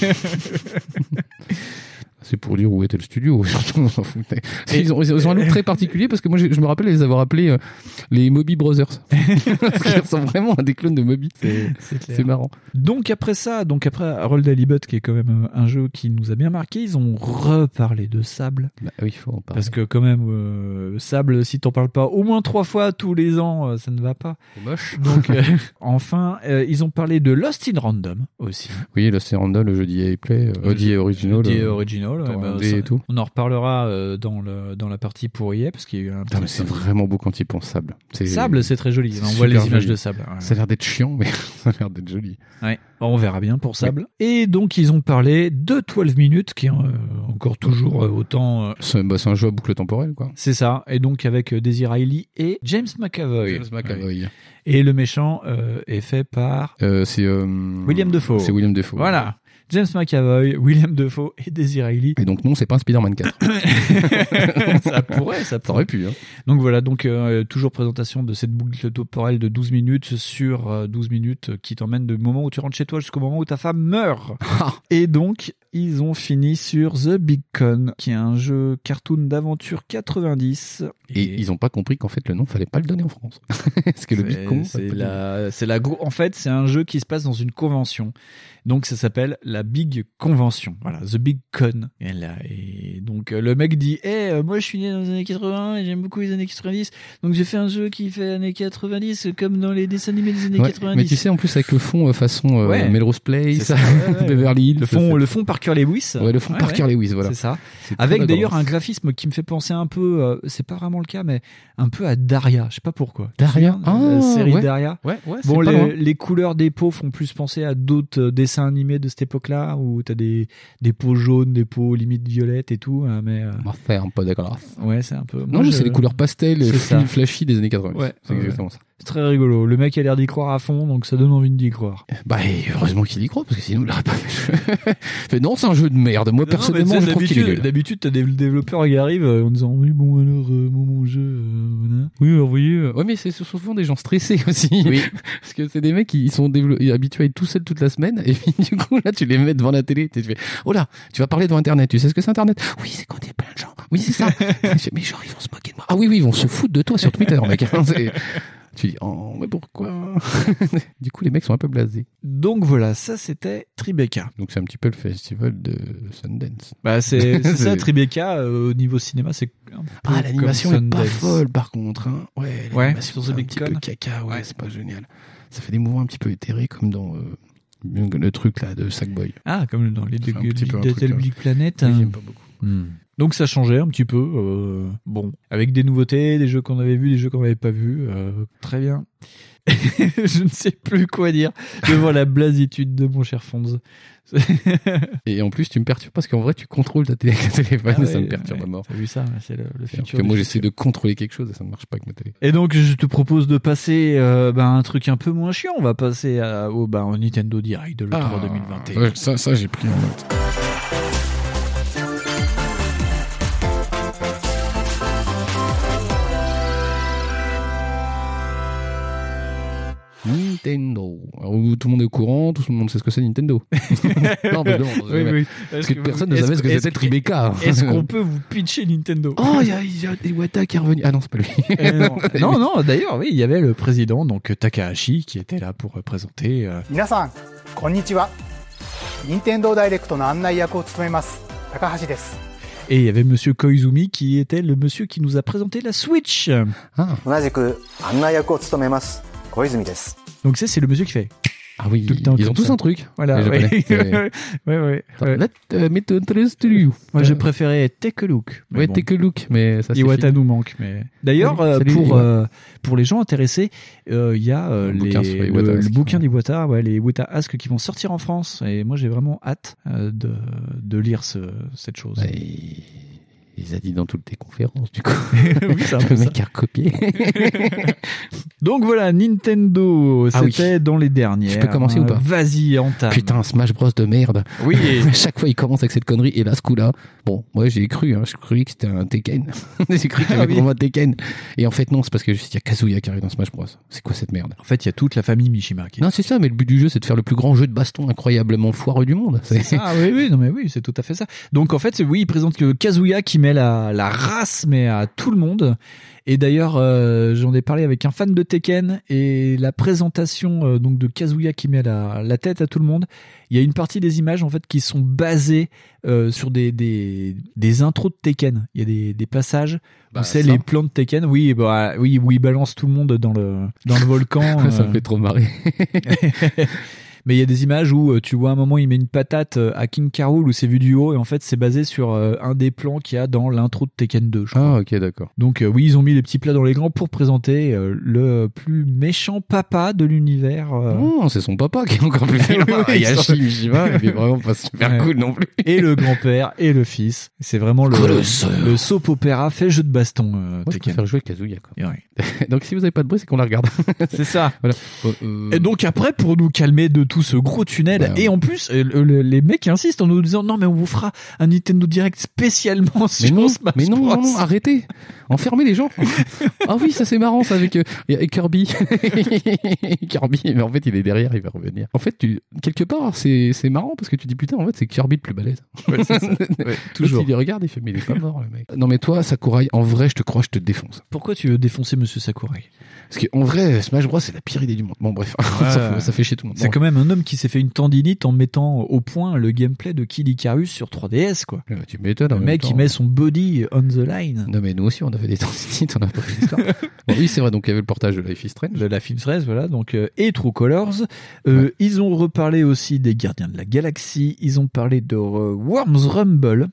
C'est pour dire où était le studio, surtout on s'en foutait. Ils ont un look très particulier, parce que moi je me rappelle les avoir appelés les Moby Brothers. Parce qu'ils ressemblent vraiment à des clones de Moby. C'est marrant. Donc après Harold Halibut, qui est quand même un jeu qui nous a bien marqué, ils ont reparlé de Sable. Bah oui, il faut en parler. Parce que quand même, Sable, si t'en parles pas au moins 3 fois tous les ans, ça ne va pas. C'est moche. Donc enfin, ils ont parlé de Lost in Random aussi. Oui, Lost in Random, le jeu d'EA Play, d'EA Original. Et tout. On en reparlera dans la partie pour EA, parce qu'il y a eu un petit... c'est vraiment beau quand il pense Sable. Sable, c'est très joli. On voit les images de Sable. Ouais. Ça a l'air d'être chiant, mais ça a l'air d'être joli. Ouais. On verra bien pour Sable. Oui. Et donc, ils ont parlé de 12 minutes, qui est encore toujours autant... C'est un jeu à boucle temporelle, quoi. C'est ça. Et donc, avec Daisy Ridley et James McAvoy. Ouais. Et le méchant est fait par... c'est William Dafoe. C'est William Dafoe. Voilà. James McAvoy, William Dafoe et Daisy Ridley. Et donc non, c'est pas un Spider-Man 4. Ça aurait pu. Hein. Donc voilà, toujours présentation de cette boucle temporelle de 12 minutes sur 12 minutes qui t'emmène du moment où tu rentres chez toi jusqu'au moment où ta femme meurt. Et donc, ils ont fini sur The Big Con, qui est un jeu cartoon d'aventure 90. Et ils ont pas compris qu'en fait le nom fallait pas le donner en France. Parce que le Big Con, en fait, c'est un jeu qui se passe dans une convention. Donc ça s'appelle la Big Convention. Voilà, The Big Con. Et donc le mec dit moi je suis né dans les années 80 et j'aime beaucoup les années 90. Donc j'ai fait un jeu qui fait années 90 comme dans les dessins animés des années 90. Mais tu sais, en plus avec le fond façon Melrose Place, Beverly Hills. Le fond Parker Lewis. Ouais, le fond Parker Lewis, voilà. C'est ça. Avec d'ailleurs un graphisme qui me fait penser un peu, c'est pas vraiment le cas, mais un peu à Daria. Je sais pas pourquoi. Daria, la série Daria. Ouais, bon, les couleurs des peaux font plus penser à d'autres dessins animés de cette époque-là, où t'as des peaux jaunes, des peaux limite violettes et tout. Mais on va faire un peu dégueulasse. Ouais, c'est un peu. Non, mais c'est les couleurs pastel, flashy des années 80. Ouais, c'est exactement ça. C'est très rigolo. Le mec a l'air d'y croire à fond, donc ça donne envie d'y croire. Bah, heureusement qu'il y croit, parce que sinon il l'aurait pas fait. Mais non, c'est un jeu de merde. Moi, personnellement, je trouve qu'il est nul. D'habitude, t'as des développeurs qui arrivent en disant oui, bon, alors, mon jeu, voilà. Oui, alors, vous voyez. Ouais, mais c'est souvent des gens stressés aussi. Oui. Parce que c'est des mecs qui sont habitués à être tout seuls toute la semaine, et puis, du coup, là, tu les mets devant la télé, tu fais, oh là, tu vas parler devant Internet. Tu sais ce que c'est Internet? Oui, c'est quand il y a plein de gens. Oui, c'est ça. Mais genre, ils vont se moquer de moi. Ah oui, ils vont se foutre de toi sur Twitter, mec. Tu dis, oh, mais pourquoi? Du coup, les mecs sont un peu blasés. Donc voilà, ça c'était Tribeca. Donc c'est un petit peu le festival de Sundance. Bah c'est ça, Tribeca, au niveau cinéma, c'est un peu l'animation est pas folle par contre. Hein. Ouais, l'animation sur The Big Con. Un petit peu caca, c'est pas génial. Ça fait des mouvements un petit peu éthérés comme dans le truc là de Sackboy. Ah, comme dans les Little Big Planet. Oui, j'aime pas beaucoup. Donc ça changeait un petit peu, bon, avec des nouveautés, des jeux qu'on avait vus, des jeux qu'on n'avait pas vus, très bien. Je ne sais plus quoi dire devant la blasitude de mon cher Fonz. Et en plus, tu me perturbes parce qu'en vrai, tu contrôles ta télé avec ta téléphone et ça me perturbe à mort. T'as vu ça, c'est le futur. Que moi, j'essaie de contrôler quelque chose et ça ne marche pas avec ma télé. Et donc, je te propose de passer un truc un peu moins chiant. On va passer au Nintendo Direct de l'E3 2021. Ouais, ça j'ai pris en note. Wow. Alors, tout le monde est au courant, tout le monde sait ce que c'est Nintendo. Non, mais non, oui. Parce que personne ne savait ce que c'était Tribeca. Est-ce qu'on peut vous pitcher Nintendo? Oh, il y a Iwata qui est revenu. Ah non, c'est pas lui. Non, d'ailleurs, oui, il y avait le président, donc Takahashi, qui était là pour présenter. 皆さん、こんにちは。Nintendo Direct の案内役を務めます高橋です。 Et il y avait Monsieur Koizumi qui était le monsieur qui nous a présenté la Switch. 同じく案内役を務めます小泉です。 Donc c'est le monsieur qui fait. Ah oui, ils ont tous un truc. Voilà. Ouais. Moi, je préférais Take a Look. Ouais, Take a Look, mais ça Iwata nous manque. Mais d'ailleurs, pour les gens intéressés, il y a le bouquin d'Iwata, les Iwata Ask qui vont sortir en France. Et moi, j'ai vraiment hâte de lire cette chose. Il a dit dans toutes tes conférences, du coup. Oui, c'est un peu le mec a recopié. Donc voilà, Nintendo, c'était dans les dernières. Je peux commencer ou pas? Vas-y, entame. Putain, Smash Bros de merde. Oui. À chaque fois, il commence avec cette connerie. Et là, ce coup-là, bon, moi, j'ai cru, je croyais que c'était un Tekken. J'ai cru qu'il y avait vraiment un Tekken. Et en fait, non, c'est parce que il y a Kazuya qui arrive dans Smash Bros. C'est quoi cette merde? En fait, il y a toute la famille Mishima. Non, c'est ça, mais le but du jeu, c'est de faire le plus grand jeu de baston incroyablement foireux du monde. C'est ça, oui, non, mais oui, c'est tout à fait ça. Donc, en fait, il présente que Kazuya qui met la race, mais à tout le monde. Et d'ailleurs, j'en ai parlé avec un fan de Tekken et la présentation donc de Kazuya qui met la tête à tout le monde. Il y a une partie des images en fait qui sont basées sur des intros de Tekken. Il y a des passages où c'est les plans de Tekken. Oui, où ils balancent tout le monde dans le volcan. Ça me fait trop marrer. Mais il y a des images où tu vois à un moment il met une patate à King K. Rool où c'est vu du haut et en fait c'est basé sur un des plans qu'il y a dans l'intro de Tekken 2. Je crois. Ah ok, d'accord. Donc oui, ils ont mis les petits plats dans les grands pour présenter le plus méchant papa de l'univers. Non, c'est son papa qui est encore plus violent. Hayashi Mishima, il est vraiment pas super cool non plus. Et le grand-père et le fils. C'est vraiment le soap opéra fait jeu de baston. Moi, Tekken. je préfère jouer Kazuya quoi. Ouais. Donc si vous avez pas de bruit, c'est qu'on la regarde. C'est ça. Voilà. Et donc après, pour nous calmer de tout ce gros tunnel, et en plus les mecs insistent en nous disant non mais on vous fera un Nintendo Direct spécialement sur Smash Bros. Mais non, arrêtez, enfermez les gens. Ah oui, ça c'est marrant ça avec Kirby. Kirby, mais en fait il est derrière, il va revenir. En fait quelque part c'est marrant parce que tu dis putain en fait c'est Kirby le plus balèze. Ouais, c'est ça. Ouais, toujours. Il regarde, il fait mais il est pas mort le mec. Non mais toi Sakurai, en vrai je te crois, je te défonce. Pourquoi tu veux défoncer Monsieur Sakurai? Parce qu'en vrai, Smash Bros c'est la pire idée du monde. Bon bref, ça fait chier tout le monde. C'est quand même un homme qui s'est fait une tendinite en mettant au point le gameplay de Kid Icarus sur 3DS quoi. Tu m'étonnes. Le mec il met son body on the line. Non mais nous aussi on a fait des tendinites, on a pas fait l'histoire. Bon, oui c'est vrai, donc il y avait le portage de Life is Strange. De Life is Strange, voilà, donc et True Colors. Ils ont reparlé aussi des Gardiens de la Galaxie. Ils ont parlé de Worms Rumble.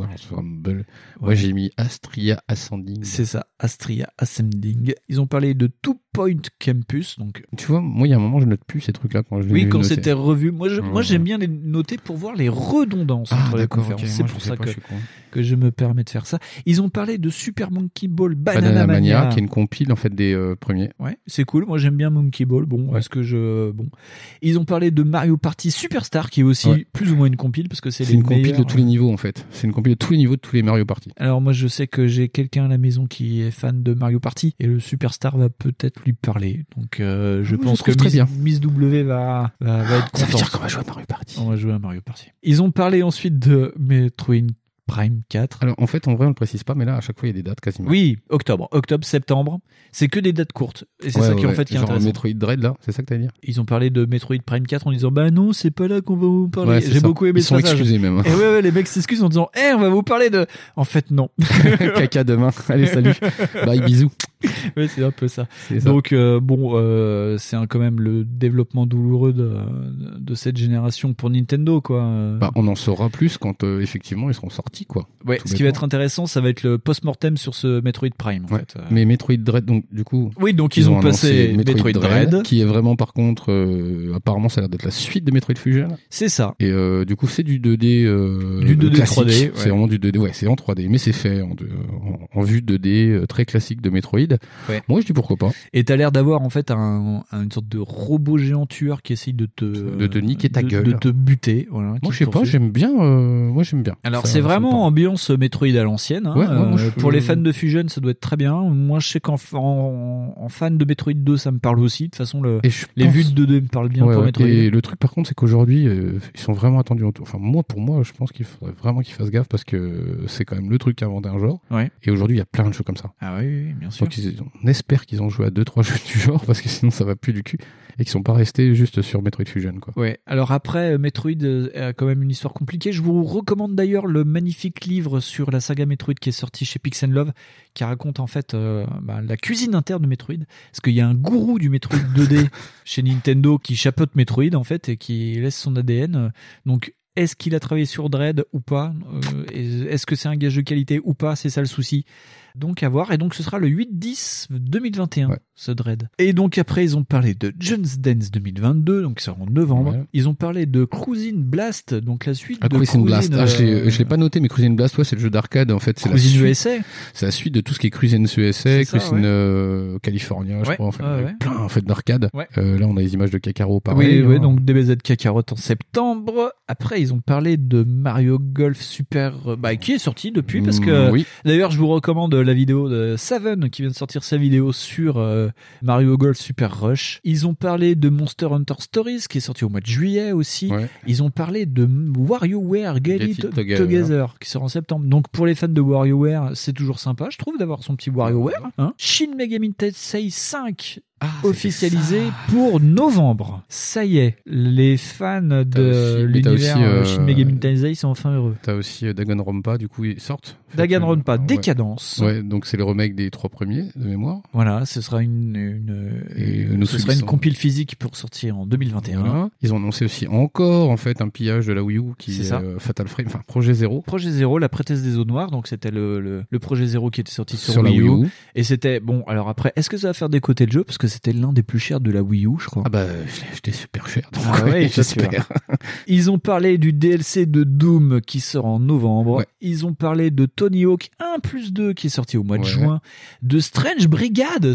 Moi j'ai mis Astria Ascending. C'est ça, Astria Ascending. Ils ont parlé de Two Point Campus. Donc tu vois, moi il y a un moment je note plus ces trucs là quand je les quand c'était revu. Moi j'aime bien les noter pour voir les redondances entre les conférences. C'est pour ça que je me permets de faire ça. Ils ont parlé de Super Monkey Ball Banana Mania, qui est une compile en fait des premiers. Ouais, c'est cool. Moi j'aime bien Monkey Ball. Ils ont parlé de Mario Party Superstar qui est aussi plus ou moins une compile parce que c'est une compile de tous les niveaux en fait. C'est une compile de tous les niveaux de tous les Mario Party. Alors moi je sais que j'ai quelqu'un à la maison qui est fan de Mario Party et le Superstar va peut-être lui parler. Donc je pense que Miss W va être contente. Ça veut dire qu'on va jouer à Mario Party. On va jouer à Mario Party. Ils ont parlé ensuite de Metroid Prime 4. Alors en fait en vrai on le précise pas mais là à chaque fois il y a des dates quasiment. Oui, octobre, septembre, c'est que des dates courtes et c'est ça qui en fait qui est intéressant. Metroid Dread là, c'est ça que t'as à dire. Ils ont parlé de Metroid Prime 4 en disant bah non, c'est pas là qu'on va vous parler. Ouais, j'ai beaucoup aimé ça. Ils sont excusés même. Et les mecs s'excusent en disant on va vous parler de en fait non. Caca demain. Allez salut. Bye bisous. Ouais, c'est un peu ça. Donc c'est quand même le développement douloureux de cette génération pour Nintendo quoi. On en saura plus quand effectivement ils seront sortis quoi. Ouais, ce qui va être intéressant, ça va être le post-mortem sur ce Metroid Prime en fait. Mais Metroid Dread donc du coup. Oui, donc ils ont passé Metroid Dread qui est vraiment par contre apparemment ça a l'air d'être la suite de Metroid Fusion. C'est ça. Et du coup c'est du 2D du 2D classique. 3D, c'est vraiment du 2D, c'est en 3D mais c'est fait en vue 2D très classique de Metroid. Ouais. Moi, je dis pourquoi pas. Et t'as l'air d'avoir en fait une sorte de robot géant tueur qui essaye de te niquer ta gueule, de te buter. Voilà, moi, je sais pas, j'aime bien. Moi, j'aime bien. Alors, c'est vraiment ambiance Metroid à l'ancienne. Hein. Ouais, pour les fans de Fusion, ça doit être très bien. Moi, je sais qu'en fan de Metroid 2, ça me parle aussi. De toute façon, les vues de 2D me parlent bien pour Metroid. Et le truc, par contre, c'est qu'aujourd'hui, ils sont vraiment attendus. Enfin, pour moi, je pense qu'il faudrait vraiment qu'ils fassent gaffe parce que c'est quand même le truc qui a inventé un genre. Ouais. Et aujourd'hui, il y a plein de jeux comme ça. Ah oui, bien sûr. Donc, on espère qu'ils ont joué à 2-3 jeux du genre parce que sinon, ça va plus du cul. Et qu'ils sont pas restés juste sur Metroid Fusion, quoi. Ouais. Alors après, Metroid a quand même une histoire compliquée. Je vous recommande d'ailleurs le magnifique livre sur la saga Metroid qui est sorti chez Pixel Love, qui raconte en fait la cuisine interne de Metroid. Parce qu'il y a un gourou du Metroid 2D chez Nintendo qui chapeaute Metroid en fait et qui laisse son ADN. Donc est-ce qu'il a travaillé sur Dread ou pas? Est-ce que c'est un gage de qualité ou pas? C'est ça le souci. Donc à voir. Et donc ce sera le 8-10-2021, ce Dread. Et donc après, ils ont parlé de Just Dance 2022, donc c'est en novembre. Ouais. Ils ont parlé de Cruis'n Blast, donc la suite de Cruis'n Blast. Je l'ai pas noté, mais Cruis'n Blast, c'est le jeu d'arcade. En fait, c'est Cruis'n USA. C'est la suite de tout ce qui est Cruis'n USA, Cruis'n California, je crois. Enfin, plein en fait d'arcade. Ouais. Là, on a les images de Kakarot, pareil. Oui, donc DBZ Kakarot en septembre. Après, ils ont parlé de Mario Golf Super, qui est sorti depuis, parce que d'ailleurs, je vous recommande la vidéo de Saven qui vient de sortir sa vidéo sur Mario Golf Super Rush. Ils ont parlé de Monster Hunter Stories qui est sorti au mois de juillet aussi. Ouais. Ils ont parlé de WarioWare Get It Together qui sort en septembre. Donc pour les fans de WarioWare, c'est toujours sympa, je trouve, d'avoir son petit WarioWare. Hein. Shin Megami Tensei 5 officialisé pour novembre. Ça y est, les fans de l'univers Shin Megami Tensei sont enfin heureux. T'as aussi Danganronpa, du coup, ils sortent. Danganronpa, Décadence. Ouais, donc c'est le remake des 3 premiers de mémoire. Voilà, ce sera une compile physique pour sortir en 2021. Voilà. Ils ont annoncé aussi encore en fait un pillage de la Wii U qui est Fatal Frame, enfin Projet Zero. Projet Zero, la prêtresse des eaux noires, donc c'était le Projet Zero qui était sorti sur Wii U. Et c'était bon. Alors après, est-ce que ça va faire décoter le jeu parce que c'était l'un des plus chers de la Wii U, je crois. Ah bah, je l'ai acheté super cher. Donc j'espère. Ils ont parlé du DLC de Doom qui sort en novembre. Ouais. Ils ont parlé de Tony Hawk 1+2 qui est sorti au mois de juin. De Strange Brigade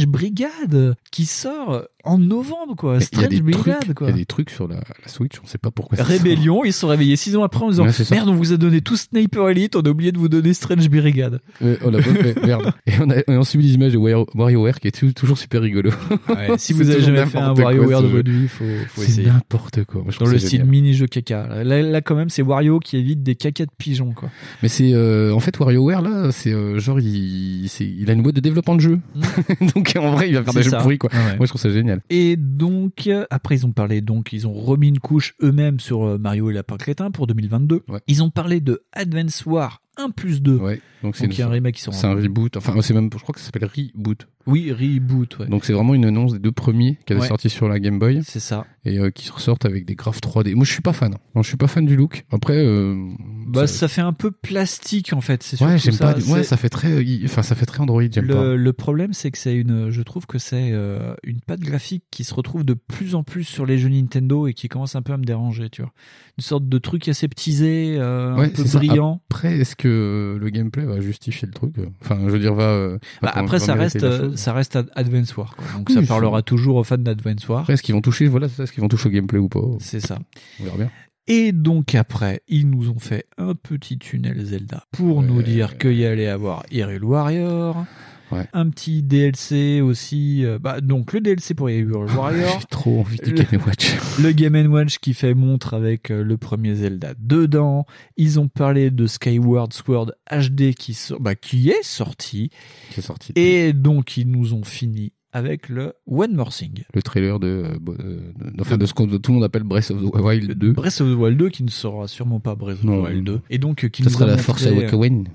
qui sort en novembre, quoi. Strange Brigade, quoi. Il y a des trucs sur la Switch, on sait pas pourquoi. Rébellion, ils se sont réveillés 6 ans après en disant merde, on vous a donné tout Sniper Elite, on a oublié de vous donner Strange Brigade. On l'a pas fait, merde. Et on a subi des images de WarioWare qui est toujours super rigolo. Ouais, si vous avez jamais fait un WarioWare de votre vie, faut essayer. C'est n'importe quoi. Moi, dans le style mini-jeu caca. Là, quand même, c'est Wario qui évite des cacas de pigeons, quoi. Mais c'est, en fait, WarioWare, là, c'est, genre, il a une boîte de développement de jeux. Donc, en vrai, il va faire des jeux pourris, quoi. Ouais. Moi, je trouve ça génial. Et donc, après, ils ont remis une couche eux-mêmes sur Mario et Lapin Crétin pour 2022. Ouais. Ils ont parlé de Advance War 1+2. Ouais. Donc il y a un remake qui sort. C'est un reboot. Enfin, c'est même, je crois que ça s'appelle Reboot. Oui, Reboot, ouais. Donc c'est vraiment une annonce des 2 premiers qui avaient sorti sur la Game Boy. C'est ça. Et qui ressortent avec des graphes 3D. Moi, je suis pas fan. Non, je suis pas fan du look. Après, ça fait un peu plastique, en fait. C'est ouais, j'aime ça. Pas. Ouais, ça fait très Android. J'aime pas. Le problème, c'est que je trouve que c'est une patte graphique qui se retrouve de plus en plus sur les jeux Nintendo et qui commence un peu à me déranger, tu vois. Une sorte de truc aseptisé, un peu brillant. Après, est-ce que le gameplay va justifier le truc? Enfin, je veux dire, après, ça reste Advance War, quoi. Donc, ça parlera toujours aux fans d'Advance War. Après, est-ce qu'ils vont toucher, est-ce qu'ils vont toucher au gameplay ou pas? C'est ça. On verra bien. Et donc après, ils nous ont fait un petit tunnel Zelda pour nous dire qu'il y allait avoir Hyrule Warrior. Ouais. Un petit DLC aussi, donc le DLC pour Hyrule Warrior. J'ai trop envie du Game & Watch. Le Game & Watch qui fait montre avec le premier Zelda dedans. Ils ont parlé de Skyward Sword HD qui est sorti. Et donc ils nous ont fini avec le One More Thing. Le trailer de ce que tout le monde appelle Breath of the Wild 2. Breath of the Wild 2 qui ne sera sûrement pas Breath of the Wild 2. Et donc, qui ça nous sera la montré, Force Awakening.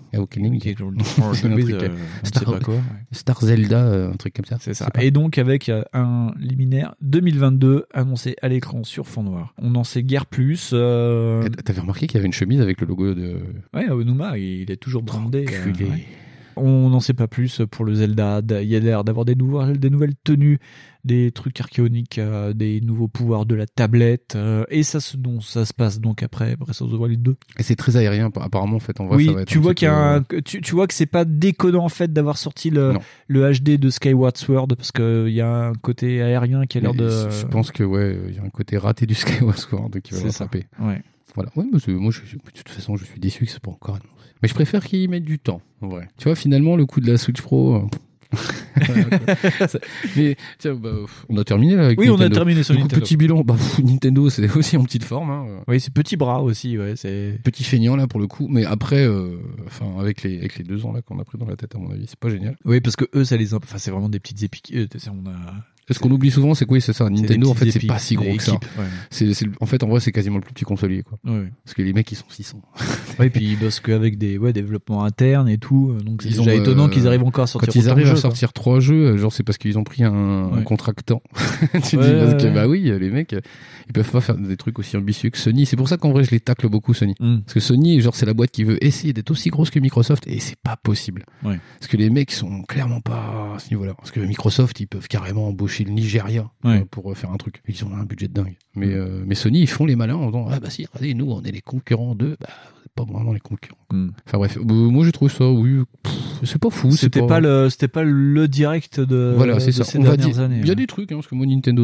Star Zelda, un truc comme ça. C'est ça. Et donc, avec un liminaire 2022 annoncé à l'écran sur fond noir. On n'en sait guère plus. T'avais remarqué qu'il y avait une chemise avec le logo de... Ouais, Aonuma, il est toujours brandé. On n'en sait pas plus pour le Zelda. Il y a l'air d'avoir des nouvelles tenues, des trucs archéoniques, des nouveaux pouvoirs de la tablette, et ça se passe donc après Breath of the Wild 2. Et c'est très aérien apparemment en fait. En vrai, oui, ça va être tu vois tu vois que c'est pas déconnant en fait d'avoir sorti le HD de Skyward Sword, parce que il y a un côté aérien qui a l'air de. Je pense que il y a un côté raté du Skyward Sword qui va rattraper. Ouais. Voilà. Ouais, moi, de toute façon, je suis déçu que c'est pas encore annoncé. Mais je préfère qu'ils mettent du temps, en vrai. Tu vois, finalement, le coup de la Switch Pro. Mais tiens, on a terminé là avec oui, Nintendo. On a terminé sur Nintendo. Petit bilan, Nintendo, c'est aussi en petite forme. Hein. Oui, c'est petit bras aussi, ouais. C'est petit feignant là pour le coup. Mais après, avec les 2 ans là qu'on a pris dans la tête, à mon avis, c'est pas génial. Oui, parce que eux, ça les, c'est vraiment des petites épiques. Ce qu'on oublie souvent, c'est que oui, c'est ça. Nintendo, en fait, c'est pas si gros que ça. Ouais. En fait, en vrai, c'est quasiment le plus petit consolier, quoi. Ouais. Parce que les mecs, ils sont 600. Ouais, et puis ils bossent qu'avec des développements internes et tout. Donc c'est déjà étonnant qu'ils arrivent encore à sortir. Quand ils arrivent à sortir 3 jeux, genre c'est parce qu'ils ont pris un contractant. Tu dis parce que oui, les mecs, ils peuvent pas faire des trucs aussi ambitieux que Sony. C'est pour ça qu'en vrai, je les tacle beaucoup Sony. Parce que Sony, genre c'est la boîte qui veut essayer d'être aussi grosse que Microsoft et c'est pas possible. Ouais. Parce que les mecs sont clairement pas à ce niveau-là. Parce que Microsoft, ils peuvent carrément embaucher le Nigeria pour faire un truc. Ils ont un budget de dingue. Mais Sony, ils font les malins en disant si, regardez, nous on est les concurrents d'eux. Pas vraiment les concurrents. Enfin bref, moi j'ai trouvé ça, c'est pas fou. C'était pas le direct de. Voilà, c'est ça. Ces dernières années. Il y a des trucs, parce que moi Nintendo,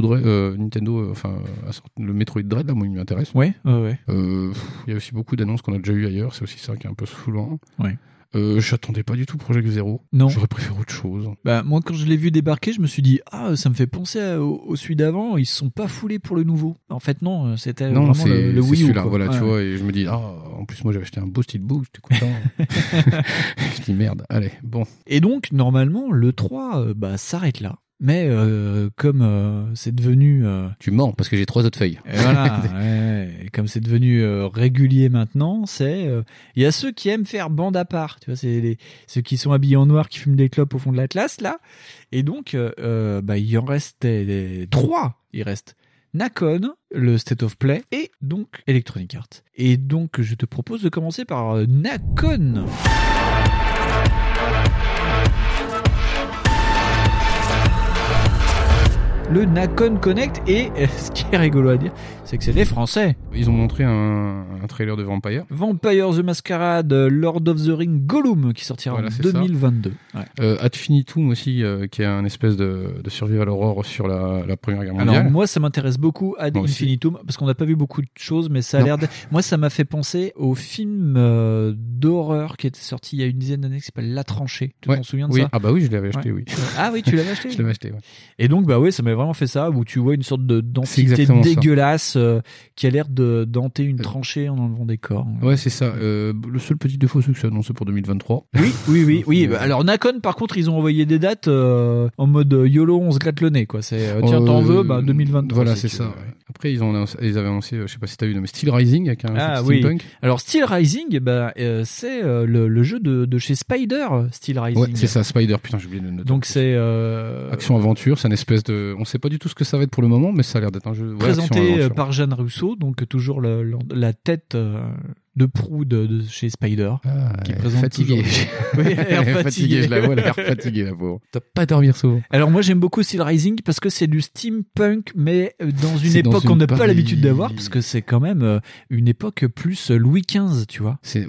le Metroid Dread là, moi il m'intéresse. Ouais. Il y a aussi beaucoup d'annonces qu'on a déjà eu ailleurs. C'est aussi ça qui est un peu saoulant. Ouais. J'attendais pas du tout Project Zero. Non. J'aurais préféré autre chose. Moi, quand je l'ai vu débarquer, je me suis dit, ça me fait penser au celui d'avant. Ils se sont pas foulés pour le nouveau. En fait, non, c'était vraiment le Wii U. Celui-là, voilà, tu vois. Et je me dis, en plus, moi, j'avais acheté un beau steelbook, j'étais content. Je dis merde, allez, bon. Et donc, normalement, le 3, s'arrête là. Mais comme c'est devenu... Tu mens, parce que j'ai 3 autres feuilles. Et voilà, et comme c'est devenu régulier maintenant, il y a ceux qui aiment faire bande à part. Tu vois, c'est ceux qui sont habillés en noir, qui fument des clopes au fond de l'Atlas, là. Et donc, il en restait 3. Il reste Nacon, le State of Play, et donc Electronic Arts. Et donc, je te propose de commencer par Nacon. Le Nacon Connect, et ce qui est rigolo à dire, c'est que c'est des Français. Ils ont montré un trailer de Vampire the Masquerade, Lord of the Ring Gollum, qui sortira en 2022. Ad Infinitum aussi, qui est un espèce de survival horror sur la Première Guerre mondiale. Alors moi, ça m'intéresse beaucoup Ad Infinitum, parce qu'on n'a pas vu beaucoup de choses, mais ça a l'air moi, ça m'a fait penser au film d'horreur qui était sorti il y a une dizaine d'années, qui s'appelle La Tranchée. Tu t'en souviens de ça? Ah bah oui, je l'avais acheté, oui. Ah oui, tu l'avais acheté? Je l'avais acheté, ouais. Et donc, ça m'a vraiment fait ça, où tu vois une sorte d'entité dégueulasse qui a l'air de danter une tranchée en enlevant des corps. Ouais, c'est ça. Le seul petit défaut, c'est que c'est annoncé pour 2023. Oui. Alors Nacon, par contre, ils ont envoyé des dates en mode YOLO, on se gratte le nez, quoi. C'est tiens, t'en veux, 2023. Voilà, c'est ça. Après, ils avaient annoncé, je sais pas si t'as vu, mais Steel Rising avec un steampunk. Alors Steel Rising, c'est le jeu de chez Spider, Steel Rising. Ouais, c'est ça, Spider. Putain, j'ai oublié de noter. Donc c'est action aventure, c'est une espèce de, on sait pas du tout ce que ça va être pour le moment, mais ça a l'air d'être un jeu présenté par Jeanne Russo, donc toujours la tête de proue de chez Spider, qui présente fatigué. Fatigué, je la vois, elle a l'air fatiguée, la pauvre. T'as pas dormir souvent. Alors moi j'aime beaucoup Steel Rising parce que c'est du steampunk, mais dans une époque qu'on n'a pas l'habitude d'avoir, parce que c'est quand même une époque plus Louis XV, tu vois. C'est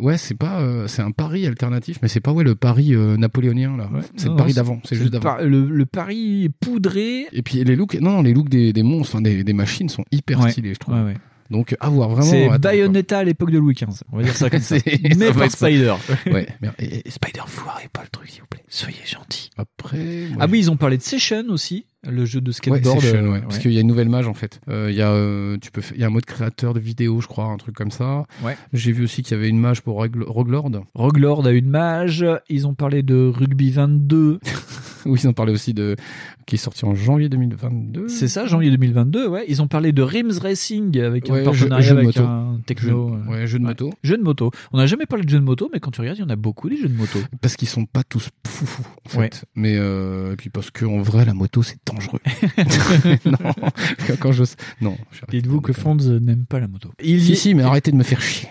un Paris alternatif, mais c'est pas le Paris napoléonien là. Ouais, c'est le Paris d'avant, c'est juste d'avant. Le Paris poudré. Et puis les looks des monstres, des machines sont hyper stylés, je trouve. Ouais. Donc, à voir vraiment. C'est Bayonetta à l'époque de Louis XV. On va dire ça comme ça. Mais par Spider. Ouais. Et Spider, foirez pas le truc, s'il vous plaît. Soyez gentil. Après. Ils ont parlé de Session aussi. Le jeu de skateboard. Session, parce qu'il y a une nouvelle mage, en fait. Il y a un mode créateur de vidéo, je crois, un truc comme ça. Ouais. J'ai vu aussi qu'il y avait une mage pour Roguelord. Roguelord a une mage. Ils ont parlé de Rugby 22. Oui, ils ont parlé aussi qui est sorti en janvier 2022. C'est ça, janvier 2022, ouais. Ils ont parlé de Rims Racing avec un partenariat avec un techno. Jeu de moto. Jeu de moto. On n'a jamais parlé de jeux de moto, mais quand tu regardes, il y en a beaucoup des jeux de moto. Parce qu'ils sont pas tous foufou, en fait. Ouais. Mais, et puis parce qu'en vrai, la moto, c'est dangereux. Non. Dites-vous que Fonz n'aime pas la moto. Si, mais arrêtez de me faire chier.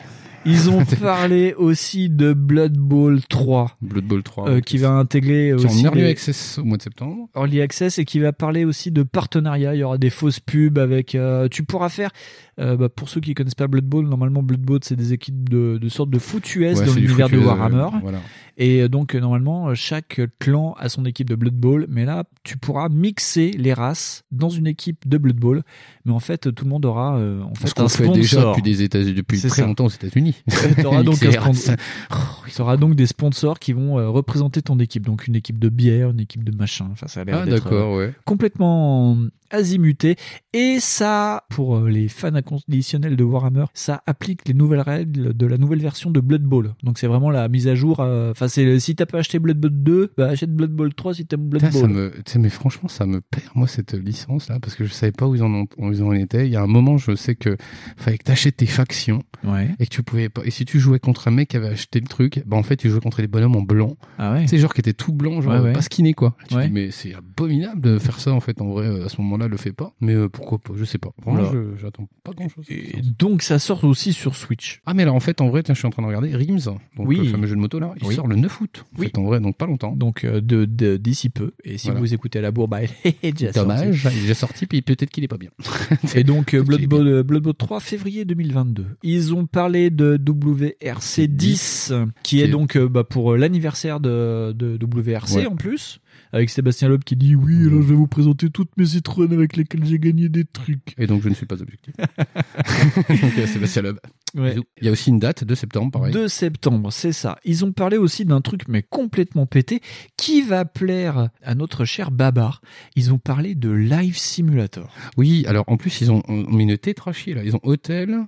Ils ont parlé aussi de Blood Bowl 3. Blood Bowl 3. Qui va intégrer qui aussi... en Early Access au mois de septembre. Early Access, et qui va parler aussi de partenariat. Il y aura des fausses pubs avec... tu pourras faire... pour ceux qui connaissent pas Blood Bowl, normalement Blood Bowl c'est des équipes de sortes de foot US dans l'univers de Warhammer. Voilà. Et donc normalement chaque clan a son équipe de Blood Bowl, mais là tu pourras mixer les races dans une équipe de Blood Bowl. Mais en fait tout le monde aura un sponsor. Fait déjà depuis très longtemps aux États-Unis. T'auras donc t'auras donc des sponsors qui vont représenter ton équipe. Donc une équipe de bière, une équipe de machin. Enfin ça a l'air d'être complètement azimuté. Et ça, pour les fans inconditionnels de Warhammer, ça applique les nouvelles règles de la nouvelle version de Blood Bowl. Donc c'est vraiment la mise à jour. Enfin, c'est si t'as pas acheté Blood Bowl 2, bah achète Blood Bowl 3 si t'aimes Blood Bowl. Mais franchement, ça me perd, moi, cette licence là, parce que je savais pas où ils en étaient. Il y a un moment, je sais que fallait que t'achètes tes factions. Et que tu pouvais pas. Et si tu jouais contre un mec qui avait acheté le truc, bah en fait, tu jouais contre des bonhommes en blanc. Ah ouais. Tu sais, genre qui étaient tout blancs, genre pas skinés quoi. Tu dis, mais c'est abominable de faire ça en fait. En vrai, à ce moment-là, le fais pas. Mais pourquoi pas, je sais pas. Vraiment, j'attends pas grand-chose. Et donc ça sort aussi sur Switch. Ah mais alors en fait, en vrai, tiens, je suis en train de regarder Rims, donc le fameux jeu de moto là, il sort le 9 août. En fait, en vrai, donc pas longtemps. Donc d'ici peu. Et si vous écoutez à la bourre, bah il est déjà dommage, sorti. il est déjà sorti, puis peut-être qu'il est pas bien. Et donc Blood Bowl 3 février 2022. Ils ont parlé de WRC10 qui est donc pour l'anniversaire de WRC en plus. Avec Sébastien Loeb qui dit oui, alors je vais vous présenter toutes mes Citroën avec lesquelles j'ai gagné des trucs. Et donc je ne suis pas objectif. Donc Sébastien Loeb. Il y a aussi une date, 2 septembre, pareil. 2 septembre, c'est ça. Ils ont parlé aussi d'un truc mais complètement pété qui va plaire à notre cher Babar. Ils ont parlé de Life Simulator. Oui, alors en plus ils ont mis une tétrachie là. Ils ont hôtel,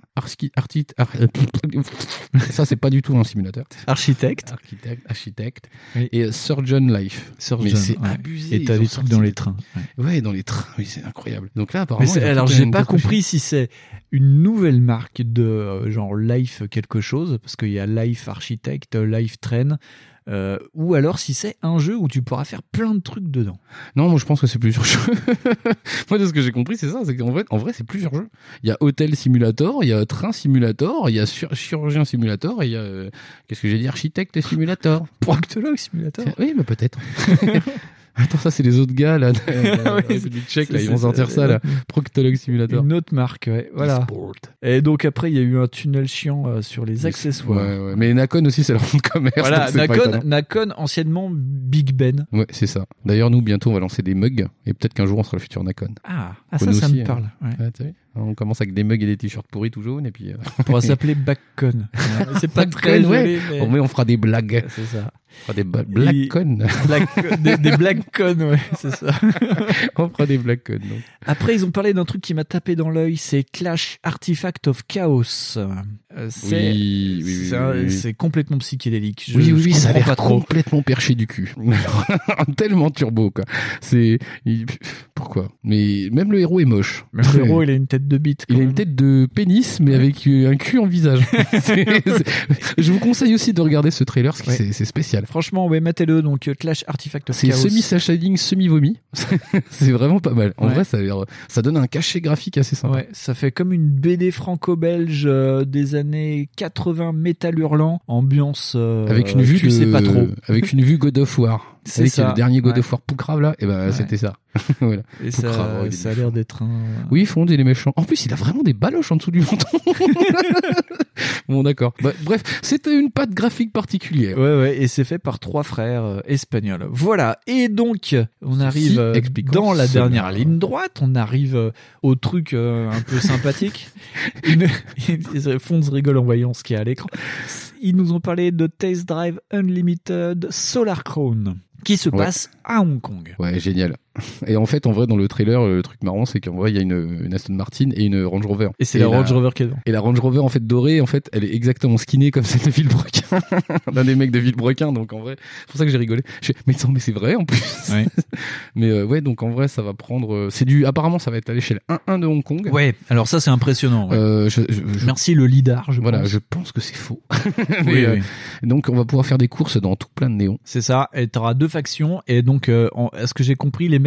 ça c'est pas du tout un simulateur. Architecte et Surgeon Life. Mais c'est abusé. Et t'as des trucs dans les trains. Ouais, dans les trains. Oui, c'est incroyable. Donc là, apparemment. Alors, j'ai pas compris si c'est une nouvelle marque de genre Life quelque chose, parce qu'il y a Life Architect, Life Train, ou alors si c'est un jeu où tu pourras faire plein de trucs dedans. Non, moi je pense que c'est plusieurs jeux. Moi de ce que j'ai compris c'est ça, c'est qu'en vrai c'est plusieurs jeux. Il y a Hôtel Simulator, il y a Train Simulator, il y a Chirurgien Simulator et il y a qu'est-ce que j'ai dit, Architecte Simulator. Proctologue Simulator. Oui, mais peut-être. Attends, ça c'est les autres gars là, c'est du Tchèque là, ils vont sortir ça là, Proctologue Simulator. Une autre marque, voilà. Et donc après il y a eu un tunnel chiant sur les accessoires. Ouais. Mais Nacon aussi c'est leur fonds de commerce. Voilà, Nacon anciennement Big Ben. Ouais, c'est ça. D'ailleurs nous bientôt on va lancer des mugs et peut-être qu'un jour on sera le futur Nacon. Ah ça me parle. Ouais, t'as vu, on commence avec des mugs et des t-shirts pourris tout jaunes et puis on pourra s'appeler Backcon. C'est pas très joli, mais on fera des blagues. C'est ça. On fera des black con. Des black con, ouais, c'est ça. On fera des black con. Après, ils ont parlé d'un truc qui m'a tapé dans l'œil, c'est Clash Artifact of Chaos. C'est complètement psychédélique. Oui, ça a l'air complètement perché du cul. Tellement turbo, quoi. Pourquoi? Mais même le héros est moche. Même le héros, il a une tête de bite. Il a une tête de pénis, mais avec un cul en visage. Je vous conseille aussi de regarder ce trailer, parce que c'est spécial. Franchement, mettez-le, donc Clash Artifact of Chaos. C'est semi-shading, semi-vomi. C'est vraiment pas mal. En vrai, ça donne un cachet graphique assez sympa. Ouais, ça fait comme une BD franco-belge des années 80, métal hurlant, ambiance avec une vue tu sais pas trop. Avec une vue God of War. C'est ça. Le dernier God of War Poucrave là, et c'était ça. Voilà. Et ça a l'air d'être un... Oui, Fond, il est méchant. En plus, il a vraiment des baloches en dessous du menton. Bon, d'accord. Bref, c'était une patte graphique particulière. Ouais, et c'est fait par 3 frères espagnols. Voilà. Et donc, on arrive dans la dernière ligne droite. On arrive au truc un peu sympathique. Fonds rigole en voyant ce qu'il y a à l'écran. Ils nous ont parlé de Test Drive Unlimited Solar Crown, qui se passe à Hong Kong. Ouais, génial. Et en fait, en vrai, dans le trailer, le truc marrant, c'est qu'en vrai, il y a une Aston Martin et une Range Rover. Et c'est la Range Rover qui est dedans. Et la Range Rover, en fait, dorée, en fait, elle est exactement skinée comme celle de Villebrequin. D'un des mecs de Villebrequin. Donc, en vrai, c'est pour ça que j'ai rigolé. Mais c'est vrai, en plus. Ouais. Mais donc, en vrai, ça va prendre, apparemment, ça va être à l'échelle 1-1 de Hong Kong. Ouais. Alors ça, c'est impressionnant. Ouais. Merci le lidar, je pense que c'est faux. Mais, donc, on va pouvoir faire des courses dans tout plein de néons. C'est ça. Et t'auras 2 factions. Et donc, à ce que j'ai compris, les mecs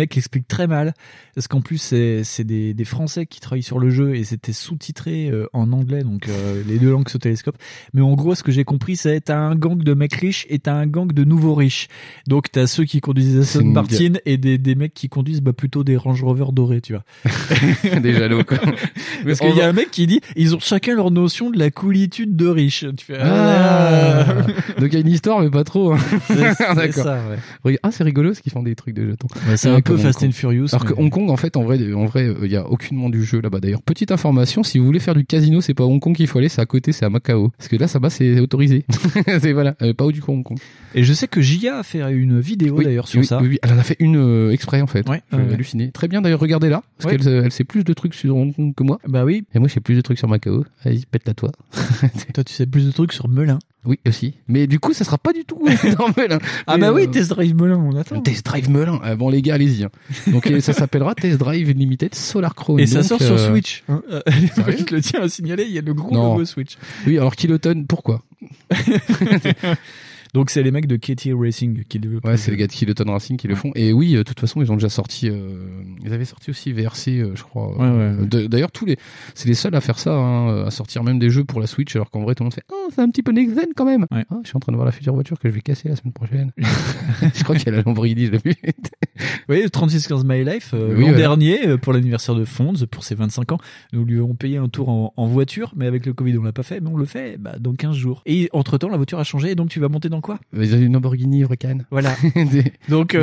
mecs expliquent très mal, parce qu'en plus c'est des Français qui travaillent sur le jeu et c'était sous-titré en anglais, donc les deux langues se télescopent. Mais en gros, ce que j'ai compris, c'est t'as un gang de mecs riches et t'as un gang de nouveaux riches. Donc t'as ceux qui conduisent des Aston Martin et des mecs qui conduisent plutôt des Range Rover dorés, tu vois. Des jaloux, quoi. Parce qu'il y a un mec qui dit ils ont chacun leur notion de la coolitude de riche. Tu fais, donc il y a une histoire, mais pas trop. C'est ça, ouais. C'est rigolo parce qu'ils font des trucs de jetons. Ouais, c'est un peu Fast and Furious. Alors que Hong Kong, en fait, en vrai, il y a aucunement du jeu là-bas. D'ailleurs, petite information, si vous voulez faire du casino, c'est pas à Hong Kong qu'il faut aller, c'est à côté, c'est à Macao. Parce que là, ça bas, c'est autorisé. C'est voilà, pas du coup Hong Kong. Et je sais que Jia a fait une vidéo d'ailleurs sur ça. Oui, elle en a fait une exprès en fait. Ouais, j'ai halluciné. Très bien d'ailleurs, regardez-la, parce qu'elle sait plus de trucs sur Hong Kong que moi. Bah oui. Et moi, je sais plus de trucs sur Macao. Vas-y, pète-la toi. Toi, tu sais plus de trucs sur Melun. Oui, aussi. Mais du coup, ça sera pas du tout dans Melun. Ah bah oui, Test Drive Melun, on attend. Test Drive Melun. Bon, les gars, allez-y. Donc, ça s'appellera Test Drive Limited Solar Crown. Et ça sort sur Switch. Je le tiens à signaler, il y a le gros logo Switch. Oui, alors Kiloton, pourquoi? Donc c'est les mecs de KT Racing qui le développent. Ouais, c'est les gars de Kiloton Racing qui le font. Et oui, de toute façon, ils ont déjà sorti. Ils avaient sorti aussi VRC, je crois. Ouais. D'ailleurs, c'est les seuls à faire ça, à sortir même des jeux pour la Switch, alors qu'en vrai, tout le monde fait c'est un petit peu next gen quand même. Ouais. Je suis en train de voir la future voiture que je vais casser la semaine prochaine. Je crois qu'il y a la Lamborghini, je l'ai vu. Oui, 3615 My Life, l'an dernier, pour l'anniversaire de Fonds, pour ses 25 ans, nous lui avons payé un tour en voiture, mais avec le Covid, on l'a pas fait, mais on le fait dans 15 jours. Et entre-temps, la voiture a changé, et donc tu vas monter dans quoi? Une Lamborghini Huracan. Voilà. Donc,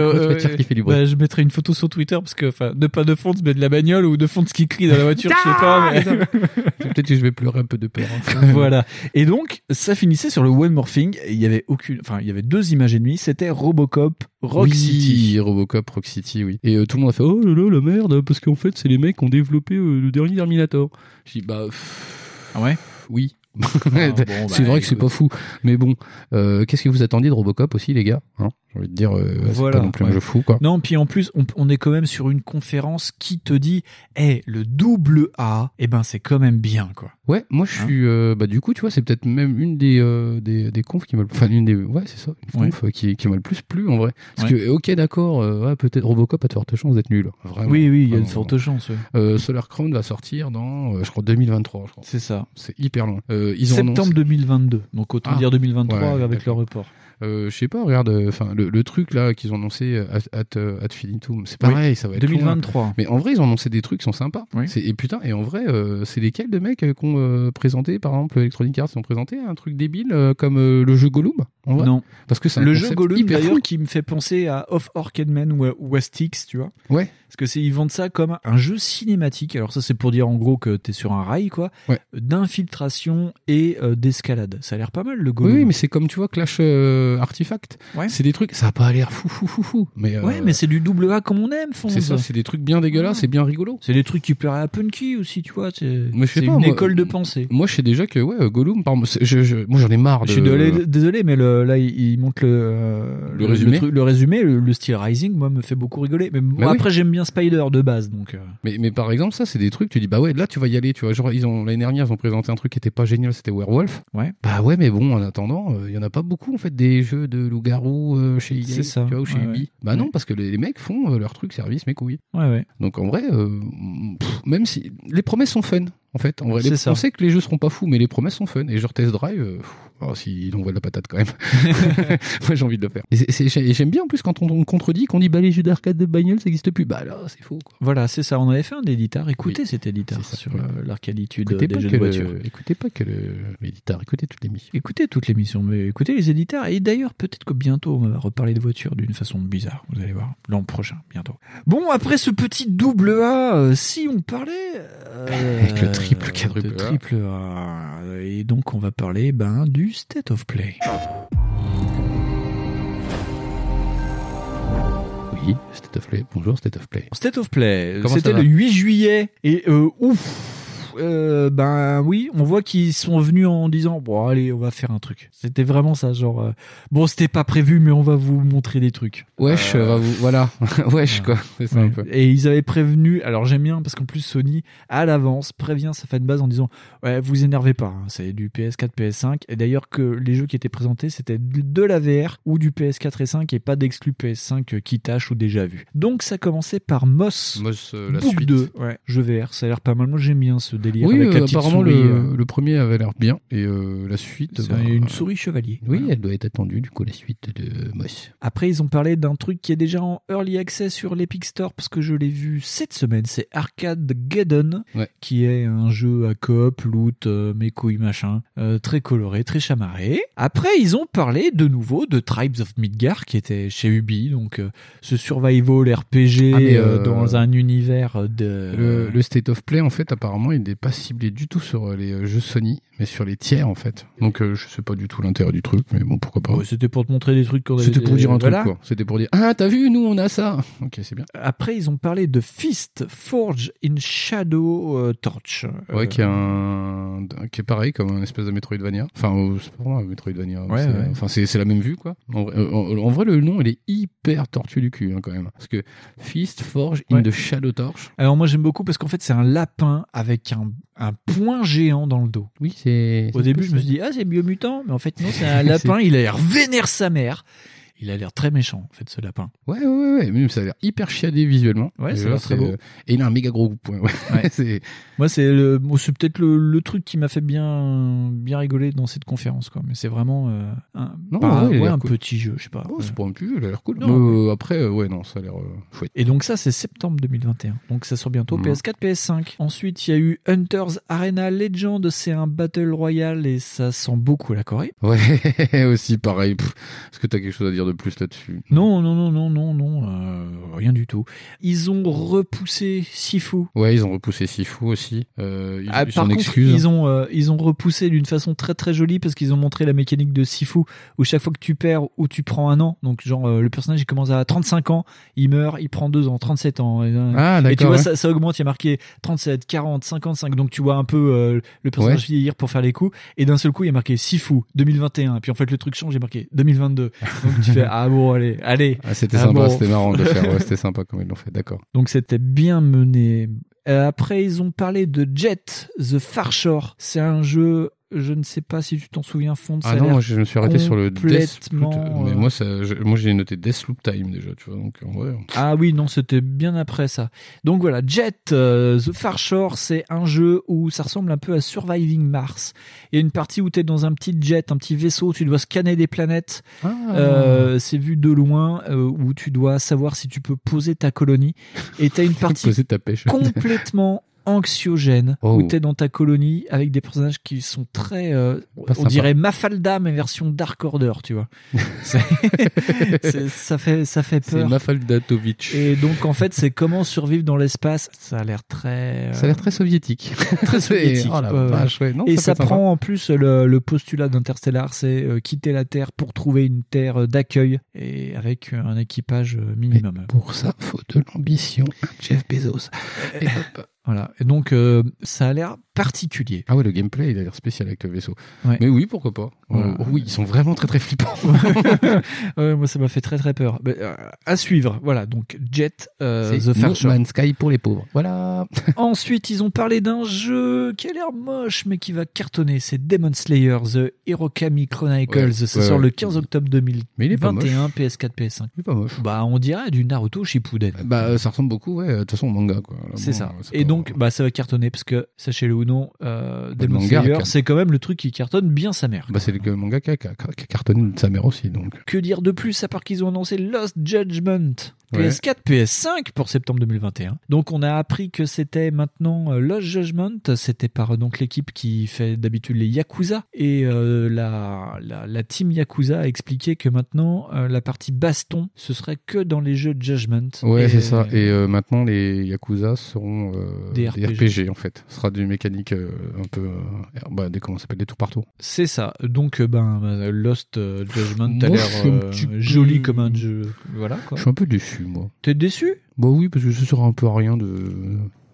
je mettrai une photo sur Twitter, parce que, pas de Fonds, mais de la bagnole, ou de Fonds qui crie dans la voiture, je sais pas, mais... Peut-être que je vais pleurer un peu de peur. Voilà. Et donc, ça finissait sur le One More Thing, il y avait il y avait 2 images et demie, c'était Robocop Rock City. Robocop Rock City, oui. Et tout le monde a fait oh là là la merde, parce qu'en fait c'est les mecs qui ont développé le dernier Terminator. Je dis ah ouais, oui. C'est vrai que c'est pas fou, mais bon, qu'est-ce que vous attendiez de Robocop aussi, les gars, hein? J'ai envie de dire, c'est pas non plus un jeu fou, quoi. Non, puis en plus, on est quand même sur une conférence qui te dit, le double A, c'est quand même bien, quoi. Ouais, moi je suis, du coup, tu vois, c'est peut-être même une des confs qui m'a, c'est ça, une conf qui m'a le plus plu en vrai. Parce que, ok, d'accord, peut-être Robocop a de fortes chances d'être nul. Vraiment. Oui, il y a de fortes chances. Solar Crown va sortir dans, je crois, 2023. Je crois. C'est ça. C'est hyper loin. Septembre 2022. Donc autant dire 2023 avec le report. Je sais pas, regarde, le truc là qu'ils ont annoncé at Finitum, c'est pareil, ça va être 2023. Loin. Mais en vrai, ils ont annoncé des trucs qui sont sympas. Oui. Et en vrai, c'est lesquels de mecs qui ont présenté, par exemple, Electronic Arts, ils ont présenté un truc débile comme le jeu Gollum. En vrai. Non, parce que c'est le jeu Gollum d'ailleurs qui me fait penser à Off Arcade Man ou à Styx, tu vois. Ouais. Parce que ils vendent ça comme un jeu cinématique. Alors ça, c'est pour dire en gros que t'es sur un rail, quoi, d'infiltration et d'escalade. Ça a l'air pas mal le Gollum. Oui, mais c'est comme tu vois Clash Artifact. Ouais. C'est des trucs, ça a pas l'air fou. Mais mais c'est du double A comme on aime. C'est ça, c'est des trucs bien dégueulasses, c'est bien rigolo. C'est des trucs qui plairaient à Punky aussi, tu vois. C'est une école de pensée. Moi, je sais déjà que Gollum, moi j'en ai marre. Je suis désolé, mais là il montre le résumé. Le résumé, le style Rising, moi me fait beaucoup rigoler. Mais moi, après j'aime bien Spider de base, donc. Mais par exemple, ça c'est des trucs, tu dis là tu vas y aller, tu vois. Genre l'année dernière ils ont présenté un truc qui était pas génial, c'était Werewolf. Ouais. Mais bon, en attendant, il y en a pas beaucoup en fait des jeux de loup-garou chez EA, c'est ça. Tu vois, ou chez Ubi. Non, parce que les mecs font leur truc service mes couilles. Ouais. Donc en vrai, même si les promesses sont fun. En fait, en vrai, on sait que les jeux seront pas fous, mais les promesses sont fun. Et genre Test Drive, s'il envoie de la patate quand même. Moi, j'ai envie de le faire. Et j'aime bien en plus quand on contredit, qu'on dit les jeux d'arcade de bagnole, ça n'existe plus. Là, c'est faux, quoi. Voilà, c'est ça. On avait fait un éditeur. Écoutez cet éditeur sur l'arcaditude des jeux de voiture. Écoutez pas que l'éditeur, écoutez toute l'émission. Écoutez toute l'émission, mais écoutez les éditeurs. Et d'ailleurs, peut-être que bientôt, on va reparler de voitures d'une façon bizarre. Vous allez voir, l'an prochain, bientôt. Bon, après ce petit double A, si on parlait... avec le triple quadruple A. Et donc, on va parler du State of Play. Oui, State of Play. Bonjour, State of Play. State of Play, c'était le 8 juillet. Et Ben oui, on voit qu'ils sont venus en disant bon allez, on va faire un truc. C'était vraiment ça, genre bon c'était pas prévu mais on va vous montrer des trucs. Wesh, voilà, wesh quoi. C'est ça un peu. Et ils avaient prévenu. Alors j'aime bien parce qu'en plus Sony à l'avance prévient sa fanbase en disant ouais vous énervez pas, hein, c'est du PS4, PS5. Et d'ailleurs que les jeux qui étaient présentés c'était de la VR ou du PS4 et 5 et pas d'exclus PS5 qui tâche ou déjà vu. Donc ça commençait par Moss la Book suite. 2, ouais, jeu VR, ça a l'air pas mal. Moi j'aime bien ce délire Oui, avec la petite apparemment souris. le premier avait l'air bien et la suite. C'est une souris chevalier. Oui, elle doit être attendue du coup la suite de Moss. Après ils ont parlé d'un truc qui est déjà en early access sur l'Epic Store parce que je l'ai vu cette semaine. C'est Arcadegeddon, qui est un jeu à coop, loot, mes couilles machin, très coloré, très chamarré. Après ils ont parlé de nouveau de Tribes of Midgard qui était chez Ubi, donc ce survival RPG dans un univers de... Le State of Play en fait apparemment il n'est pas ciblé du tout sur les jeux Sony mais sur les tiers en fait. Donc je sais pas du tout l'intérêt du truc mais bon pourquoi pas. Ouais, c'était pour te montrer des trucs qu'on avait. C'était pour dire un truc quoi. C'était pour dire ah t'as vu nous on a ça. Ok c'est bien. Après ils ont parlé de Fist Forge in Shadow Torch. Ouais qui est pareil comme un espèce de Metroidvania. Enfin c'est pas vraiment un Metroidvania. Ouais, Enfin c'est la même vue quoi. En vrai le nom il est hyper tortu du cul hein, quand même parce que Fist Forge in the Shadow Torch. Alors moi j'aime beaucoup parce qu'en fait c'est un lapin avec un point géant dans le dos. Oui c'est. Au début je me suis dit ah c'est Biomutant mais en fait non c'est un lapin. Il a l'air vénère sa mère. Il a l'air très méchant, en fait, ce lapin. Ouais. Même ça a l'air hyper chiadé visuellement. Ouais, ça a l'air très beau. Et il a un méga gros point. Ouais. Moi, c'est peut-être le truc qui m'a fait bien rigoler dans cette conférence, quoi. Mais c'est vraiment un petit jeu, je sais pas. Oh, c'est pas un petit jeu, il a l'air cool. Après, ça a l'air chouette. Et donc ça, c'est septembre 2021. Donc ça sort bientôt, PS4, PS5. Ensuite, il y a eu Hunter's Arena Legend. C'est un Battle Royale et ça sent beaucoup la Corée. Ouais, aussi pareil. Est-ce que t'as quelque chose à dire de plus là-dessus? Non, rien du tout. Ils ont repoussé Sifu. Ouais, ils ont repoussé Sifu aussi. Ils par contre, ils ont repoussé d'une façon très très jolie parce qu'ils ont montré la mécanique de Sifu où chaque fois que tu perds ou tu prends un an, donc genre le personnage il commence à 35 ans, il meurt, il prend 2 ans, 37 ans. Et tu vois, ça augmente, il y a marqué 37, 40, 55, donc tu vois un peu le personnage vieillir pour faire les coups, et d'un seul coup il y a marqué Sifu 2021, et puis en fait le truc change, il y a marqué 2022. Donc tu fais ah bon allez. C'était sympa, c'était marrant de faire, c'était sympa comme ils l'ont fait, d'accord. Donc c'était bien mené. Après ils ont parlé de Jet The Far Shore, c'est un jeu. Je ne sais pas si tu t'en souviens, Fond. Non, je me suis arrêté sur le Deathloop. Mais moi, j'ai noté Deathloop Time déjà, tu vois. Donc, ouais. Ah oui, non, c'était bien après ça. Donc voilà, Jet The Far Shore, c'est un jeu où ça ressemble un peu à Surviving Mars. Il y a une partie où tu es dans un petit jet, un petit vaisseau, tu dois scanner des planètes. C'est vu de loin, où tu dois savoir si tu peux poser ta colonie. Et tu as une partie complètement anxiogène où t'es dans ta colonie avec des personnages qui sont très on dirait Mafalda mais version Dark Order, tu vois. Ça fait peur. C'est Mafaldatovic. Et donc en fait c'est comment survivre dans l'espace. Ça a l'air très soviétique. Très soviétique. Oh la vache, ouais. Non, et ça prend en plus le postulat d'Interstellar, c'est quitter la Terre pour trouver une terre d'accueil et avec un équipage minimum. Mais pour ça faut de l'ambition, Jeff Bezos. Et hop. Voilà. Et donc, ça a l'air particulier. Ah ouais, le gameplay, il a l'air spécial avec le vaisseau. Ouais. Mais oui, pourquoi pas. Oui, ils sont vraiment très très flippants. Ouais, moi, ça m'a fait très très peur. Mais, à suivre. Voilà, donc Jet, The Far Shore. No Man's Sky pour les pauvres. Voilà. Ensuite, ils ont parlé d'un jeu qui a l'air moche, mais qui va cartonner. C'est Demon Slayer, The Hirokami Chronicles. Ça sort le 15 octobre 2021, PS4, PS5. Il est pas moche. Bah, on dirait du Naruto Shippuden. Bah, ça ressemble beaucoup, ouais. De toute façon, au manga, quoi. C'est ça. Et donc, ça va cartonner parce que, sachez-le ou non, Demon Slayer, c'est quand même le truc qui cartonne bien sa mère. Bah, c'est le manga qui a cartonné sa mère aussi, donc. Que dire de plus à part qu'ils ont annoncé Lost Judgment PS4, PS5 pour septembre 2021. Donc on a appris que c'était maintenant Lost Judgment, c'était par donc l'équipe qui fait d'habitude les Yakuza, et la team Yakuza a expliqué que maintenant la partie baston ce serait que dans les jeux Judgment. Ouais, c'est ça. Et maintenant les Yakuza seront des RPG en fait. Ce sera des mécaniques un peu comment ça s'appelle, des tours par tour. C'est ça. Donc Lost Judgment a l'air joli comme un jeu. Voilà quoi. Je suis un peu déçu. Moi. T'es déçu ? Bah oui, parce que ça sert un peu à rien de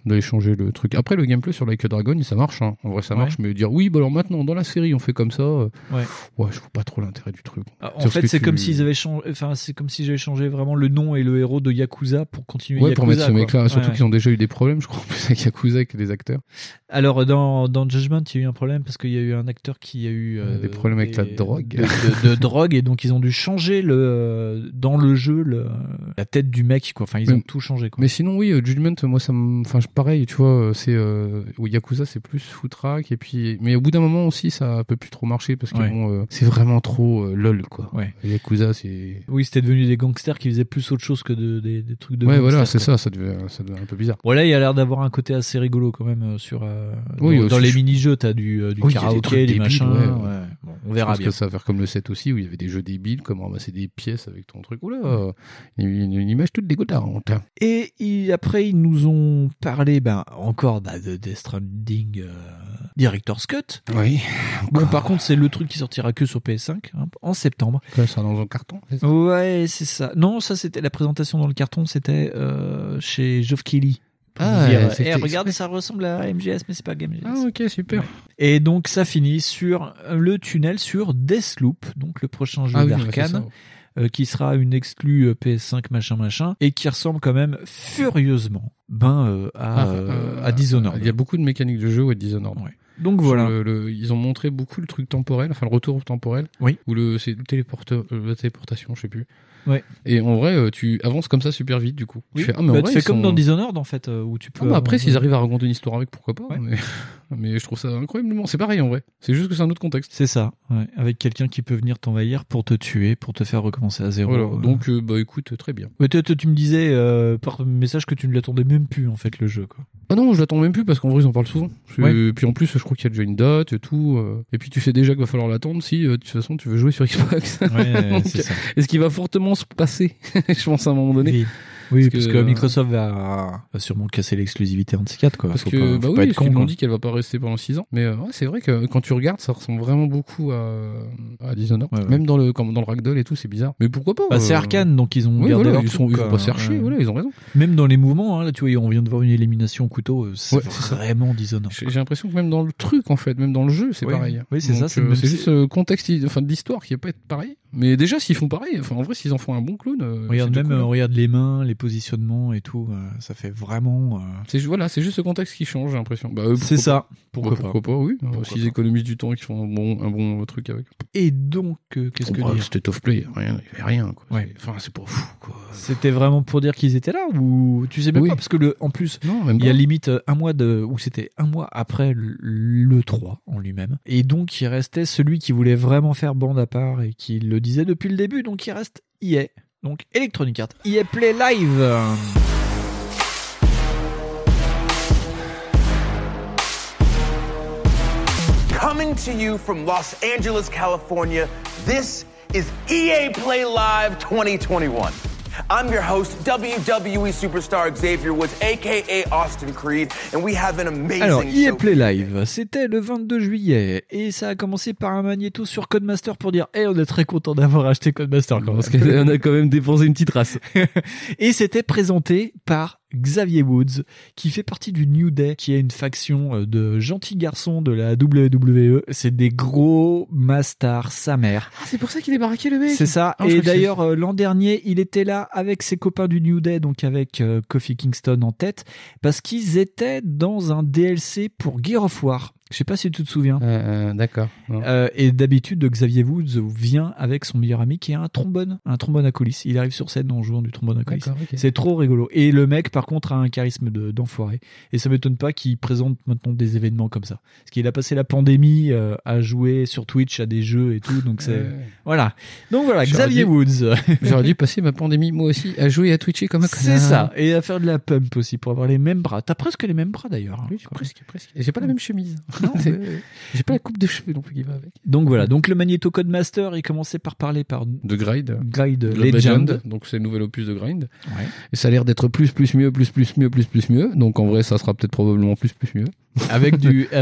d'aller changer le truc. Après, le gameplay sur Like a Dragon, ça marche. Hein. En vrai, ça marche. Mais dire oui, bah alors maintenant, dans la série, on fait comme ça. Ouais, je vois pas trop l'intérêt du truc. En fait, c'est comme s'ils avaient changé. Enfin, c'est comme si j'avais changé vraiment le nom et le héros de Yakuza pour continuer. Ouais, Yakuza, pour mettre ce mec-là. Surtout qu'ils ont déjà eu des problèmes, je crois, en plus avec Yakuza, avec les acteurs. Alors, dans Judgment, il y a eu un problème parce qu'il y a eu un acteur qui a eu des problèmes avec la drogue. De drogue, et donc ils ont dû changer dans le jeu la tête du mec, quoi. Enfin, ils ont tout changé, quoi. Mais sinon, oui, Judgment, moi, pareil, tu vois, c'est Yakuza, c'est plus foutraque, et puis, mais au bout d'un moment aussi, ça peut plus trop marcher parce que bon, c'est vraiment trop lol, quoi. Ouais. Yakuza, c'est. Oui, c'était devenu des gangsters qui faisaient plus autre chose que des trucs de. Ouais, gangsters, voilà, c'est quoi. ça devient un peu bizarre. Voilà, il a l'air d'avoir un côté assez rigolo quand même dans les mini-jeux, t'as du karaoké, des machins. Bon, on verra bien. Parce que ça va faire comme le 7 aussi, où il y avait des jeux débiles, comme ramasser des pièces avec ton truc. Oula, une image toute dégoûtante. Et après, ils nous ont parlé, encore de Death Stranding Director's Cut. Oui. Bon, par contre, c'est le truc qui sortira que sur PS5 en septembre. Ça sera dans un carton, c'est ça? Ouais, c'est ça. Non, ça c'était la présentation dans le carton, c'était chez Geoff Keighley. Regardez, ça ressemble à MGS, mais c'est pas MGS. Ah, ok, super. Ouais. Et donc, ça finit sur le tunnel sur Deathloop, donc le prochain jeu d'Arkane, qui sera une exclue PS5 machin, et qui ressemble quand même furieusement à Dishonored. Il y a beaucoup de mécaniques de jeu à Dishonored. Ouais. Donc voilà. Ils ont montré beaucoup le truc temporel, enfin le retour temporel. Oui. Ou c'est la téléportation, je sais plus. Ouais. Et en vrai, tu avances comme ça super vite du coup. Oui. Tu fais, mais en vrai, tu fais comme dans Dishonored en fait, où tu peux. Après, s'ils arrivent à raconter une histoire avec, pourquoi pas. Ouais. Mais je trouve ça incroyablement. C'est pareil en vrai. C'est juste que c'est un autre contexte. C'est ça. Ouais. Avec quelqu'un qui peut venir t'envahir pour te tuer, pour te faire recommencer à zéro. Voilà. Donc, écoute, très bien. Mais tu me disais par message que tu ne l'attendais même plus en fait le jeu, quoi. Ah non, je l'attends même plus parce qu'en vrai ils en parlent souvent. Puis en plus, je crois qu'il y a déjà une date et tout. Et puis tu sais déjà qu'il va falloir l'attendre si de toute façon tu veux jouer sur Xbox. Ouais, c'est ça. Et ce qui va fortement se passer, je pense à un moment donné. Oui, parce que Microsoft va sûrement casser l'exclusivité entre ces quatre, quoi. Parce faut que pas être con, ils quoi. ont dit qu'elle va pas rester pendant 6 ans. Mais c'est vrai que quand tu regardes, ça ressemble vraiment beaucoup à Dishonored. Ouais. Même dans le ragdoll et tout, c'est bizarre. Mais pourquoi pas C'est Arcane, donc ils ont gardé leur truc, ils vont pas chercher. Voilà, ils ont raison. Même dans les mouvements, là, tu vois, on vient de voir une élimination au couteau. C'est vraiment Dishonored. J'ai l'impression que même dans le truc, en fait, même dans le jeu, c'est pareil. Oui, c'est ça. C'est juste le contexte, d'histoire qui va pas être pareil. Mais déjà, s'ils font pareil, en vrai, s'ils en font un bon clone. Regarde les mains, les positionnements et tout, ça fait vraiment. C'est juste ce contexte qui change, j'ai l'impression. C'est ça. Pourquoi pas, oui. S'ils économisent du temps et qu'ils font un bon truc avec. Et donc, qu'est-ce que dire? State of Play, il y avait rien, quoi. Ouais. Enfin, c'est pas fou, quoi. C'était vraiment pour dire qu'ils étaient là, ou tu sais même pas, parce que en plus, il y a limite c'était un mois après le 3 en lui-même. Et donc, il restait celui qui voulait vraiment faire bande à part et qui le disait depuis le début, donc il reste EA. Donc Electronic Arts, EA Play Live. Coming to you from Los Angeles, California, this is EA Play Live 2021. I'm your host, WWE superstar Xavier Woods, aka Austin Creed, and we have an amazing Alors, EA show. Play Live, c'était le 22 juillet, et ça a commencé par un magnéto sur Codemaster pour dire on est très content d'avoir acheté Codemaster. Parce qu'on a quand même dépensé une petite race. Et c'était présenté par Xavier Woods, qui fait partie du New Day, qui est une faction de gentils garçons de la WWE. C'est des gros mastards, sa mère. Ah, c'est pour ça qu'il est baraqué, le mec. C'est ça. Et d'ailleurs, l'an dernier, il était là avec ses copains du New Day, donc avec Kofi Kingston en tête, parce qu'ils étaient dans un DLC pour Gears of War. Je sais pas si tu te souviens. D'accord. Et d'habitude, Xavier Woods vient avec son meilleur ami qui est un trombone à coulisses. Il arrive sur scène en jouant du trombone à coulisses. Okay. C'est trop rigolo. Et le mec, par contre, a un charisme d'enfoiré. Et ça m'étonne pas qu'il présente maintenant des événements comme ça. Parce qu'il a passé la pandémie à jouer sur Twitch à des jeux et tout. Donc c'est voilà. Donc voilà, Xavier Woods. J'aurais dû passer ma pandémie moi aussi à jouer et à Twitcher comme un connard. C'est ça. Et à faire de la pump aussi pour avoir les mêmes bras. T'as presque les mêmes bras d'ailleurs. Oui, presque. Et j'ai pas la même chemise. J'ai pas la coupe de cheveux non plus qui va avec. Donc voilà, donc le Magneto Codemaster, il commençait par parler de Grind Legend. Donc c'est le nouvel opus de Grind. Ouais. Et ça a l'air d'être plus mieux. Donc en vrai, ça sera peut-être probablement plus mieux. Avec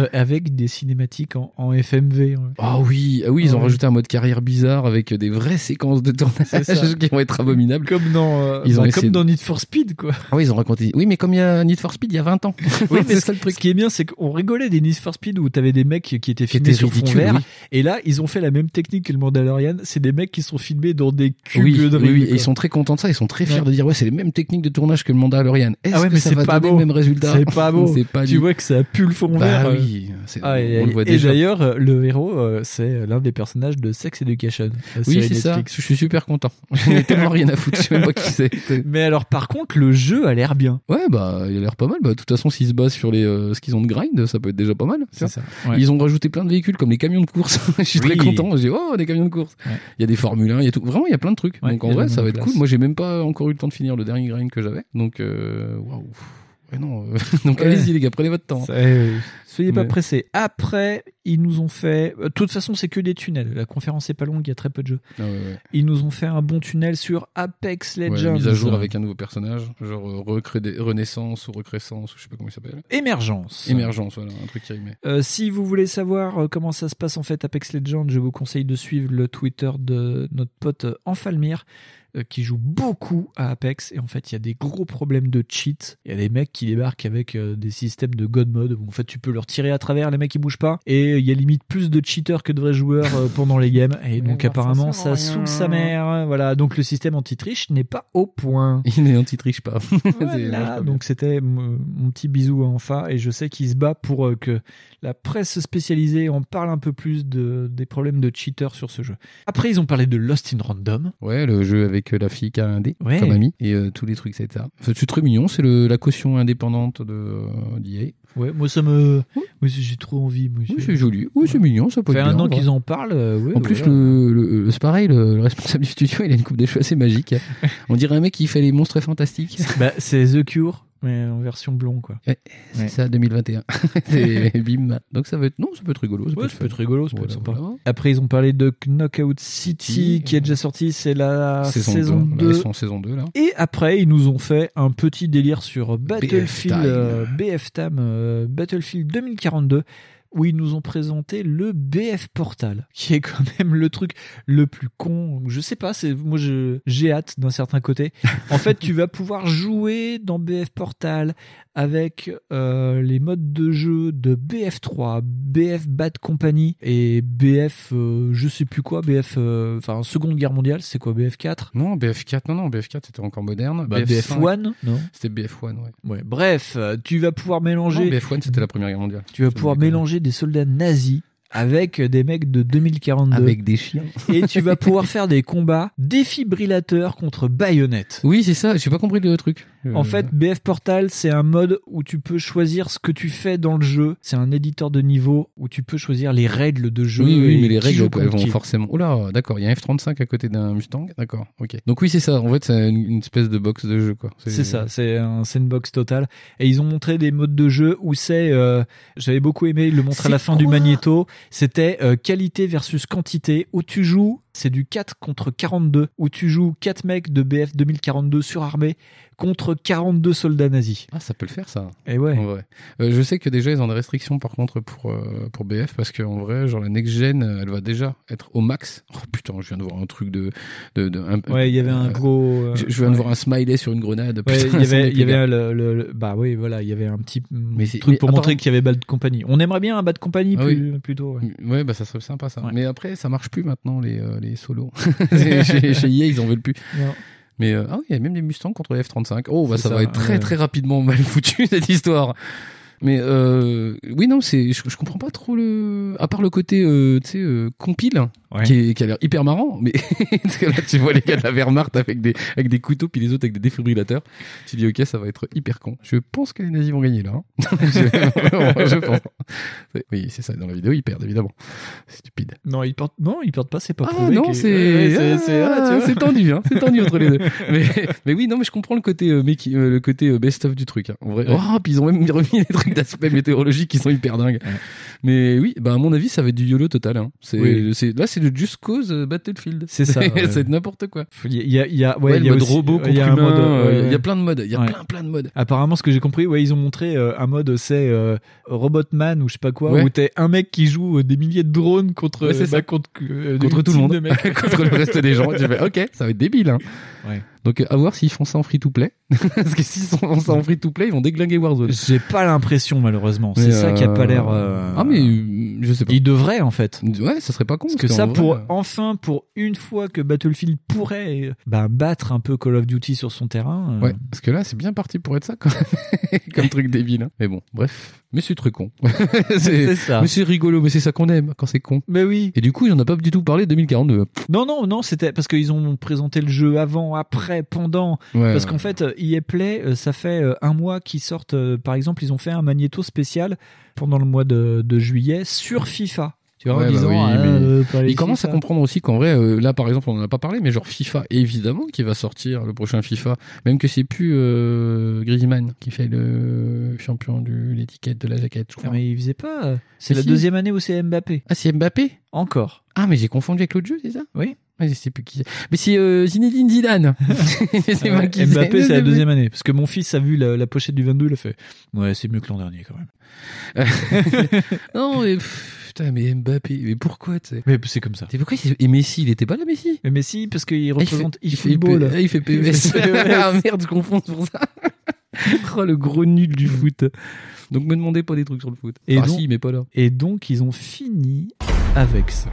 des cinématiques en FMV. Ah oui, ils ont rajouté un mode carrière bizarre avec des vraies séquences de tournage qui vont être abominables. Comme dans Need for Speed, quoi. Ah oui, ils ont raconté. Oui, mais comme il y a Need for Speed il y a 20 ans. Oui, mais c'est ça le truc. Ce qui est bien, c'est qu'on rigolait des Need for Speed où t'avais des mecs qui étaient filmés sur fond vert. Oui. Et là, ils ont fait la même technique que le Mandalorian. C'est des mecs qui sont filmés dans des cubes de riz. Oui, et ils sont très contents de ça. Ils sont très fiers de dire c'est les mêmes techniques de tournage que le Mandalorian. Est-ce que ça va donner le même résultat? C'est pas beau. Tu vois que ça a pu le fond vert. Oui, on le voit déjà. Et d'ailleurs, le héros, c'est l'un des personnages de Sex Education. Oui, c'est ça. Je suis super content. J'en ai tellement rien à foutre. Je sais même pas qui c'est. Mais alors, par contre, le jeu a l'air bien. Ouais, il a l'air pas mal. De toute façon, s'ils se basent sur ce qu'ils ont de grind, ça peut être déjà pas mal. C'est ça. Ouais. Ils ont rajouté plein de véhicules comme les camions de course. Je suis très content. J'ai des camions de course. Ouais. Il y a des Formule 1, il y a tout. Vraiment, il y a plein de trucs. Donc en vrai, ça va être cool. Moi, j'ai même pas encore eu le temps de finir le dernier grind que j'avais. Donc, waouh. Non, donc allez-y les gars, prenez votre temps. Soyez pas pressés. Après, ils nous ont fait... De toute façon, c'est que des tunnels. La conférence est pas longue, il y a très peu de jeux. Ils nous ont fait un bon tunnel sur Apex Legends. Mise à jour avec un nouveau personnage, genre Renaissance ou Recrescence, ou je sais pas comment il s'appelle. Émergence, voilà, un truc qui rimait. Si vous voulez savoir comment ça se passe en fait Apex Legends, je vous conseille de suivre le Twitter de notre pote Enfalmir, qui joue beaucoup à Apex, et en fait il y a des gros problèmes de cheat. Il y a des mecs qui débarquent avec des systèmes de God Mode où en fait tu peux leur tirer à travers, les mecs ils bougent pas, et il y a limite plus de cheaters que de vrais joueurs pendant les games, et donc apparemment ça saoule sa mère. Voilà, donc le système anti-triche n'est pas au point. Il n'est anti-triche pas. Voilà, donc c'était mon petit bisou à Enfa, et je sais qu'il se bat pour que la presse spécialisée en parle un peu plus des problèmes de cheaters sur ce jeu. Après ils ont parlé de Lost in Random. Ouais, le jeu avec la fille qui a un dé comme amie, et tous les trucs, etc. Enfin, c'est très mignon, c'est la caution indépendante d'EA. Ouais, moi j'ai trop envie. Oui, c'est joli, oui, c'est mignon, ça peut être bien. Ça fait un an qu'ils en parlent. En plus, c'est pareil, le responsable du studio, il a une coupe de cheveux assez magique. On dirait un mec qui fait les monstres fantastiques. C'est The Cure. Mais en version blond, quoi. C'est ça, 2021. C'est bim. Donc ça peut être rigolo. Ça peut être rigolo, ça peut être sympa. Voilà. Après, ils ont parlé de Knockout City, qui est déjà sorti. C'est la saison 2. Là, ils sont en saison 2, là. Et après, ils nous ont fait un petit délire sur Battlefield, Battlefield 2042. Où ils nous ont présenté le BF Portal, qui est quand même le truc le plus con. Je sais pas, moi j'ai hâte d'un certain côté. En fait, tu vas pouvoir jouer dans BF Portal avec les modes de jeu de BF3, BF Bad Company et BF je sais plus quoi, BF Seconde Guerre mondiale, c'est quoi BF4 ? Non, BF4 c'était encore moderne. BF1 non ? C'était BF1, ouais. Bref, tu vas pouvoir mélanger... Non, BF1 c'était la Première Guerre mondiale. Tu vas pouvoir mélanger des soldats nazis avec des mecs de 2042. Avec des chiens. Et tu vas pouvoir faire des combats défibrillateurs contre baïonnettes. Oui, c'est ça. J'ai pas compris le truc. En fait, BF Portal, c'est un mode où tu peux choisir ce que tu fais dans le jeu. C'est un éditeur de niveau où tu peux choisir les règles de jeu. Oui, mais les règles elles vont forcément... Oh là, d'accord. Il y a un F-35 à côté d'un Mustang. D'accord, ok. Donc oui, c'est ça. En fait, c'est une espèce de box de jeu, quoi. C'est ça. C'est une box totale. Et ils ont montré des modes de jeu où j'avais beaucoup aimé le montrer à la fin du Magneto. C'était qualité versus quantité, où tu joues, c'est du 4 contre 42, où tu joues 4 mecs de BF 2042 surarmés contre 42 soldats nazis. Ah, ça peut le faire, ça. Et ouais. En vrai. Je sais que déjà, ils ont des restrictions, par contre, pour BF, parce qu'en vrai, genre, la next-gen, elle va déjà être au max. Oh putain, je viens de voir un truc ouais, il y avait un gros... je viens de voir un smiley sur une grenade. Ouais, il y avait bah oui, voilà, il y avait un petit truc pour montrer qu'il y avait Bad Company. On aimerait bien un Bad Company plutôt. Ouais, bah ça serait sympa, ça. Ouais. Mais après, ça marche plus maintenant, les solos. chez EA, ils en veulent plus. Non. Mais il y a même des Mustangs contre les F-35. Oh, bah ça va être très très rapidement mal foutu, cette histoire. Mais oui, non, je comprends pas trop à part le côté compile. qui a l'air hyper marrant, mais parce que là tu vois les gars de la Wehrmacht avec des couteaux, puis les autres avec des défibrillateurs. Tu dis ok, ça va être hyper con. Je pense que les nazis vont gagner là. Hein. je pense. Oui, c'est ça. Dans la vidéo, ils perdent évidemment. C'est stupide. Non, ils perdent pas. C'est pas prouvé. Non, c'est tendu. Hein. C'est tendu entre les deux. Mais oui, non, mais je comprends le côté best-of du truc. Hein. En vrai. Oh, puis ils ont même remis des trucs d'aspect météorologique qui sont hyper dingues. Ouais. Mais oui, à mon avis, ça va être du YOLO total. Hein. Là, c'est le Just Cause Battlefield. C'est ça. C'est n'importe quoi. Il y a le mode aussi, robot contre humain. Il y a plein de modes. Il y a plein de modes. Apparemment, ce que j'ai compris, ils ont montré un mode, c'est Robotman ou je sais pas quoi, où t'es un mec qui joue des milliers de drones contre tout le monde, contre le reste des gens. Tu fais ok, ça va être débile. Hein. Ouais. Donc à voir s'ils font ça en free-to-play. Parce que s'ils font ça en free-to-play, ils vont déglinguer Warzone. J'ai pas l'impression malheureusement. C'est ça qui a pas l'air. Ah mais je sais pas. Ils devraient en fait. Ouais, ça serait pas con. Parce que ça pour une fois que Battlefield pourrait battre un peu Call of Duty sur son terrain. Ouais. Parce que là c'est bien parti pour être ça quand même. Comme truc débile. Hein. Mais bon, bref. Mais c'est très con. c'est ça. Mais c'est rigolo, mais c'est ça qu'on aime quand c'est con. Mais oui. Et du coup, il en a pas du tout parlé 2042. Non, c'était parce qu'ils ont présenté le jeu avant, après, pendant. Ouais, parce qu'en fait, EA Play, ça fait un mois qu'ils sortent. Par exemple, ils ont fait un magnéto spécial pendant le mois de juillet sur FIFA. Tu vois, en disant, il commence à comprendre aussi qu'en vrai, là par exemple, on en a pas parlé, mais genre FIFA, évidemment, qui va sortir le prochain FIFA, même que c'est plus Griezmann qui fait le champion de l'étiquette de la jaquette, je crois. Mais il faisait pas. C'est la deuxième année où c'est Mbappé. Ah, c'est Mbappé ? Encore. Ah, mais j'ai confondu avec l'autre jeu, c'est ça ? Oui. Je sais plus qui c'est. Mais c'est Zinedine Zidane. C'est Mbappé, c'est la deuxième année. Parce que mon fils a vu la pochette du 22, il a fait ouais, c'est mieux que l'an dernier quand même. Non, mais putain, mais Mbappé, mais pourquoi tu sais ? Mais c'est comme ça. Et pourquoi et Messi, il était pas là, Messi ? Mais Messi, parce qu'il représente il fait PES. Ah merde, je confonds pour ça. Oh, le gros nul du foot. Donc me demandez pas des trucs sur le foot. Et donc, si, mais pas là. Et donc ils ont fini avec ça.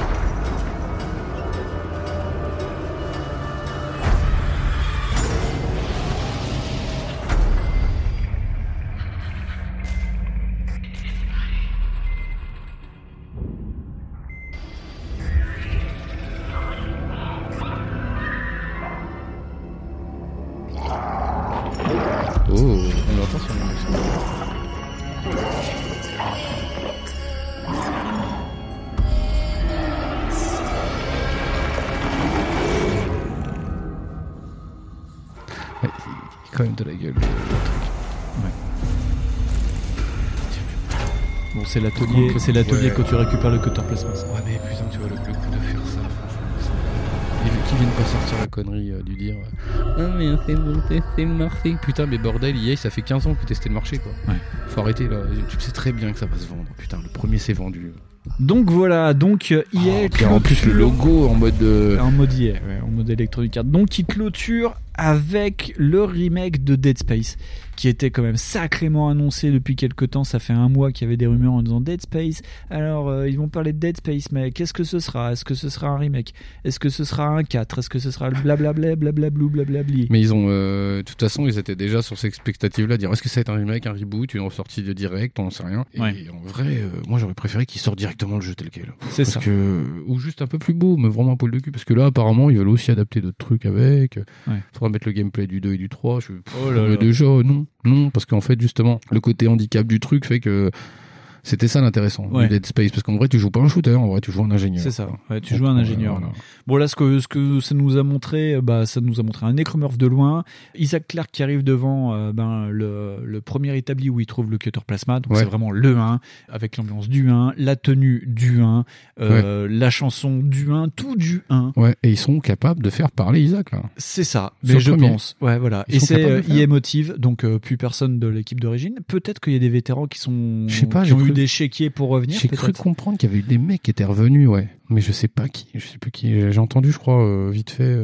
Oh, on l'entend sur le micro. Ouais, c'est quand même de la gueule. Ouais. Bon, c'est l'atelier quand tu récupères le cutter placement. Ouais, mais putain, tu vois le coup de faire ça. Qui viennent pas sortir la connerie du dire ah mais c'est le marché. Putain, mais bordel, EA, ça fait 15 ans que testé le marché quoi. Ouais. Faut arrêter là, tu sais très bien que ça va se vendre. Putain, le premier s'est vendu. Donc voilà, EA en plus le logo en mode EA, en mode Electronic Arts. Donc il clôture avec le remake de Dead Space qui était quand même sacrément annoncé depuis quelques temps. Ça fait un mois qu'il y avait des rumeurs en disant Dead Space. Alors ils vont parler de Dead Space, mais qu'est-ce que ce sera ? Est-ce que ce sera un remake ? Est-ce que ce sera un 4 ? Est-ce que ce sera le blablabla, blablablou, blablabli ? Mais ils ont, de toute façon, ils étaient déjà sur ces expectatives-là, dire est-ce que ça va être un remake, un reboot, une ressortie de direct, on n'en sait rien. Et en vrai, moi j'aurais préféré qu'ils sortent directement le jeu tel quel. C'est ça. Ou juste un peu plus beau, mais vraiment un poil de cul, parce que là apparemment ils veulent aussi adapter d'autres trucs avec. Faudra mettre le gameplay du 2 et du 3. Déjà, non, parce qu'en fait justement, le côté handicap du truc fait que c'était ça l'intéressant du Dead Space, parce qu'en vrai tu joues pas un shooter, en vrai tu joues un ingénieur. C'est ça, tu joues un ingénieur. Voilà. Bon là ce que ça nous a montré, ça nous a montré un nécromorphe de loin, Isaac Clarke qui arrive devant le premier établi où il trouve le cutter plasma, donc c'est vraiment le 1, avec l'ambiance du 1, la tenue du 1, la chanson du 1, tout du 1. Ouais, et ils sont capables de faire parler Isaac là. C'est ça, mais je pense. Ouais, voilà. Et c'est EA Motive, donc plus personne de l'équipe d'origine. Peut-être qu'il y a des vétérans qui sont qui ont eu des chéquiers pour revenir. J'ai cru comprendre qu'il y avait eu des mecs qui étaient revenus, mais je sais pas qui. Je sais plus qui. J'ai entendu, je crois, vite fait.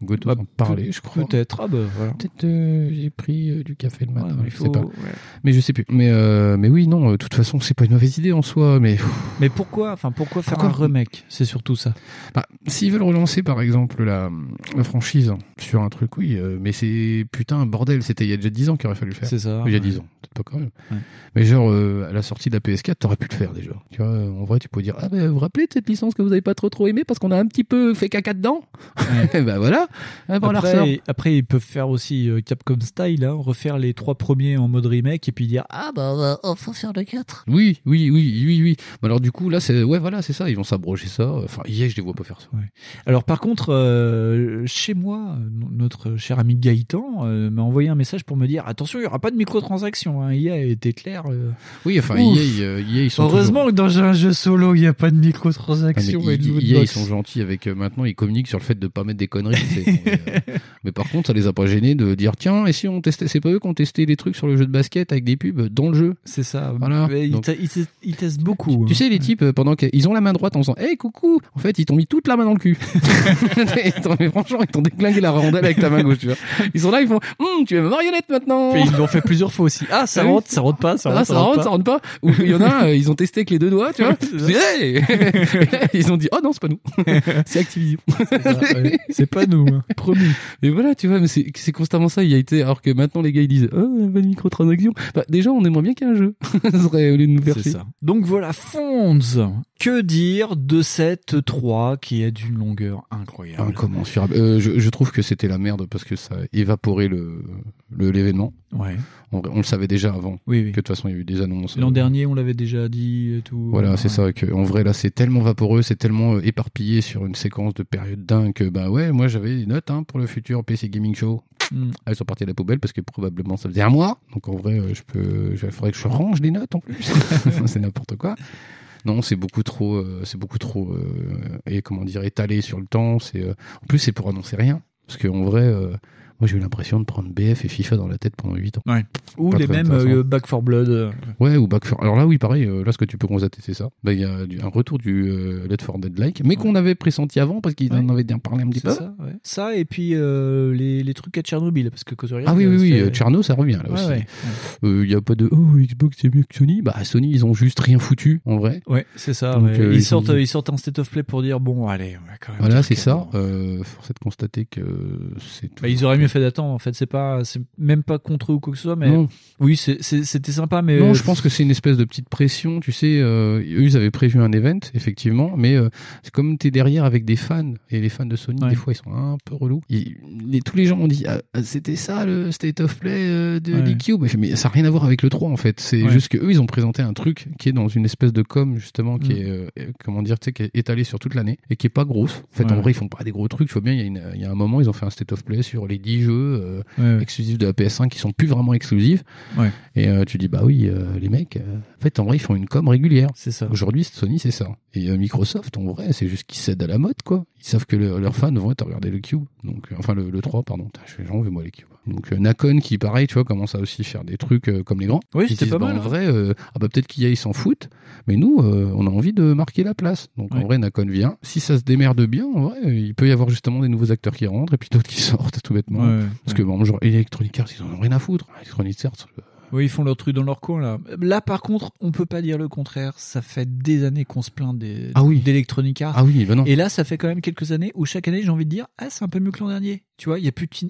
Goto en parlait, je crois. Peut-être. Ah bah voilà. Peut-être j'ai pris du café le matin. Ouais, je sais pas. Ouais. Mais je sais plus. Mais oui, non. De toute façon, c'est pas une mauvaise idée en soi. Mais pourquoi faire un remake? C'est surtout ça. Bah, s'ils veulent relancer par exemple la franchise sur un truc, oui. Mais c'est putain un bordel. C'était il y a déjà 10 ans qu'il aurait fallu le faire. C'est ça. Il y a 10 ans. Peut-être pas quand même. Ouais. Mais genre à la sortie de la PS4, t'aurais pu le faire déjà. Tu vois, en vrai, tu peux dire vous vous rappelez de cette licence que vous avez pas trop aimé parce qu'on a un petit peu fait caca dedans. Ouais. Bah voilà. Après, ils peuvent faire aussi Capcom style, refaire les 3 premiers en mode remake et puis dire on faut faire le 4. Oui. Bah alors du coup là c'est c'est ça, ils vont s'abroger ça. Enfin je les vois pas faire ça. Ouais. Alors par contre chez moi notre cher ami Gaëtan m'a envoyé un message pour me dire attention, il y aura pas de microtransactions. EA était clair. Oui, enfin EA ils sont heureusement que dans un jeu solo il y a pas de microtransactions. EA ils sont gentils avec maintenant ils communiquent sur le fait de pas mettre des conneries. Mais par contre ça les a pas gênés de dire tiens et si on testait, c'est pas eux qui ont testé les trucs sur le jeu de basket avec des pubs dans le jeu. C'est ça. Voilà. Ils testent beaucoup. Tu sais les types pendant qu'ils ont la main droite en disant hey coucou, en fait ils t'ont mis toute la main dans le cul. Mais franchement ils t'ont déglingué la rondelle avec ta main gauche, tu vois. Ils sont là, ils font tu es ma marionnette maintenant. Et ils l'ont fait plusieurs fois aussi. Ça rentre pas. Ça rentre pas. Ou il y en a ils ont testé avec les 2 doigts, tu vois. Ils ont dit oh non c'est pas nous. C'est Activision. C'est pas nous, promis. Mais voilà, tu vois, mais c'est constamment ça. Il y a été, alors que maintenant les gars ils disent pas de microtransaction. Bah, déjà on aimerait bien qu'il y ait un jeu. Ça serait au lieu de nous faire chier. Donc voilà, Fonds. Que dire de cette 3 qui est d'une longueur incroyable, incommensurable. Je trouve que c'était la merde parce que ça a évaporé l'événement. Ouais. On le savait déjà avant. Oui. Que de toute façon il y a eu des annonces. L'an dernier on l'avait déjà dit et tout. Voilà, c'est ça. Que en vrai là c'est tellement vaporeux, c'est tellement éparpillé sur une séquence de période dingue que moi j'avais des notes pour le futur PC Gaming Show. Elles sont parties à la poubelle parce que probablement ça faisait un mois. Donc en vrai il faudrait que je range les notes en plus. C'est n'importe quoi. Non, c'est beaucoup trop et comment dire étalé sur le temps. En plus c'est pour annoncer rien parce que en vrai moi j'ai eu l'impression de prendre BF et FIFA dans la tête pendant 8 ans. Ouais. Ou les mêmes Back 4 Blood. Ouais, ou Back 4. Alors là oui, pareil, là ce que tu peux constater c'est ça. Il y a un retour du Left 4 Dead-like, mais qu'on avait pressenti avant parce qu'ils en avaient bien parlé un petit peu. Ça, ouais. Ça et puis les trucs à Tchernobyl parce que Tcherno ça revient là aussi. Il y a pas de Xbox c'est mieux que Sony. Bah Sony ils ont juste rien foutu en vrai. Ouais, c'est ça. Donc, ils sortent un state of play pour dire bon allez, on va quand même. Voilà, c'est ça. Force est de constater que c'est ils auraient mieux fait d'attendre en fait, c'est même pas contre eux ou quoi que ce soit, mais non. Oui c'était sympa, mais non, je pense que c'est une espèce de petite pression, tu sais. Eux ils avaient prévu un event effectivement, mais c'est comme t'es derrière avec des fans et les fans de Sony des fois ils sont un peu relous. Tous les gens ont dit c'était ça le state of play des Cube, mais ça a rien à voir avec le 3 en fait. C'est juste que eux ils ont présenté un truc qui est dans une espèce de com justement qui est comment dire, tu sais, qui est étalé sur toute l'année et qui est pas grosse. En fait en vrai ils font pas des gros trucs. Tu vois bien il y a un moment ils ont fait un state of play sur les 10 jeux exclusifs de la PS5 qui sont plus vraiment exclusifs. Et tu dis bah oui les mecs en fait en vrai ils font une com régulière. C'est ça. Aujourd'hui Sony c'est ça. Et Microsoft en vrai c'est juste qu'ils cèdent à la mode quoi. Ils savent que leurs fans vont être à regarder le Cube. Donc enfin le 3 pardon. J'en veux moi les Cubes. Donc Nacon qui pareil tu vois commence à aussi faire des trucs comme les grands. Oui, c'était pas mal. En vrai peut-être qu'IA ils s'en foutent, mais nous on a envie de marquer la place. Donc en vrai Nacon vient. Si ça se démerde bien en vrai il peut y avoir justement des nouveaux acteurs qui rentrent et puis d'autres qui sortent tout bêtement. Parce que bon genre Electronic Arts ils en ont rien à foutre. Electronic Arts oui, ils font leur truc dans leur coin, là. Là, par contre, on peut pas dire le contraire. Ça fait des années qu'on se plaint d'Electronic Arts. Ah oui, ben non. Et là, ça fait quand même quelques années où chaque année, j'ai envie de dire, c'est un peu mieux que l'an dernier. Tu vois,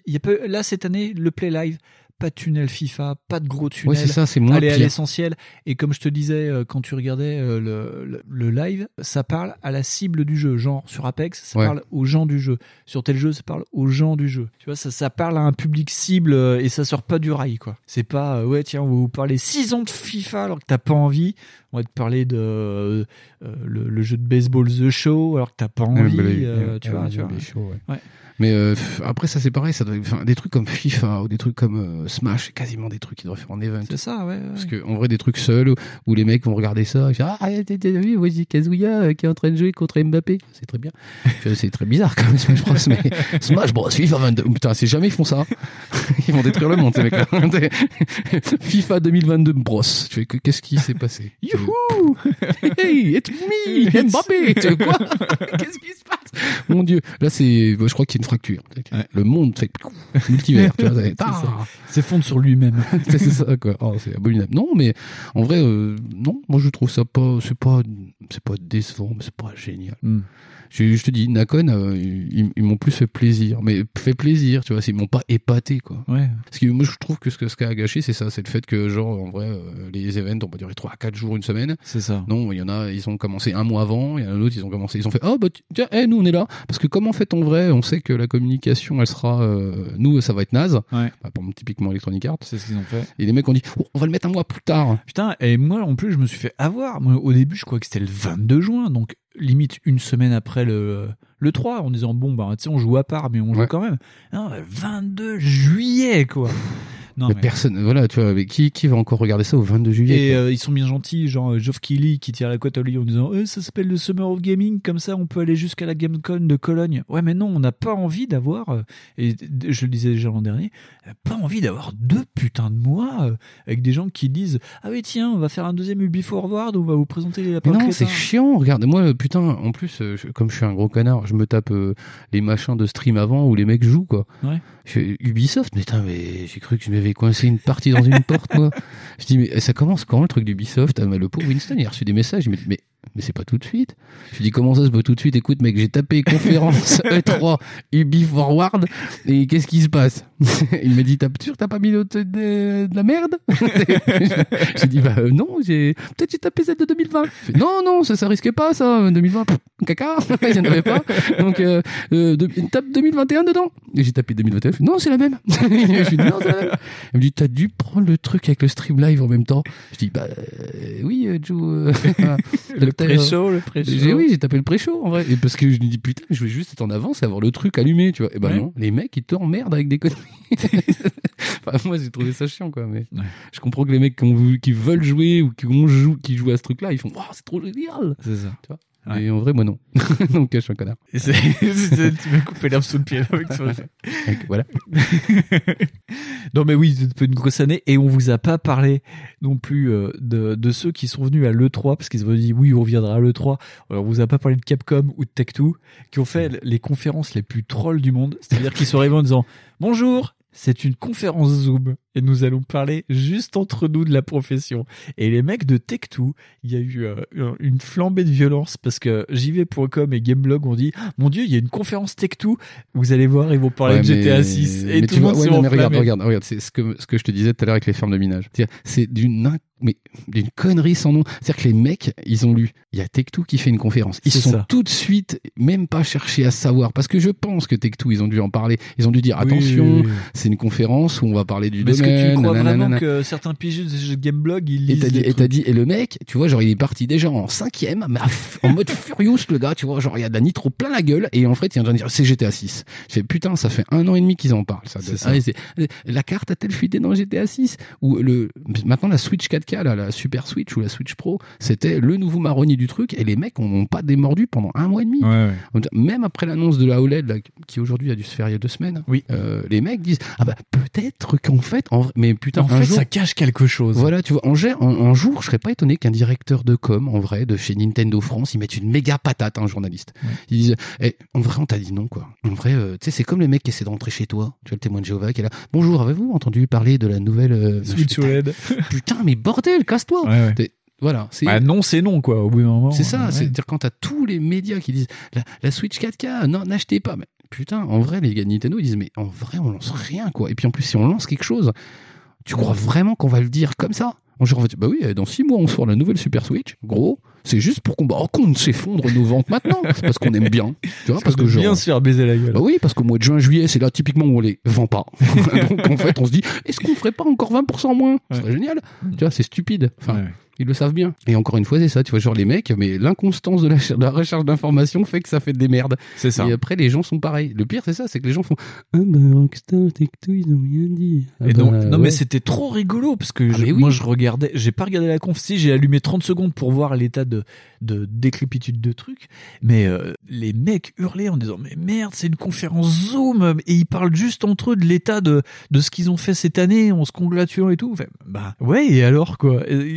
là, cette année, le Play Live, pas de tunnel FIFA, pas de gros tunnel. Ouais, c'est ça, c'est moins aller pire. À l'essentiel. Et comme je te disais, quand tu regardais le live, ça parle à la cible du jeu. Genre, sur Apex, ça parle aux gens du jeu. Sur tel jeu, ça parle aux gens du jeu. Tu vois, ça parle à un public cible et ça sort pas du rail, quoi. C'est pas, tiens, on va vous parler 6 ans de FIFA alors que t'as pas envie. On va te parler de le jeu de baseball The Show alors que t'as pas envie. Tu vois. Show, ouais. Mais après ça c'est pareil, ça doit, des trucs comme FIFA ou des trucs comme Smash, c'est quasiment des trucs qu'ils devraient faire en event. C'est ça, ouais. Parce que en vrai des trucs seuls où les mecs vont regarder ça et dire t'as vu, voici Kazuya qui est en train de jouer contre Mbappé, c'est très bien. C'est très bizarre quand même Smash Bros, mais Smash Bros, FIFA 22, putain c'est jamais ils font ça. Ils vont détruire le monde ces mecs-là. FIFA 2022 Bros. Tu fais qu'est-ce qui s'est passé? Youhou! Hey, it's me, Mbappé. Tu vois quoi? Qu'est-ce qui se passe? Mon Dieu, là je crois qu'il y a une fracture. Ouais. Le monde fait multivers, tu vois. C'est fondre sur lui-même. c'est ça quoi. Oh, c'est abominable. Non, mais en vrai, non. Moi, je trouve ça pas, c'est pas décevant, mais c'est pas génial. Je te dis, Nacon, ils m'ont plus fait plaisir, tu vois, ils m'ont pas épaté, quoi. Ouais. Parce que moi, je trouve que ce qui a gâché, c'est ça, c'est le fait que, genre, en vrai, les events ont pas duré 3 à 4 jours, une semaine. C'est ça. Non, il y en a, ils ont commencé un mois avant, il y en a d'autres, ils ont fait, oh, bah, tiens, nous, on est là. Parce que comme en fait, en vrai, on sait que la communication, elle sera, nous, ça va être naze. Ouais. Bah, pour typiquement Electronic Arts. C'est ce qu'ils ont fait. Et les mecs ont dit, on va le mettre un mois plus tard. Putain, et moi, en plus, je me suis fait avoir. Moi, au début, je crois que c'était le 22 juin, donc, limite une semaine après le 3 en disant bon bah tu sais on joue à part mais on joue quand même. Non, 22 juillet quoi. Non, mais personne, voilà, tu vois, mais qui va encore regarder ça au 22 juillet Et ils sont bien gentils, genre Geoff Keighley qui tire la côte à lui en disant ça s'appelle le Summer of Gaming, comme ça on peut aller jusqu'à la GameCon de Cologne. Ouais, mais non, on n'a pas envie d'avoir, et je le disais déjà l'an dernier, pas envie d'avoir 2 putains de mois avec des gens qui disent ah oui tiens on va faire un deuxième Ubi Forward, on va vous présenter les lapins. Mais non, c'est chiant, regarde, moi putain, en plus comme je suis un gros connard, je me tape les machins de stream avant où les mecs jouent quoi. Ouais. Ubisoft, mais j'ai cru que je m'avais coincé une partie dans une porte moi. Je dis mais ça commence quand le truc d'Ubisoft? Le pauvre Winston il a reçu des messages, mais c'est pas tout de suite. Je dis comment ça c'est pas tout de suite? Écoute mec, j'ai tapé conférence E3 Ubi Forward et qu'est-ce qui se passe? Il m'a dit t'as pas mis de la merde? J'ai dit non, peut-être j'ai tapé celle de 2020. Non ça risquait pas ça, 2020 caca, il y en avait pas. Donc tape 2021 dedans. Et j'ai tapé 2021. Non, c'est la même. Je lui dis non, c'est la même. Il me dit t'as dû prendre le truc avec le stream live en même temps. Je dis oui Joe. Le pré-show. Oui, j'ai tapé le pré-show en vrai. Et parce que je lui dis putain, je voulais juste être en avance et avoir le truc allumé, tu vois. Et non, les mecs ils t'emmerdent avec des conneries. Moi j'ai trouvé ça chiant quoi, mais je comprends que les mecs qui veulent jouer ou qui jouent à ce truc-là, ils font c'est trop génial. C'est ça. Tu vois. Ouais. Et en vrai, moi non. Donc je suis un connard. Tu m'as coupé l'herbe sous le pied là, avec ça. Voilà. Non mais oui, c'était une grosse année et on vous a pas parlé non plus de ceux qui sont venus à l'E3 parce qu'ils ont dit oui on viendra à l'E3. Alors on vous a pas parlé de Capcom ou de Tech2 qui ont fait les conférences les plus trolls du monde. C'est-à-dire qu'ils sont arrivés en disant bonjour. C'est une conférence Zoom et nous allons parler juste entre nous de la profession. Et les mecs de Tech2, il y a eu une flambée de violence parce que JV.com et Gameblog ont dit mon Dieu, il y a une conférence Tech2, vous allez voir, ils vont parler de GTA 6 et tout le monde s'est enflammé. Regarde, c'est ce que je te disais tout à l'heure avec les fermes de minage. C'est d'une connerie sans nom. C'est-à-dire que les mecs, ils ont lu, il y a Tech2 qui fait une conférence. Ils sont tout de suite même pas cherchés à savoir parce que je pense que Tech2, ils ont dû en parler. Ils ont dû dire attention, c'est une conférence où on va parler du domaine. Est-ce que tu crois vraiment que certains pigistes de Gameblog ils lisent et le mec, tu vois, genre il est parti déjà en 5e, mais en mode furious le gars, tu vois, genre il y a de la nitro plein la gueule et en fait il vient de dire c'est GTA 6. Je fais putain, ça fait 1 an et demi qu'ils en parlent ça. La carte a-t-elle fuité dans GTA 6 ou maintenant la Switch 4K là, la Super Switch ou la Switch Pro, c'était le nouveau marronnier du truc et les mecs n'ont pas démordu pendant 1 mois et demi. Ouais. Même après l'annonce de la OLED là, qui aujourd'hui a dû se faire il y a 2 semaines. Oui. Les mecs disent peut-être qu'en fait mais putain en fait jour, ça cache quelque chose. Voilà, tu vois, un jour je serais pas étonné qu'un directeur de com en vrai de chez Nintendo France, il mette une méga patate à un journaliste. Ouais. Ils disent en vrai on t'a dit non quoi. En vrai tu sais c'est comme les mecs qui essaient de rentrer chez toi. Tu vois le témoin de Jéhovah qui est là. Bonjour, avez-vous entendu parler de la nouvelle Switch OLED? Putain mais bordel, casse-toi. Ouais. Voilà, non, c'est non quoi au bout d'un moment. C'est ça, c'est-à-dire quand t'as tous les médias qui disent la Switch 4K, non, n'achetez pas. Mais putain, en vrai les gars de Nintendo ils disent mais en vrai on lance rien quoi. Et puis en plus si on lance quelque chose, tu crois vraiment qu'on va le dire comme ça? Genre, bah oui, dans 6 mois on sort la nouvelle Super Switch, gros. C'est juste pour qu'on s'effondre nos ventes maintenant. C'est parce qu'on aime bien. Tu vois, parce que bien se faire baiser la gueule. Bah oui, parce qu'au mois de juin, juillet, c'est là typiquement où on les vend pas. Donc en fait, on se dit, est-ce qu'on ferait pas encore 20% moins? Ce serait génial. Tu vois, c'est stupide. Enfin, ils le savent bien. Et encore une fois, c'est ça. Tu vois, genre les mecs, mais l'inconstance de la recherche d'informations fait que ça fait des merdes. C'est ça. Et après, les gens sont pareils. Le pire, c'est ça, c'est que les gens font Rockstar, Tech2, ils ont rien dit. Non, mais c'était trop rigolo parce que moi, je regardais, j'ai pas regardé la conf, si j'ai allumé 30 secondes pour voir l'état de décrépitude de trucs, mais les mecs hurlaient en disant mais merde, c'est une conférence Zoom et ils parlent juste entre eux de l'état de ce qu'ils ont fait cette année en se congratulant et tout. Enfin, bah ouais, et alors quoi, est-ce que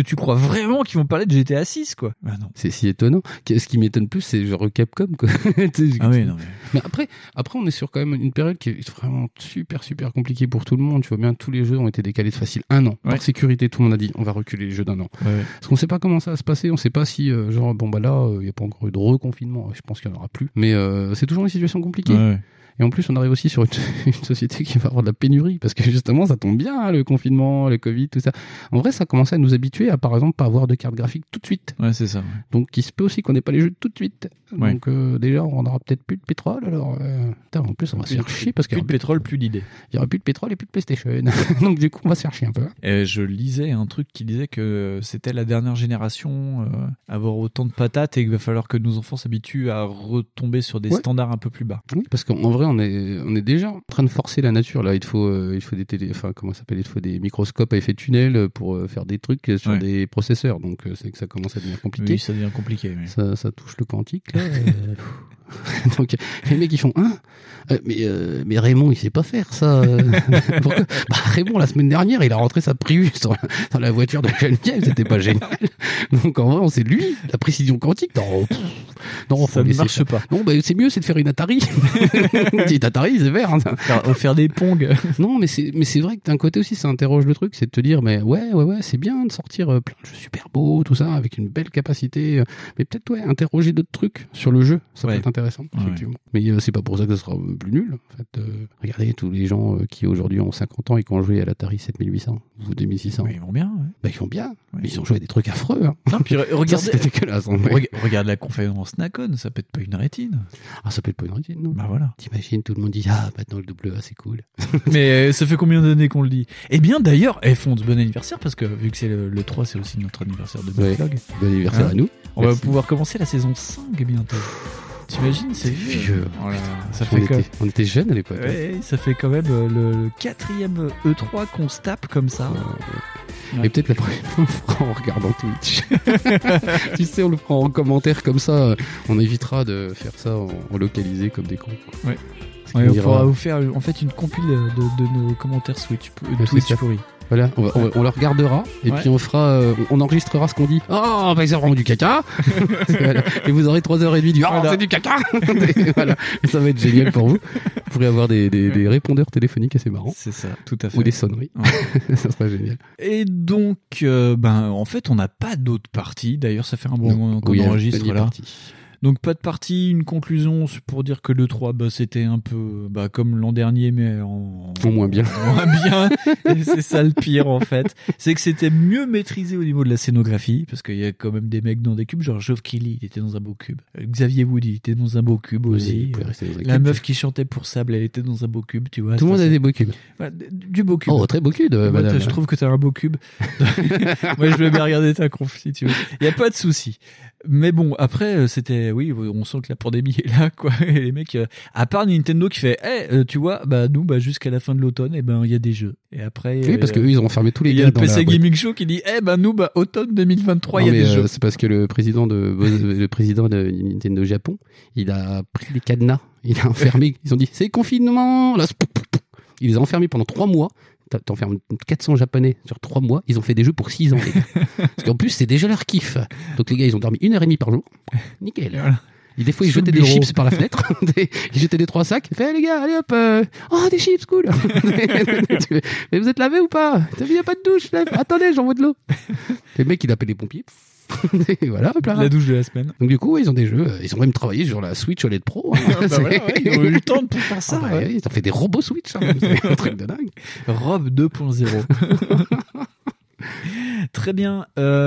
que tu crois vraiment qu'ils vont parler de GTA 6, quoi. Bah non. C'est si étonnant. Ce qui m'étonne plus, c'est genre Capcom, quoi. Ah oui, non, mais après, on est sur quand même une période qui est vraiment super, super compliquée pour tout le monde. Tu vois bien, tous les jeux ont été décalés de facile 1 an. Par sécurité, tout le monde a dit, on va reculer les jeux d'1 an. Parce qu'on sait pas comment ça va se passer. On sait pas si, il y a pas encore eu de reconfinement. Je pense qu'il y en aura plus. Mais, c'est toujours une situation compliquée. Et en plus, on arrive aussi sur une société qui va avoir de la pénurie, parce que justement, ça tombe bien, le confinement, le Covid, tout ça. En vrai, ça commençait à nous habituer à, par exemple, pas avoir de carte graphique tout de suite. Ouais, c'est ça. Ouais. Donc, il se peut aussi qu'on n'ait pas les jeux tout de suite. Ouais. Donc, déjà, on aura peut-être plus de pétrole, alors... en plus, on va se faire chier, parce qu'il y plus de pétrole, plus d'idées. Il y aura plus de pétrole et plus de PlayStation. Donc, du coup, on va se faire chier un peu. Et je lisais un truc qui disait que c'était la dernière génération à avoir autant de patates et qu'il va falloir que nos enfants s'habituent à retomber sur des standards un peu plus bas. Oui, parce qu'en vrai, on est déjà en train de forcer la nature là. Il faut des microscopes à effet tunnel pour faire des trucs sur des processeurs. Donc c'est que ça commence à devenir compliqué. Oui, ça devient compliqué. Oui. Ça touche le quantique là. Donc les mecs ils font mais Raymond il sait pas faire ça. Pourquoi Raymond la semaine dernière il a rentré sa Prius dans la voiture de Geneviève, c'était pas génial. Donc en vrai c'est lui la précision quantique. Non, ça ne marche pas. Non, c'est mieux, c'est de faire une Atari. Une Atari, c'est vert. Faire des Pong. Non, mais c'est vrai que d'un côté aussi, ça interroge le truc, c'est de te dire, mais ouais, c'est bien de sortir plein de jeux super beaux, tout ça, avec une belle capacité. Mais peut-être, interroger d'autres trucs sur le jeu, ça peut être intéressant, effectivement. Mais c'est pas pour ça que ça sera plus nul. En fait, regardez tous les gens qui aujourd'hui ont 50 ans et qui ont joué à l'Atari 7800 ou 2600. Oui, ils vont bien. Ils vont bien. Ouais. Mais ils ont joué à des trucs affreux. Hein. Non, puis regardez, c'était dégueulasse. Regarde la conférence Nacon, ça pète pas une rétine. Ah, ça pète pas une rétine, non. Bah voilà. T'imagines, tout le monde dit maintenant le AA c'est cool. Mais ça fait combien d'années qu'on le dit? Eh bien d'ailleurs, Fonds, bon anniversaire, parce que vu que c'est le 3, c'est aussi notre anniversaire de Backlog. Bon anniversaire à nous. On va pouvoir commencer la saison 5 bientôt. T'imagines, c'est vieux. Voilà. Ça fait on était jeunes à l'époque. Ouais, ça fait quand même le 4e E3 qu'on se tape comme ça. Et peut-être la prochaine fois, on le fera en regardant Twitch. Tu sais, on le fera en commentaire comme ça. On évitera de faire ça en localisé comme des cons. Ouais. On pourra vous faire en fait une compile de nos commentaires Twitch pourris. Voilà, on le regardera et puis on enregistrera ce qu'on dit. Oh, bah, c'est vraiment du caca. Voilà. Et vous aurez 3h30 du c'est du caca. Et voilà. Et ça va être génial pour vous. Vous pourrez avoir des répondeurs téléphoniques assez marrants. C'est ça, tout à fait. Ou des sonneries. Ouais. Ça sera génial. Et donc, en fait, on n'a pas d'autres parties. D'ailleurs, ça fait un bon moment qu'on enregistre là. Donc pas de partie, une conclusion pour dire que le 3 c'était un peu comme l'an dernier mais en moins bien. Moins bien. Et c'est ça le pire en fait. C'est que c'était mieux maîtrisé au niveau de la scénographie parce qu'il y a quand même des mecs dans des cubes, genre Geoff Keighley, il était dans un beau cube. Xavier Wood, il était dans un beau cube aussi. La meuf qui chantait pour Sable, elle était dans un beau cube, tu vois. Tout le monde a des beaux cubes. Ouais, du beau cube. Oh, très beau cube, madame. Je trouve que t'as un beau cube. Moi, je vais bien regarder ta conf si tu veux. Il y a pas de souci. Mais bon, après, c'était, on sent que la pandémie est là, quoi. Et les mecs, à part Nintendo qui fait, tu vois, nous, jusqu'à la fin de l'auôtomne, il y a des jeux. Et après. Oui, parce qu'eux, ils ont fermé tous les gars. Il y a le PC Gaming Show qui dit, nous, automne 2023, il y a des jeux. C'est parce que le président de Nintendo Japon, il a pris les cadenas, il a enfermé, ils ont dit, c'est confinement, là, il les a enfermés pendant 3 mois. T'enfermes 400 japonais sur 3 mois, ils ont fait des jeux pour 6 ans, les gars. Parce qu'en plus, c'est déjà leur kiff. Donc les gars, ils ont dormi 1h30 par jour. Nickel. Voilà. Et des fois, ils jetaient des chips par la fenêtre. Ils jetaient des 3 sacs. Fait, les gars, allez hop, des chips, cool. Mais vous êtes lavé ou pas? T'as vu, y a pas de douche, là. Attendez, j'envoie de l'eau. Le mec, il appelle les pompiers. Et voilà, la douche de la semaine. Donc du coup, ils ont des jeux. Ils ont même travaillé sur la Switch OLED Pro. Ils ont eu le temps de faire ça. Ils ont fait des robots Switch. C'est un truc de dingue. Rob 2.0. Très bien.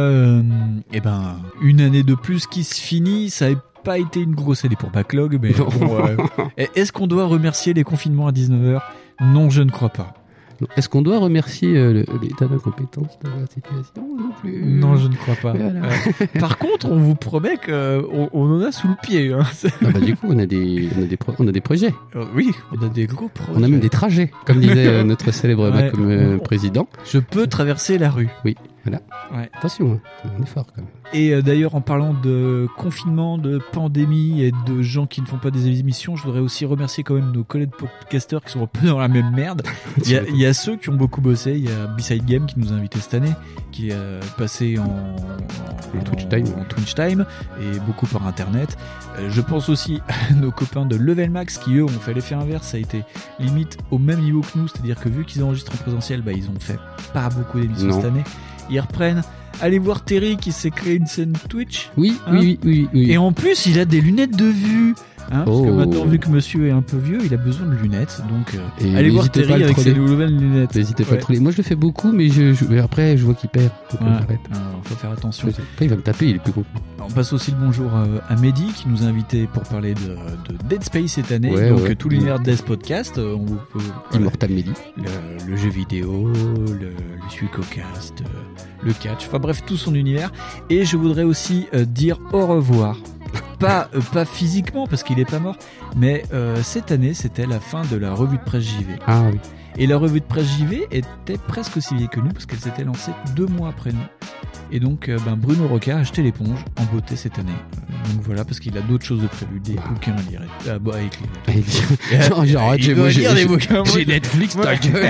Une année de plus qui se finit. Ça n'a pas été une grosse année pour Backlog, mais est-ce qu'on doit remercier les confinements à 19h? Non, je ne crois pas. Est-ce qu'on doit remercier l'état d'incompétence de la situation non plus? Non, je ne crois pas. Voilà. Par contre, on vous promet qu'on en a sous le pied. Hein. Du coup, on a des projets. Oui, on a des gros projets. On a même des trajets, comme disait notre célèbre président. Je peux traverser la rue. Oui. Voilà. Ouais. Attention, on est fort quand même. Et d'ailleurs, en parlant de confinement, de pandémie et de gens qui ne font pas des émissions, je voudrais aussi remercier quand même nos collègues podcasteurs qui sont un peu dans la même merde. Il y a ceux qui ont beaucoup bossé. Il y a B-Side Game qui nous a invités cette année, qui est passé en Twitch Time et beaucoup par internet. Je pense aussi à nos copains de Level Max qui eux ont fait l'effet inverse. Ça a été limite au même niveau que nous, c'est-à-dire que vu qu'ils enregistrent en présentiel, ils ont fait pas beaucoup d'émissions cette année. Ils reprennent. Allez voir Terry qui s'est créé une scène Twitch. Oui. Et en plus, il a des lunettes de vue. Parce que maintenant, vu que monsieur est un peu vieux, il a besoin de lunettes. Donc, allez voir Terry avec ses nouvelles lunettes. N'hésitez pas à le troller. Moi, je le fais beaucoup, mais après, je vois qu'il perd. Donc, j'arrête. Alors, faut faire attention. Après, il va me taper, il est plus con. On passe aussi le bonjour à Mehdi qui nous a invités pour parler de Dead Space cette année. Tout l'univers de Death Podcast. Immortal Mehdi. Le jeu vidéo, le Suicocast, le catch. Enfin bref, tout son univers. Et je voudrais aussi dire au revoir. Pas physiquement parce qu'il est pas mort, mais cette année c'était la fin de la revue de presse JV. Ah oui. Et la revue de presse JV était presque aussi vieille que nous parce qu'elle s'était lancée 2 mois après nous. Et donc Bruno Roca a acheté l'éponge en beauté cette année. Donc voilà, parce qu'il a d'autres choses de prévues, des bouquins à lire. J'ai Netflix, ta gueule.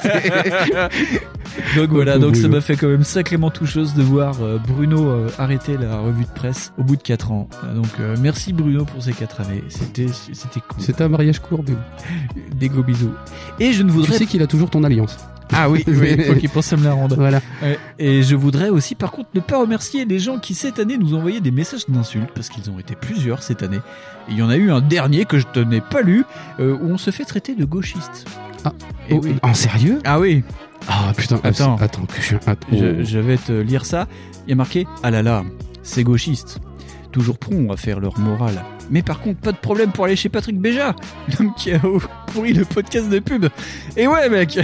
Donc voilà, donc ça m'a fait quand même sacrément toucheuse de voir Bruno arrêter la revue de presse au bout de 4 ans. Donc merci Bruno pour ces 4 années, c'était cool. C'était un mariage court, mais des gros bisous. Et je ne voudrais... Tu sais qu'il a toujours ton alliance. Ah oui, il faut qu'il pense à me la rendre. Voilà. Et je voudrais aussi par contre ne pas remercier les gens qui cette année nous envoyaient des messages d'insultes, parce qu'ils ont été plusieurs cette année. Et il y en a eu un dernier que je n'ai pas lu, où on se fait traiter de gauchiste. Ah, oui. En sérieux ? Ah oui. Ah putain, attends que je vais te lire ça. Il y a marqué « Ah là là, c'est gauchiste. Toujours prompt à faire leur morale. Mais par contre, pas de problème pour aller chez Patrick Béja, l'homme qui a pourri le podcast de pub. Et ouais, mec.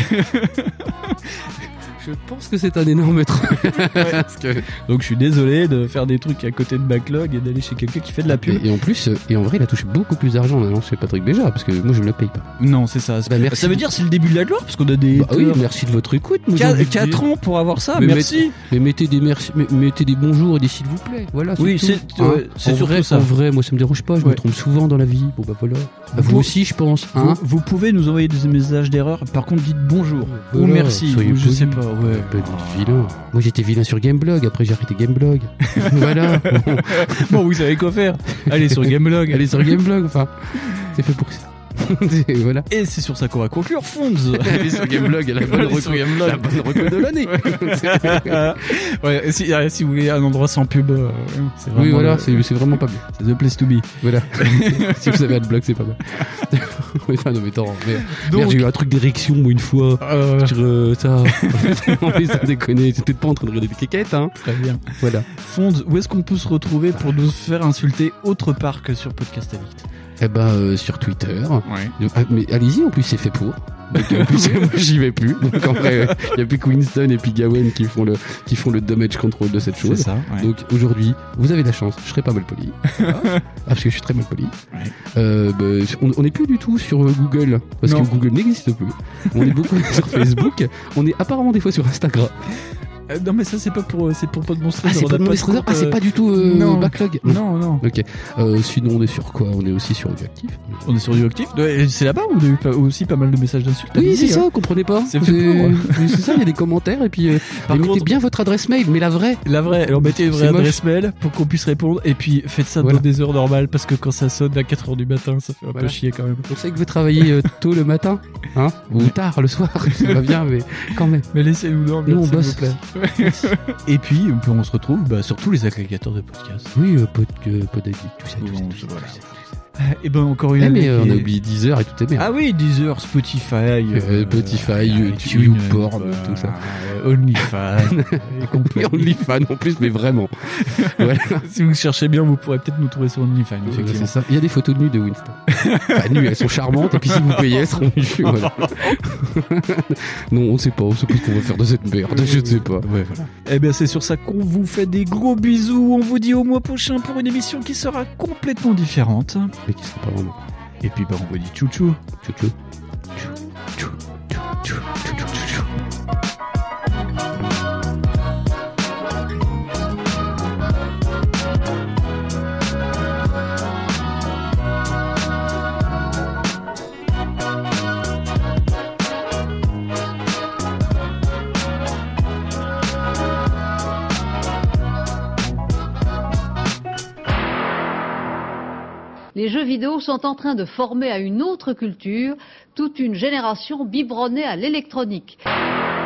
Je pense que c'est un énorme truc. Donc je suis désolé de faire des trucs à côté de Backlog et d'aller chez quelqu'un qui fait de la pub. Et en plus, en vrai, il a touché beaucoup plus d'argent en allant chez Patrick Béja, parce que moi je ne le paye pas. Non, c'est ça. Ça veut dire c'est le début de la gloire, parce qu'on a des... oui, merci de votre écoute. 4 ans pour avoir ça, merci. Mais mettez des bonjours et des s'il vous plaît. Voilà, oui, c'est surtout ça. En vrai, moi ça me dérange pas, je me trompe souvent dans la vie. Bon bah voilà. Vous aussi, je pense. Vous pouvez nous envoyer des messages d'erreur, par contre dites bonjour ou merci, ou je sais pas. Ouais. Vilain. Moi j'étais vilain sur Gameblog, après j'ai arrêté Gameblog. Voilà. Bon, vous savez quoi faire. Allez sur Gameblog. Enfin, c'est fait pour ça. Voilà. Et c'est sur ça qu'on va conclure. Fonds. Allez sur Gameblog, la bonne reco de l'année. Ouais, si vous voulez un endroit sans pub, c'est vraiment. Oui, voilà, c'est vraiment pas bien. C'est the place to be. Voilà. Si vous avez Adblock, c'est pas mal. Enfin, non, mais attends, merde, j'ai eu un truc d'érection, moi, une fois. Sur ça. En plus, ça déconne. T'étais peut-être pas en train de regarder des kékettes, hein. Très bien. Voilà. Fonds, où est-ce qu'on peut se retrouver pour nous faire insulter autre part que sur Podcast Addict? Sur Twitter. Ouais. Mais allez-y, en plus c'est fait pour. Donc, en plus, moi, j'y vais plus. Donc en vrai, il y a plus que Winston et puis Gawain qui font le damage control de cette chose. C'est ça. Ouais. Donc aujourd'hui, vous avez de la chance. Je serai pas mal poli. Parce que je suis très mal poli. Ouais. On n'est plus du tout sur Google parce que Google n'existe plus. On est beaucoup sur Facebook. On est apparemment des fois sur Instagram. Non mais ça c'est pas pour Monster. Ah c'est pas Monster. Ah c'est pas du tout Backlog. Non. Ok. Sinon on est sur quoi? On est aussi sur Audioactif. On est sur Audioactif. C'est là-bas où on a eu aussi pas mal de messages d'insultes. Oui c'est ça. Comprenez pas. C'est fait pour. C'est ça. Il y a des commentaires et puis mettez bien votre adresse mail, mais la vraie. Alors mettez une vraie adresse mail pour qu'on puisse répondre et puis faites ça dans des heures normales parce que quand ça sonne à 4h du matin ça fait un peu chier quand même. On sait que vous travaillez tôt le matin, hein, ou tard le soir. Ça va bien, mais quand même. Mais laissez-nous dormir. Nous on s'il bosse. vous plaît. Et puis on se retrouve sur tous les agrégateurs de podcasts. Oui, Podaddict, tout ça. Et encore une mais on a oublié Deezer et tout est bien. Ah oui, Deezer, Spotify, YouPorn, tout ça. OnlyFans. Et OnlyFans en plus, mais vraiment. Voilà. Si vous cherchez bien, vous pourrez peut-être nous trouver sur OnlyFans. C'est ça. Il y a des photos de nues de Winston. Enfin, nues, elles sont charmantes, et puis si vous payez, elles seront nues. Voilà. Non, on sait pas ce qu'on va faire de cette merde. Je ne sais pas. Ouais, voilà. Eh bien, c'est sur ça qu'on vous fait des gros bisous. On vous dit au mois prochain pour une émission qui sera complètement différente. Mais qui sera pas vraiment. Et puis, on vous dit tchou-tchou. Tchou-tchou. Tchou-tchou. jeux vidéo sont en train de former à une autre culture, toute une génération biberonnée à l'électronique.